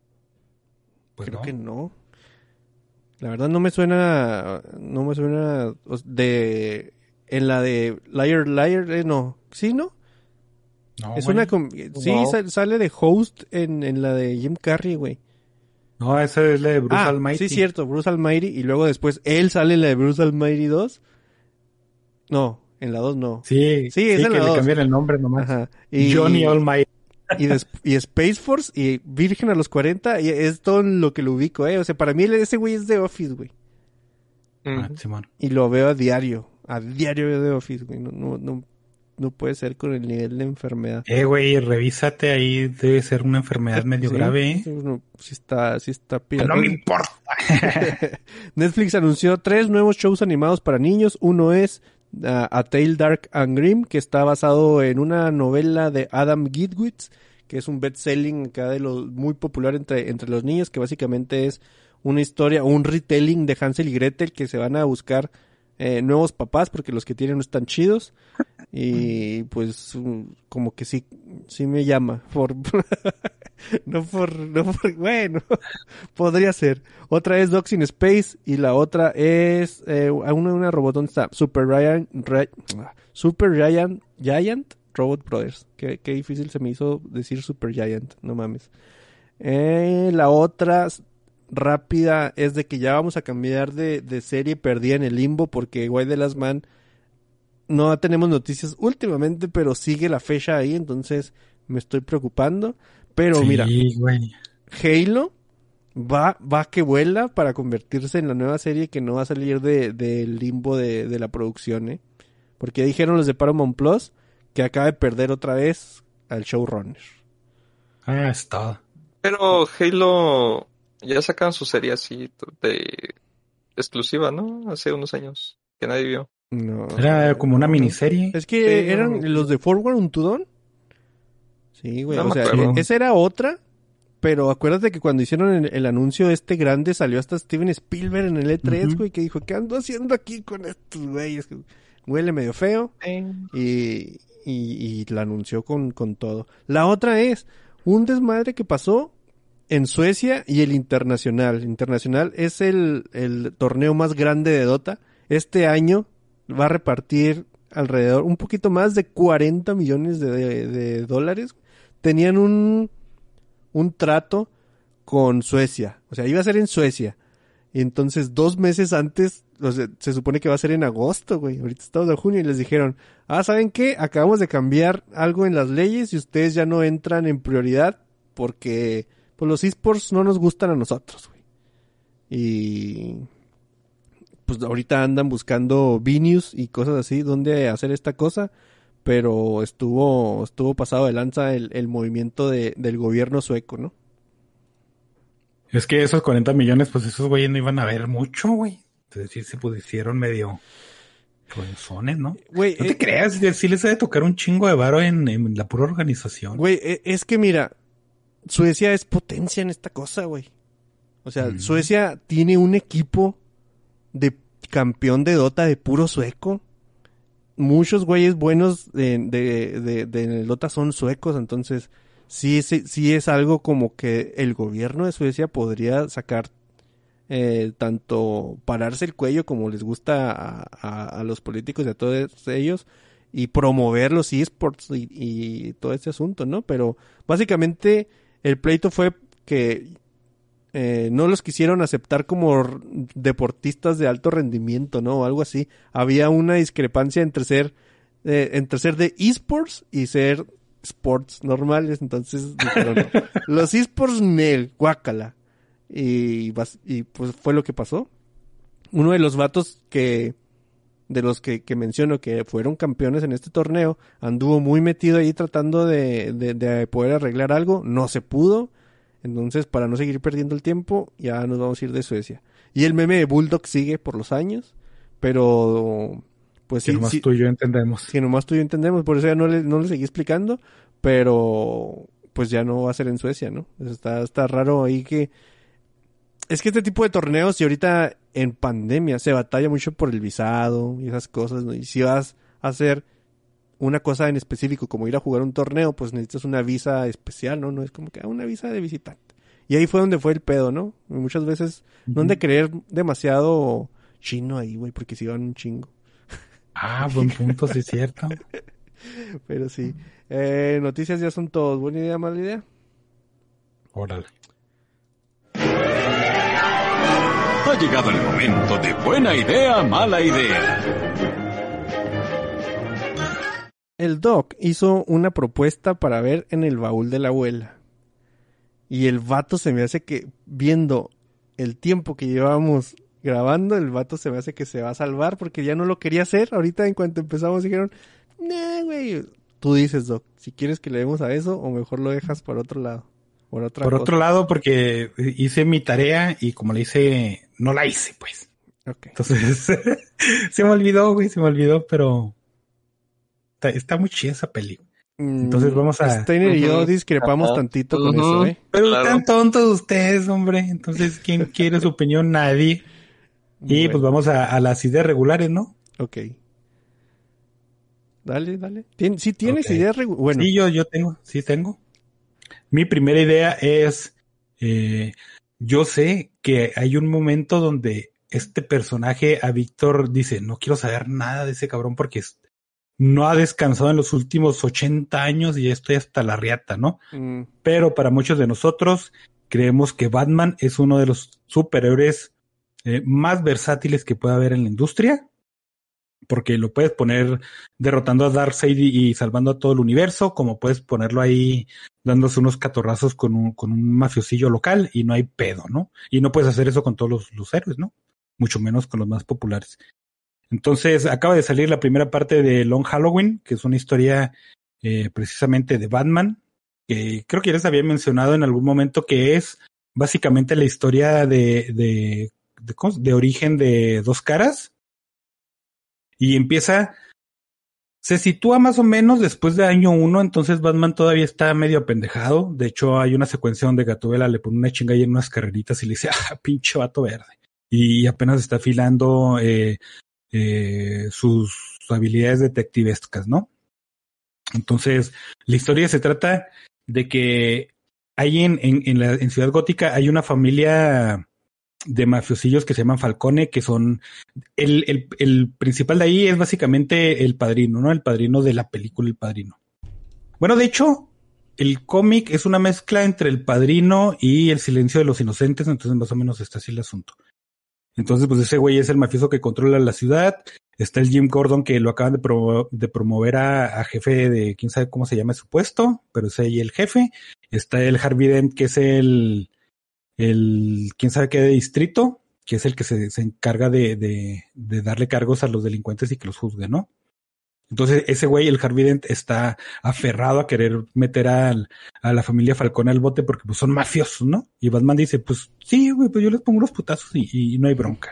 Pues Creo no. que no. La verdad no me suena, no me suena de, en la de Liar Liar, eh, no, ¿sí, no? No, es güey. Una, com- sí, no. sal, sale de host en, en la de Jim Carrey, güey. No, esa es la de Bruce ah, Almighty. Sí, cierto, Bruce Almighty, y luego después él sale en la de Bruce Almighty dos. No, en la dos no. Sí, sí, es sí en que la le cambian el nombre nomás. Ajá. Y, Johnny Almighty. Y, des- y Space Force y Virgen a los cuarenta, y es todo lo que lo ubico, eh. O sea, para mí ese güey es de Office, güey. Ah, Simón. Y lo veo a diario. A diario veo de Office, güey. No, no, no, no puede ser con el nivel de enfermedad. Eh, güey, revísate ahí. Debe ser una enfermedad medio sí, grave, ¿eh? No, sí está, sí está pirata. No me importa. Netflix anunció tres nuevos shows animados para niños. Uno es uh, A Tale Dark and Grim, que está basado en una novela de Adam Gitwitz, que es un best-selling acá de los muy popular entre, entre los niños, que básicamente es una historia, un retelling de Hansel y Gretel, que se van a buscar eh, nuevos papás, porque los que tienen no están chidos, y pues como que sí, sí me llama, por no por, no por, bueno, podría ser. Otra es Dogs in Space, y la otra es eh, una, una robotón está, Super Ryan, Re, Super Giant, Giant Robot Brothers. Qué, qué difícil se me hizo decir Super Giant, no mames. Eh, la otra rápida es de que ya vamos a cambiar de, de serie perdida en el limbo, porque Why the Last Man no tenemos noticias últimamente, pero sigue la fecha ahí, entonces me estoy preocupando. Pero sí, mira, güey. Halo va, va que vuela para convertirse en la nueva serie que no va a salir de, del limbo de, de la producción, ¿eh? Porque dijeron los de Paramount Plus que acaba de perder otra vez al showrunner. Ah, está. Pero Halo ya sacaron su serie así de exclusiva, ¿no? Hace unos años que nadie vio. No. Era como una miniserie. Es que sí, eran no, los de Forward Unto Dawn. Sí, güey. No o sea, acuerdo. Esa era otra. Pero acuérdate que cuando hicieron el, el anuncio este grande salió hasta Steven Spielberg en el E tres, uh-huh. güey, que dijo, ¿qué ando haciendo aquí con estos güeyes? Huele medio feo. Sí. Y, y, y la anunció con, con todo. La otra es un desmadre que pasó en Suecia y el Internacional. Internacional es el, el torneo más grande de Dota. Este año va a repartir alrededor, un poquito más de cuarenta millones de, de, de dólares. Tenían un, un trato con Suecia. O sea, iba a ser en Suecia. Y entonces, dos meses antes, o sea, se supone que va a ser en agosto, güey. Ahorita estamos en junio y les dijeron, ah, ¿saben qué? Acabamos de cambiar algo en las leyes y ustedes ya no entran en prioridad porque pues los esports no nos gustan a nosotros, güey. Y pues ahorita andan buscando venues y cosas así donde hacer esta cosa, pero estuvo estuvo pasado de lanza el, el movimiento de, del gobierno sueco, ¿no? Es que esos cuarenta millones, pues esos güeyes no iban a ver mucho, güey. Entonces sí se pusieron medio ruenzones, ¿no? Güey, no te eh, creas, sí les ha de tocar un chingo de varo en, en la pura organización. Güey, es que mira, Suecia es potencia en esta cosa, güey. O sea, mm. Suecia tiene un equipo de campeón de Dota de puro sueco. Muchos güeyes buenos de, de, de, de, de Dota son suecos, entonces sí, sí, sí es algo como que el gobierno de Suecia podría sacar eh, tanto pararse el cuello como les gusta a, a, a los políticos y a todos ellos y promover los esports y, y todo ese asunto, ¿no? Pero básicamente el pleito fue que eh, no los quisieron aceptar como r- deportistas de alto rendimiento, ¿no? O algo así. Había una discrepancia entre ser eh, entre ser de esports y ser sports normales, entonces dijeron, los esports nel, guácala. Y, y pues fue lo que pasó. Uno de los vatos que de los que, que menciono que fueron campeones en este torneo, anduvo muy metido ahí tratando de, de, de poder arreglar algo, no se pudo, entonces para no seguir perdiendo el tiempo, ya nos vamos a ir de Suecia. Y el meme de Bulldog sigue por los años, pero pues que sí. nomás sí, tú y yo entendemos. Que nomás tú y yo entendemos, por eso ya no le, no le seguí explicando, pero pues ya no va a ser en Suecia, ¿no? Está, está raro ahí que... Es que este tipo de torneos, y ahorita en pandemia se batalla mucho por el visado y esas cosas, ¿no? Y si vas a hacer una cosa en específico, como ir a jugar un torneo, pues necesitas una visa especial, ¿no? No es como que ah, una visa de visitante. Y ahí fue donde fue el pedo, ¿no? Y muchas veces uh-huh. no han de creer demasiado chino ahí, güey, porque si van un chingo. Ah, buen punto, sí es cierto. Pero sí. Eh, noticias ya son todos. ¿Buena idea, mala idea? Órale. Ha llegado el momento de buena idea, mala idea. El Doc hizo una propuesta para ver en el baúl de la abuela. Y el vato se me hace que, viendo el tiempo que llevábamos grabando, el vato se me hace que se va a salvar porque ya no lo quería hacer. Ahorita en cuanto empezamos dijeron, nah, güey. Tú dices, Doc, si quieres que le demos a eso o mejor lo dejas por otro lado. Por, otra por cosa. otro lado, porque hice mi tarea y como la hice, no la hice, pues. Okay. Entonces, se me olvidó, güey, se me olvidó, pero está, está muy chida esa peli. Entonces vamos a... Steiner y yo discrepamos uh-huh. tantito con uh-huh. eso, ¿eh? Pero claro. Están tontos ustedes, hombre. Entonces, ¿quién quiere su opinión? Nadie. Y bueno. Pues vamos a, a las ideas regulares, ¿no? Ok. Dale, dale. ¿Tien, ¿Sí tienes okay. ideas regulares? Bueno. Sí, yo, yo tengo, sí tengo. Mi primera idea es, eh, yo sé que hay un momento donde este personaje a Víctor dice, no quiero saber nada de ese cabrón porque no ha descansado en los últimos ochenta años y ya estoy hasta la riata, ¿no? Mm. Pero para muchos de nosotros creemos que Batman es uno de los superhéroes eh, más versátiles que puede haber en la industria. Porque lo puedes poner derrotando a Darkseid y, y salvando a todo el universo, como puedes ponerlo ahí dándose unos catorrazos con un, con un mafiosillo local y no hay pedo, ¿no? Y no puedes hacer eso con todos los, los héroes, ¿no? Mucho menos con los más populares. Entonces, acaba de salir la primera parte de Long Halloween, que es una historia eh, precisamente de Batman, que creo que ya les había mencionado en algún momento, que es básicamente la historia de, de, de, de, de origen de Dos Caras. Y empieza, se sitúa más o menos después de año uno, entonces Batman todavía está medio apendejado. De hecho, hay una secuencia donde Gatúbela le pone una chinga ahí en unas carreritas y le dice, ah, pinche vato verde. Y apenas está afilando eh, eh, sus habilidades detectivescas, ¿no? Entonces, la historia se trata de que hay en, en, en, la, en Ciudad Gótica hay una familia de mafiosillos que se llaman Falcone, que son el, el, el principal de ahí es básicamente el padrino, ¿no? El padrino de la película El Padrino. Bueno, de hecho, el cómic es una mezcla entre El Padrino y El Silencio de los Inocentes, entonces más o menos está así el asunto. Entonces, pues ese güey es el mafioso que controla la ciudad. Está el Jim Gordon, que lo acaban de, pro, de promover a, a jefe de quién sabe cómo se llama su puesto, pero es ahí el jefe. Está el Harvey Dent, que es el el quién sabe qué de distrito, que es el que se, se encarga de, de, de darle cargos a los delincuentes y que los juzgue, ¿no? Entonces ese güey, el Harvey Dent, está aferrado a querer meter a, a la familia Falcone al bote porque pues son mafiosos, ¿no? Y Batman dice, pues sí, güey, pues yo les pongo unos putazos y, y no hay bronca.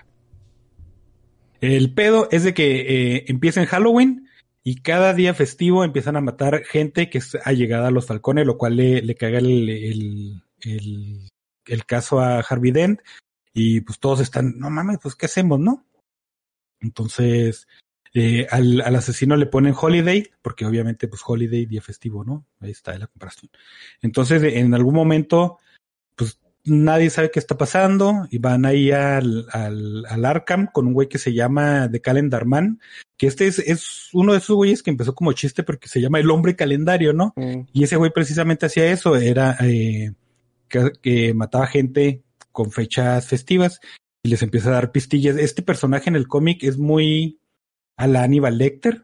El pedo es de que eh, empieza en Halloween y cada día festivo empiezan a matar gente que es allegada a los Falcone, lo cual le, le caga el, el, el el caso a Harvey Dent y pues todos están, no mames, pues ¿qué hacemos, no? Entonces eh, al, al asesino le ponen Holiday, porque obviamente pues Holiday, día festivo, ¿no? Ahí está la comparación. Entonces en algún momento pues nadie sabe qué está pasando y van ahí al, al, al Arkham con un güey que se llama The Calendar Man, que este es, es uno de esos güeyes que empezó como chiste porque se llama el hombre calendario, ¿no? Mm. Y ese güey precisamente hacía eso, era... Eh, Que, que mataba gente con fechas festivas y les empieza a dar pistillas. Este personaje en el cómic es muy a la Hannibal Lecter,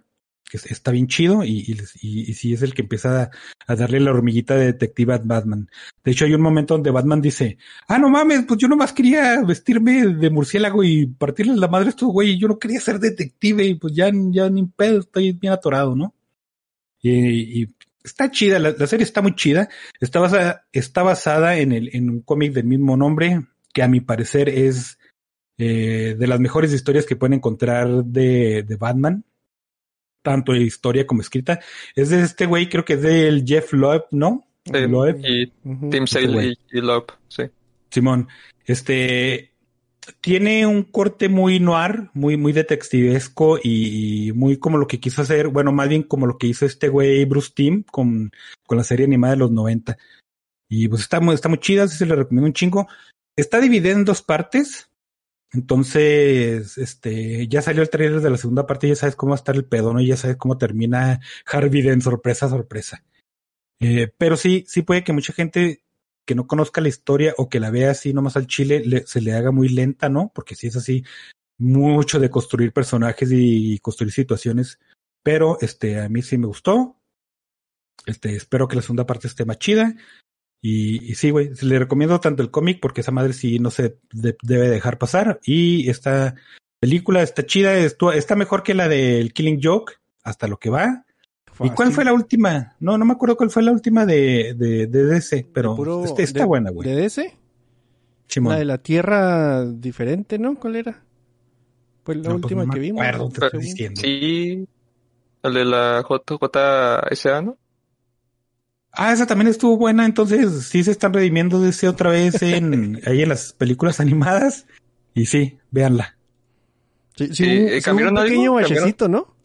que está bien chido y, y, y, y sí es el que empieza a, a darle la hormiguita de detective a Batman. De hecho hay un momento donde Batman dice, ah, no mames, pues yo nomás quería vestirme de murciélago y partirles la madre a estos güeyes, yo no quería ser detective y pues ya, ya ni pedo, estoy bien atorado, ¿no? Y, y está chida, la, la serie está muy chida, está basada, está basada en, el, en un cómic del mismo nombre, que a mi parecer es eh, de las mejores historias que pueden encontrar de, de Batman. Tanto historia como escrita. Es de este güey, creo que es del Jeff Loeb, ¿no? Sí, Loeb. Y uh-huh. Tim Sale y, y Loeb, sí. Simón, este tiene un corte muy noir, muy, muy detectivesco y, y muy como lo que quiso hacer, bueno, más bien como lo que hizo este güey Bruce Timm con, con la serie animada de los noventa. Y pues está muy, está muy chida, sí se le recomiendo un chingo. Está dividida en dos partes. Entonces, este, ya salió el trailer de la segunda parte y ya sabes cómo va a estar el pedo, ¿no? Y ya sabes cómo termina Harvey Dent, sorpresa, sorpresa. Eh, pero sí, sí puede que mucha gente que no conozca la historia o que la vea así nomás al chile le, se le haga muy lenta, ¿no? Porque sí es así, mucho de construir personajes y, y construir situaciones. Pero, este, a mí sí me gustó. Este, espero que la segunda parte esté más chida. Y, y sí, güey, le recomiendo tanto el cómic porque esa madre sí no se de, debe dejar pasar. Y esta película está chida, esto, está mejor que la del Killing Joke, hasta lo que va. Fácil. ¿Y cuál fue la última? No, no me acuerdo cuál fue la última de, de, de D C, pero puro, este, está de, buena, güey. ¿De D C? Simón. La de la Tierra diferente, ¿no? ¿Cuál era? Pues la no, última pues no que vimos. Me acuerdo, te estoy diciendo. Sí, el de la J J S A, ¿no? Ah, esa también estuvo buena, entonces sí se están redimiendo de ese otra vez en ahí en las películas animadas. Y sí, véanla. Sí, sí, eh, un, sí un pequeño bachecito, ¿no?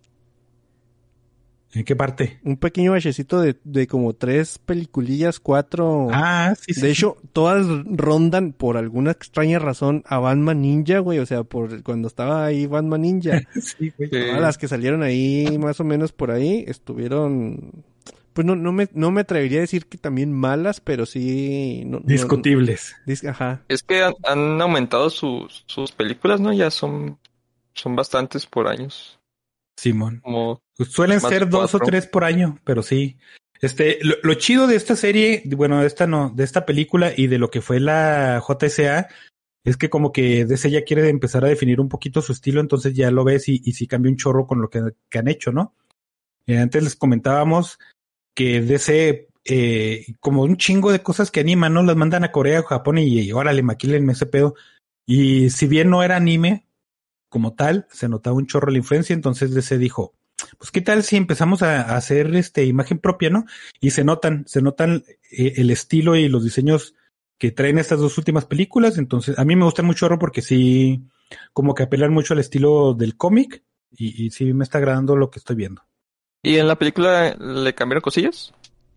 ¿En qué parte? Un pequeño bachecito de, de como tres peliculillas, cuatro. Ah, sí, sí. De sí. hecho, todas rondan por alguna extraña razón a Batman Ninja, güey. O sea, por cuando estaba ahí Batman Ninja. Sí, güey. Todas las que salieron ahí, más o menos por ahí, estuvieron... Pues no, no me, no me atrevería a decir que también malas, pero sí... No, discutibles. No, dis, ajá. Es que han, han aumentado sus, sus películas, ¿no? Ya son, son bastantes por años. Simón. Como pues suelen ser dos o tres por año, pero sí. Este, lo, lo chido de esta serie, bueno, de esta no, de esta película y de lo que fue la J S A, es que como que D C ya quiere empezar a definir un poquito su estilo, entonces ya lo ves y, y sí cambia un chorro con lo que, que han hecho, ¿no? Eh, antes les comentábamos que D C, eh, como un chingo de cosas que animan, ¿no? Las mandan a Corea o Japón y, y órale, maquílenme ese pedo. Y si bien no era anime como tal, se notaba un chorro la influencia, entonces D C dijo, pues qué tal si empezamos a, a hacer este imagen propia, ¿no? Y se notan, se notan eh, el estilo y los diseños que traen estas dos últimas películas, entonces a mí me gustan mucho porque sí, como que apelan mucho al estilo del cómic y, y sí me está agradando lo que estoy viendo. ¿Y en la película le cambiaron cosillas?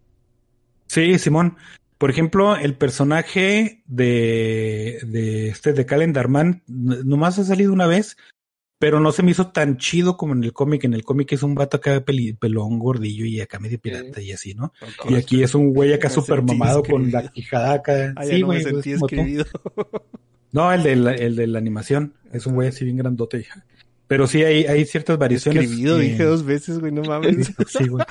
Sí, Simón. Por ejemplo, el personaje de, de este de Calendar Man nomás ha salido una vez, pero no se me hizo tan chido como en el cómic. En el cómic es un vato acá peli, pelón, gordillo y acá medio pirata sí. Y así, ¿no? Y aquí es un güey acá súper mamado escribido. Con la quijada acá. Ah, sí, no güey. Me sentí escribido. No, el de la, el de la animación. Es un güey así bien grandote. Pero sí hay, hay ciertas variaciones. Escribido, eh... dije dos veces, güey, no mames. Sí, güey.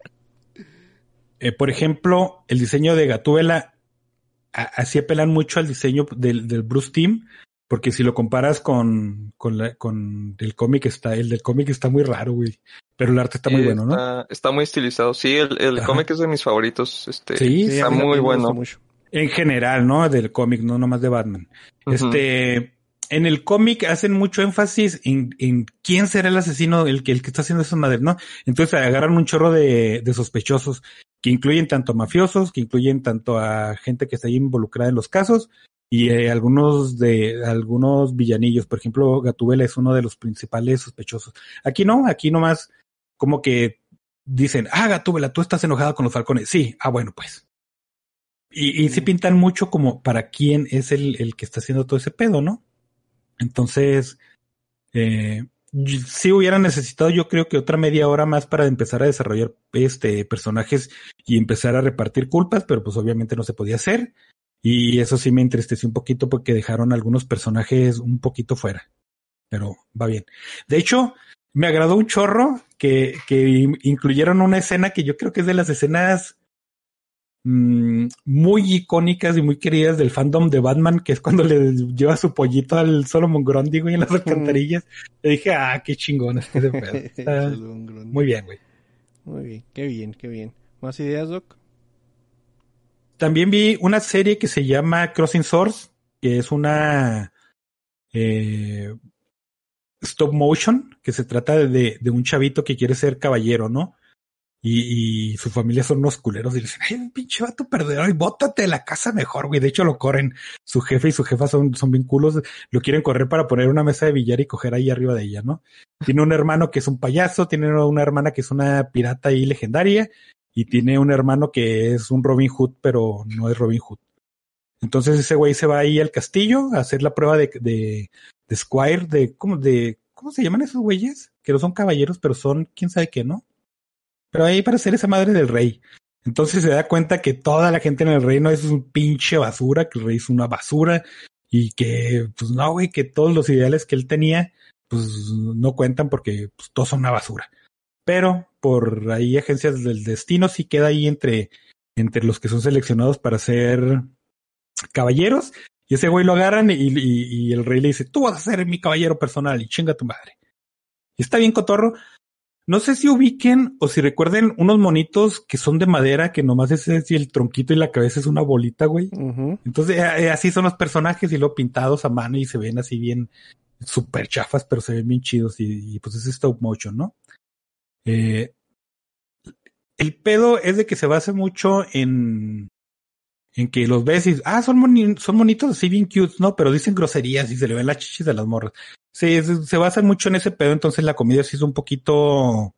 Eh, por ejemplo, el diseño de Gatúbela, a, así apelan mucho al diseño del, del Bruce Timm, porque si lo comparas con, con, la, con el cómic, está, el del cómic está muy raro, güey. Pero el arte está sí, muy bueno, está, ¿no? Está muy estilizado. Sí, el, el cómic es de mis favoritos. Este, sí, está sí, muy bueno. En general, ¿no? Del cómic, no nomás de Batman. Uh-huh. Este... En el cómic hacen mucho énfasis en, en quién será el asesino, el que, el que está haciendo esas madres, ¿no? Entonces agarran un chorro de, de sospechosos, que incluyen tanto a mafiosos, que incluyen tanto a gente que está ahí involucrada en los casos, y eh, algunos de, algunos villanillos. Por ejemplo, Gatúbela es uno de los principales sospechosos. Aquí no, aquí nomás como que dicen, ah, Gatúbela, tú estás enojado con los Falcones. Sí, ah, bueno, pues. Y, y sí pintan mucho como para quién es el, el que está haciendo todo ese pedo, ¿no? Entonces, eh, sí hubiera necesitado yo creo que otra media hora más para empezar a desarrollar este personajes y empezar a repartir culpas, pero pues obviamente no se podía hacer. Y eso sí me entristeció un poquito porque dejaron algunos personajes un poquito fuera. Pero va bien. De hecho, me agradó un chorro que, que incluyeron una escena que yo creo que es de las escenas mmm, muy icónicas y muy queridas del fandom de Batman, que es cuando le lleva su pollito al Solomon Grundy, güey, en las alcantarillas. Le dije, ah, qué chingón es que ese pedo. Está muy bien, güey. Muy bien, qué bien, qué bien. ¿Más ideas, Doc? También vi una serie que se llama Crossing Swords, que es una eh, stop motion, que se trata de, de un chavito que quiere ser caballero, ¿no? Y, y su familia son unos culeros y le dicen, ay, un pinche vato perdedor, y bótate de la casa mejor, güey. De hecho lo corren, su jefe y su jefa son, son bien culos, lo quieren correr para poner una mesa de billar y coger ahí arriba de ella, ¿no? Tiene un hermano que es un payaso, tiene una hermana que es una pirata ahí legendaria, y tiene un hermano que es un Robin Hood, pero no es Robin Hood. Entonces ese güey se va ahí al castillo a hacer la prueba de, de, de Squire, de, ¿cómo, de, ¿cómo se llaman esos güeyes? Que no son caballeros, pero son, quién sabe qué, ¿no? Pero ahí para ser esa madre del rey. Entonces se da cuenta que toda la gente en el reino es un pinche basura, que el rey es una basura, y que, pues no, güey, que todos los ideales que él tenía, pues no cuentan porque pues, todos son una basura. Pero por ahí agencias del destino sí queda ahí entre, entre los que son seleccionados para ser caballeros, y ese güey lo agarran y, y, y el rey le dice, tú vas a ser mi caballero personal y chinga tu madre. Y está bien cotorro. No sé si ubiquen o si recuerden unos monitos que son de madera, que nomás es así el tronquito y la cabeza es una bolita, güey. Uh-huh. Entonces eh, así son los personajes y luego pintados a mano y se ven así bien súper chafas, pero se ven bien chidos y, y pues es stop motion, ¿no? Eh, el pedo es de que se basa mucho en en que los ves y ah, son, moni- son monitos así bien cute, ¿no? Pero dicen groserías y se le ven las chichis de las morras. Sí, se, se basa mucho en ese pedo, entonces la comedia sí es un poquito,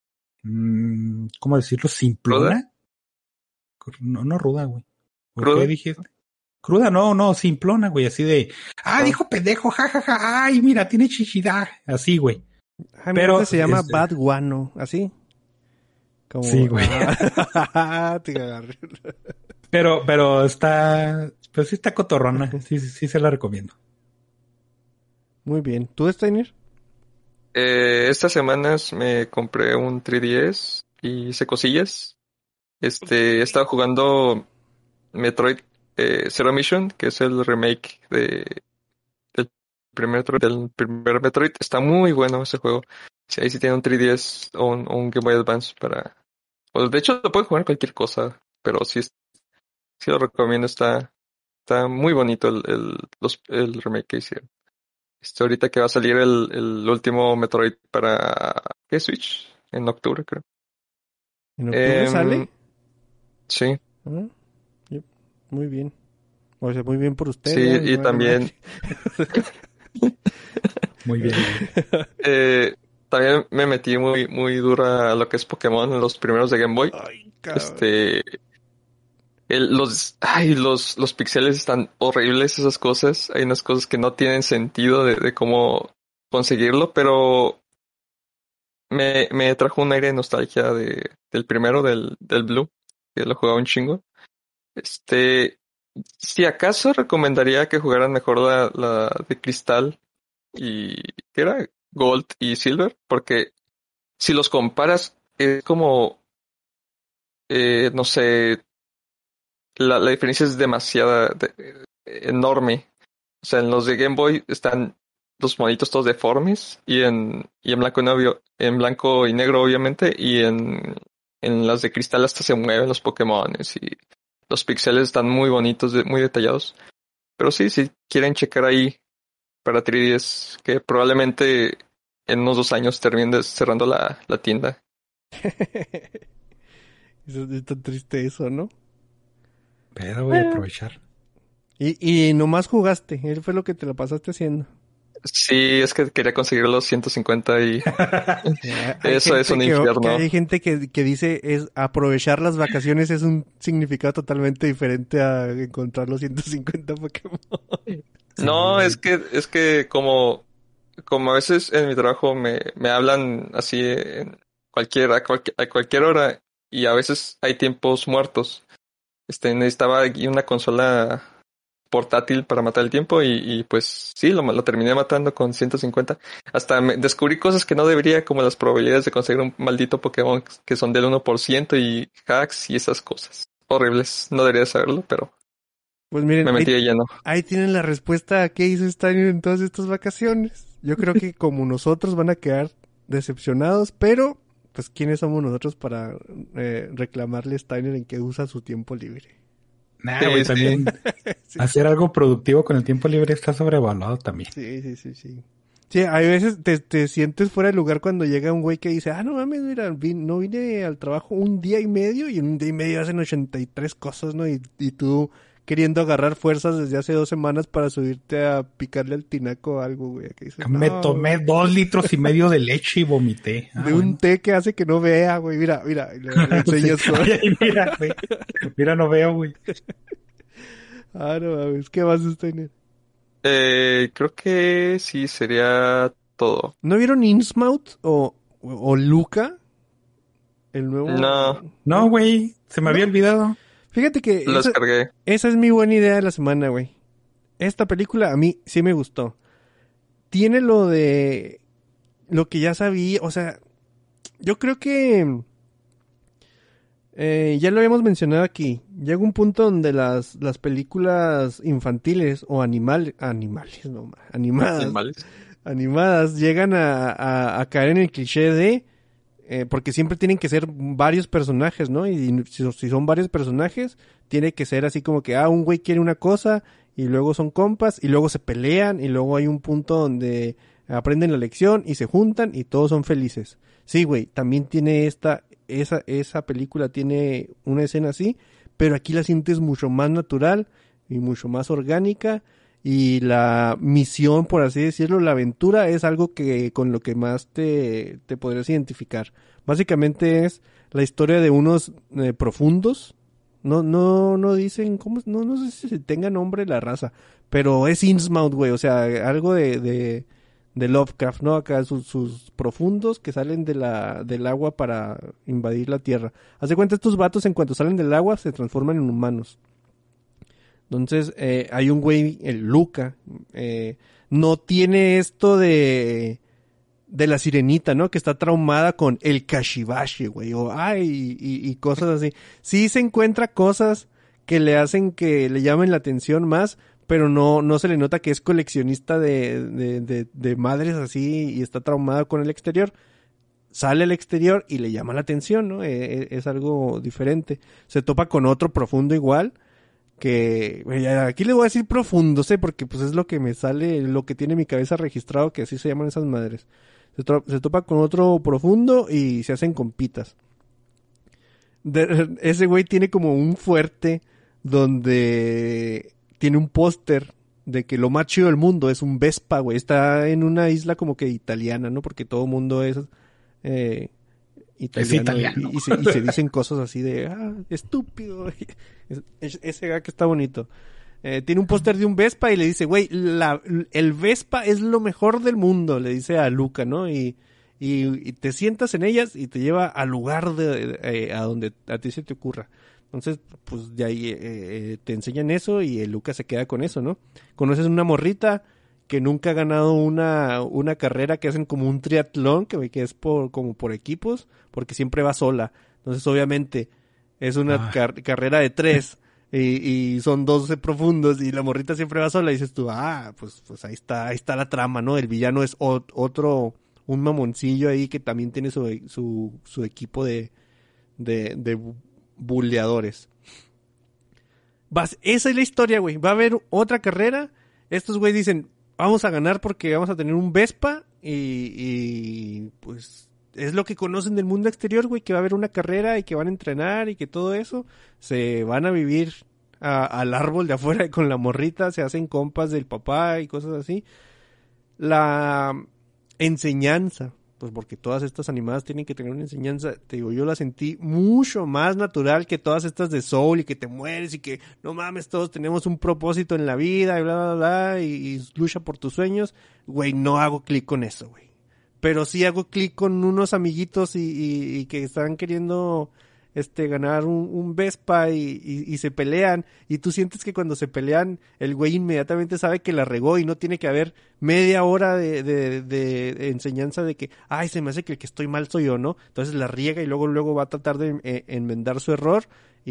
mmm, ¿cómo decirlo? Simplona. ¿Ruda? No, no ruda, güey. ¿Por qué dijiste? Cruda, no, no, simplona, güey, así de, ah, no. Dijo pendejo, jajaja, ja, ja, ay, mira, tiene chichidad, así, güey. Ay, pero este se llama este... Bad Guano, así. Como, sí, güey. Ah, te agarré. Pero, pero está, pues sí está cotorrona, sí, sí, sí se la recomiendo. Muy bien. ¿Tú, Steiner? Eh, estas semanas me compré un tres D S y hice cosillas. Este, he estado jugando Metroid eh, Zero Mission, que es el remake de del primer, del primer Metroid. Está muy bueno ese juego. Sí, ahí sí tiene un tres D S o un, o un Game Boy Advance para... Pues de hecho lo pueden jugar cualquier cosa, pero sí, sí lo recomiendo. Está, está muy bonito el, el, los, el remake que hicieron. Este, ahorita que va a salir el, el último Metroid para... ¿Qué? Switch. En octubre, creo. ¿En octubre eh, sale? Sí. Uh-huh. Yep. Muy bien. O sea, muy bien por usted. Sí, ¿eh? Y no, también... muy bien. eh, también me metí muy muy dura a lo que es Pokémon en los primeros de Game Boy. Ay, este... El, los, ay, los, los pixeles están horribles, esas cosas. Hay unas cosas que no tienen sentido de, de cómo conseguirlo, pero me, me trajo un aire de nostalgia de, del primero, del, del Blue, que lo jugaba un chingo. Este, si acaso recomendaría que jugaran mejor la, la de Cristal y, ¿qué era? Gold y Silver, porque si los comparas, es como, eh, no sé, La, la diferencia es demasiada, de, enorme. O sea, en los de Game Boy están los monitos todos deformes y en, y en blanco y negro, en blanco y negro obviamente, y en, en las de cristal hasta se mueven los Pokémones y los píxeles están muy bonitos, de, muy detallados. Pero sí, si quieren checar ahí para tres D S, que probablemente en unos dos años terminen cerrando la, la tienda. Es tan triste eso, ¿no? Pero voy a aprovechar. Y, y nomás jugaste, él fue lo que te lo pasaste haciendo. Sí, es que quería conseguir los ciento cincuenta y eso es un que, infierno. Que hay gente que, que dice es aprovechar las vacaciones es un significado totalmente diferente a encontrar los ciento cincuenta Pokémon. No, sí. es que es que como como a veces en mi trabajo me, me hablan así en cualquier a, cualquier a cualquier hora y a veces hay tiempos muertos. Este necesitaba aquí una consola portátil para matar el tiempo y, y pues sí, lo, lo terminé matando con ciento cincuenta. Hasta me descubrí cosas que no debería, como las probabilidades de conseguir un maldito Pokémon que son del uno por ciento y hacks y esas cosas. Horribles, no debería saberlo, pero pues miren, me metí ahí, de lleno. Ahí tienen la respuesta a qué hizo Steiner en todas estas vacaciones. Yo creo que como nosotros van a quedar decepcionados, pero pues ¿quiénes somos nosotros para eh, reclamarle a Steiner en que usa su tiempo libre? Nah, güey, sí, también sí. Hacer algo productivo con el tiempo libre está sobrevaluado también. Sí, sí, sí, sí. Sí, hay veces te, te sientes fuera de lugar cuando llega un güey que dice, ah, no mames, mira, vin, no vine al trabajo un día y medio y en un día y medio hacen ochenta y tres cosas, ¿no? Y, y tú queriendo agarrar fuerzas desde hace dos semanas para subirte a picarle al tinaco o algo, güey. Que dices, me no, tomé güey. dos litros y medio de leche y vomité. Ah, de un bueno. té que hace que no vea, güey. Mira, mira, le, le enseñas sí. todo. Ay, mira, güey. Mira, no veo, güey. Ah, no mames. ¿Qué vas a tener? Eh, creo que sí, sería todo. ¿No vieron Innsmouth o, o, o Luca? El nuevo... No. No, güey. Se me ¿No? había olvidado. Fíjate que Lo esa, descargué. Esa es mi buena idea de la semana, güey. Esta película a mí sí me gustó. Tiene lo de... Lo que ya sabía, o sea... Yo creo que... Eh, ya lo habíamos mencionado aquí. Llega un punto donde las, las películas infantiles o animal, animales, no, animadas, animales. animadas llegan a, a, a caer en el cliché de... Eh, porque siempre tienen que ser varios personajes, ¿no? Y si, si son varios personajes, tiene que ser así como que, ah, un güey quiere una cosa, y luego son compas, y luego se pelean, y luego hay un punto donde aprenden la lección, y se juntan, y todos son felices. Sí, güey, también tiene esta, esa, esa película tiene una escena así, pero aquí la sientes mucho más natural, y mucho más orgánica, y la misión, por así decirlo, la aventura es algo que con lo que más te, te podrías identificar. Básicamente es la historia de unos eh, profundos. No, no, no dicen, ¿cómo? No, no sé si tenga nombre la raza, pero es Innsmouth, güey, o sea, algo de, de, de Lovecraft, ¿no? Acá sus, sus profundos que salen de la, del agua para invadir la tierra. Haz de cuenta, estos vatos en cuanto salen del agua se transforman en humanos. Entonces, eh, hay un güey, el Luca, eh, no tiene esto de, de la sirenita, ¿no? Que está traumada con el Kashibashi, güey, o ay, y, y cosas así. Sí se encuentra cosas que le hacen que le llamen la atención más, pero no, no se le nota que es coleccionista de, de, de, de madres así y está traumada con el exterior. Sale al exterior y le llama la atención, ¿no? Eh, es algo diferente. Se topa con otro profundo igual, que aquí les voy a decir profundo, sé, porque pues es lo que me sale, lo que tiene mi cabeza registrado, que así se llaman esas madres. Se, to- se topa con otro profundo y se hacen compitas. De- ese güey tiene como un fuerte donde tiene un póster de que lo más chido del mundo es un Vespa, güey. Está en una isla como que italiana, ¿no? Porque todo mundo es... Eh, italiano, es italiano. Y, y, se, y se dicen cosas así de ah, estúpido. Es, es, ese gag está bonito. Eh, tiene un póster de un Vespa y le dice, güey, la, el Vespa es lo mejor del mundo, le dice a Luca, ¿no? Y, y, y te sientas en ellas y te lleva al lugar de, eh, a donde a ti se te ocurra. Entonces, pues de ahí eh, eh, te enseñan eso y el Luca se queda con eso, ¿no? Conoces una morrita que nunca ha ganado una, una carrera que hacen como un triatlón, que, que es por, como por equipos, porque siempre va sola. Entonces, obviamente, es una ah. car- carrera de tres y, y son doce profundos y la morrita siempre va sola y dices tú, ah, pues, pues ahí está, ahí está la trama, ¿no? El villano es o- otro, un mamoncillo ahí que también tiene su, su, su equipo de, de, de buleadores. Vas, esa es la historia, güey. Va a haber otra carrera. Estos güey dicen, vamos a ganar porque vamos a tener un Vespa y, y pues es lo que conocen del mundo exterior, güey, que va a haber una carrera y que van a entrenar y que todo eso, se van a vivir a, al árbol de afuera con la morrita, se hacen compas del papá y cosas así. La enseñanza, pues porque todas estas animadas tienen que tener una enseñanza, te digo, yo la sentí mucho más natural que todas estas de Soul y que te mueres y que no mames, todos tenemos un propósito en la vida y bla, bla, bla, y, y lucha por tus sueños. Güey, no hago clic con eso, güey. Pero sí hago clic con unos amiguitos y, y, y que están queriendo este ganar un, un Vespa y, y, y se pelean, y tú sientes que cuando se pelean el güey inmediatamente sabe que la regó y no tiene que haber media hora de, de, de, de enseñanza de que, ay, se me hace que el que estoy mal soy yo, ¿no? Entonces la riega y luego luego va a tratar de eh, enmendar su error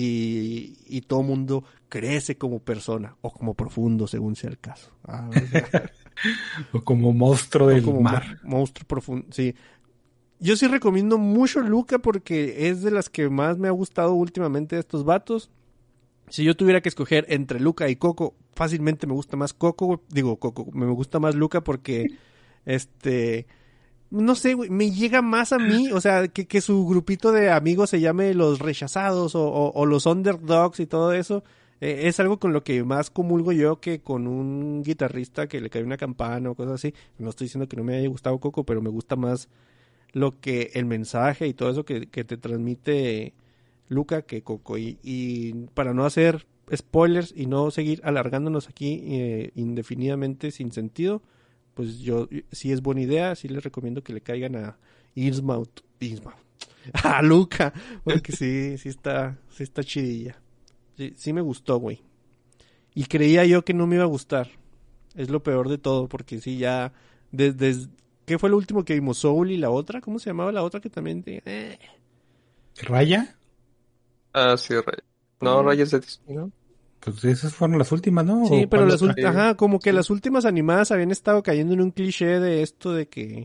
y, y todo mundo crece como persona o como profundo según sea el caso. Ah, o sea, o como monstruo del como mar. Mo- monstruo profundo, sí. Yo sí recomiendo mucho Luca porque es de las que más me ha gustado últimamente de estos vatos. Si yo tuviera que escoger entre Luca y Coco, fácilmente me gusta más Coco, güey. Digo Coco, me gusta más Luca porque, este, no sé, güey, me llega más a mí, o sea, que, que su grupito de amigos se llame los rechazados o, o, o los underdogs y todo eso. Eh, es algo con lo que más comulgo yo que con un guitarrista que le cae una campana o cosas así. No estoy diciendo que no me haya gustado Coco, pero me gusta más lo que el mensaje y todo eso que, que te transmite Luca que Coco. Y, y para no hacer spoilers y no seguir alargándonos aquí eh, indefinidamente sin sentido, pues yo sí es buena idea, sí les recomiendo que le caigan a Innsmouth, Innsmouth, a Luca, porque sí, sí está, sí está chidilla. Sí, sí me gustó, güey. Y creía yo que no me iba a gustar. Es lo peor de todo, porque sí ya desde des, ¿qué fue lo último que vimos? Soul y la otra, ¿cómo se llamaba la otra que también te... eh. ¿Raya? Ah, sí, Raya. No, Mm. Raya es de Disney, ¿no? Pues esas fueron las últimas, ¿no? Sí, ¿O pero cuál las otra? ult- ajá, como que las últimas animadas habían estado cayendo en un cliché de esto de que,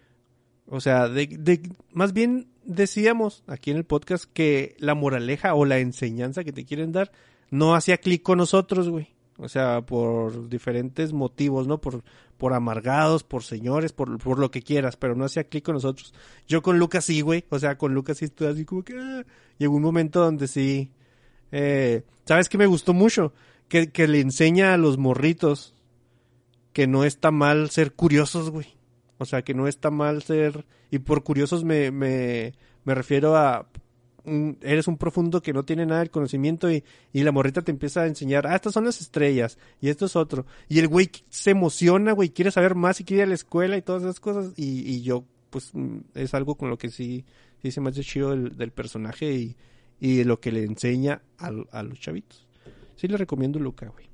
o sea, de, de más bien decíamos aquí en el podcast que la moraleja o la enseñanza que te quieren dar no hacía clic con nosotros, güey. O sea, por diferentes motivos, ¿no? Por, por amargados, por señores, por, por lo que quieras, pero no hacía clic con nosotros. Yo con Lucas sí, güey. O sea, con Lucas sí estuve así como que... ah. Llegó un momento donde sí... Eh, ¿sabes qué me gustó mucho? Que, que le enseña a los morritos que no está mal ser curiosos, güey. O sea, que no está mal ser... Y por curiosos me, me, me refiero a... un- eres un profundo que no tiene nada del conocimiento y, y la morrita te empieza a enseñar, ah, estas son las estrellas y esto es otro. Y el güey se emociona, güey, quiere saber más y quiere ir a la escuela y todas esas cosas. Y, y yo, pues, mm, es algo con lo que sí, sí se me hace chido del, del personaje y, y lo que le enseña a, a los chavitos. Sí le recomiendo Luca, güey.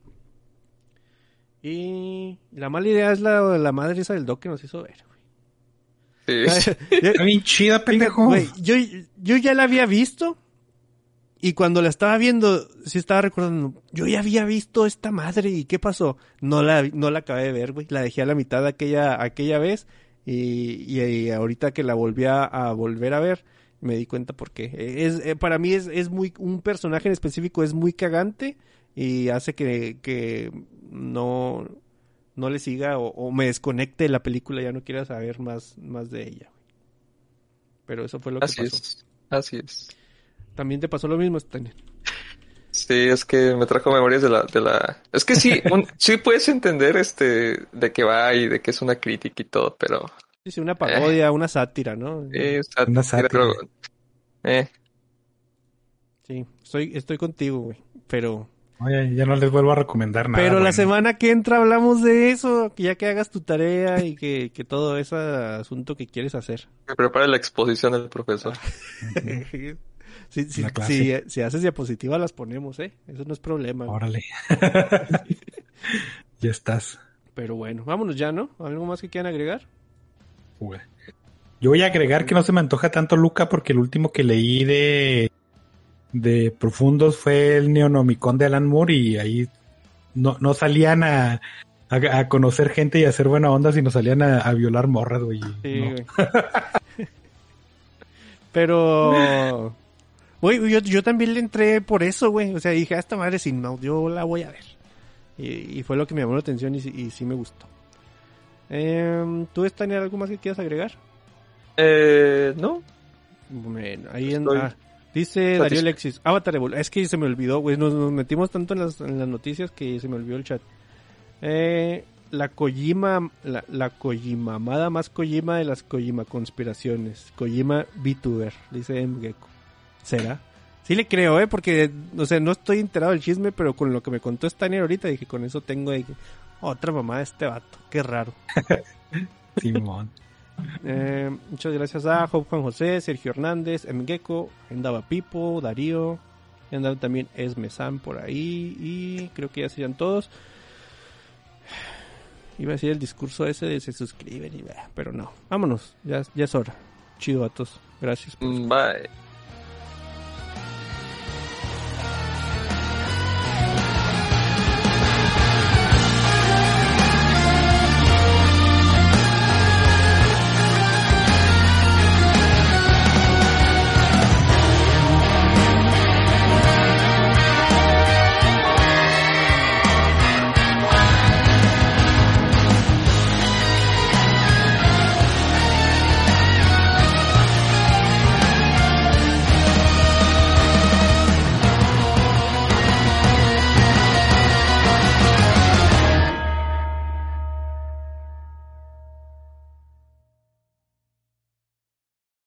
Y la mala idea es la, la madre esa del doc que nos hizo ver, güey. Sí. Está bien chida, pendejo. Güey, yo, yo ya la había visto y cuando la estaba viendo, sí estaba recordando, yo ya había visto esta madre y ¿qué pasó? No la, no la acabé de ver, güey, la dejé a la mitad aquella, aquella vez y, y, y ahorita que la volví a, a volver a ver, me di cuenta por qué. Es, eh, para mí es, es muy, un personaje en específico es muy cagante y hace que, que no... no le siga o, o me desconecte de la película, ya no quiera saber más, más de ella. Pero eso fue lo que Así pasó. es. Así es. También te pasó lo mismo, Stanley. Sí, es que me trajo memorias de la, de la... Es que sí, un- sí puedes entender este de qué va y de que es una crítica y todo, pero... Sí, sí, una parodia, una sátira, ¿no? eh, sátira, Una sátira. pero, eh, Sí, estoy, estoy contigo, güey. Pero, Oye, ya no les vuelvo a recomendar nada. pero la bueno. semana que entra hablamos de eso, que ya que hagas tu tarea y que, que todo ese asunto que quieres hacer. me prepara la exposición del profesor. si, si, La clase. si, si haces diapositiva las ponemos, ¿eh? Eso no es problema. güey. Órale. Ya estás. Pero bueno, vámonos ya, ¿no? ¿Algo más que quieran agregar? Güey. Yo voy a agregar que no se me antoja tanto Luca porque el último que leí de de Profundos fue el Neonomicon de Alan Moore y ahí no, no salían a, a, a conocer gente y a hacer buena onda, sino salían a, a violar morras, güey. Sí, No. güey. Pero, güey, yo, yo también le entré por eso, güey. O sea, dije, a esta madre sin mouse, yo la voy a ver. Y, y fue lo que me llamó la atención y, sí- y sí me gustó. Eh, ¿Tú, Stanley, algo más que quieras agregar? Eh, no, Bueno, ahí en, Estoy ah, dice satisfecho. Darío Alexis, Avatar Evol- es que se me olvidó, güey, nos, nos metimos tanto en las, en las noticias que se me olvidó el chat. Eh, la Kojima, la, la Kojimamada más Kojima de las Kojima conspiraciones, Kojima VTuber, dice M-Gecko. ¿Será? Sí le creo, eh, porque, o sea, no estoy enterado del chisme, pero con lo que me contó Stanley ahorita, dije, con eso tengo de que, otra mamá de este vato, qué raro. Simón. Eh, muchas gracias a Job Juan José, Sergio Hernández, Mgeko, andaba Pipo, Darío, andaba también Esme San por ahí, y creo que ya serían todos. Iba a decir el discurso ese de se suscriben, y, pero no, vámonos, ya, ya es hora. Chido, vatos, gracias. Por Bye.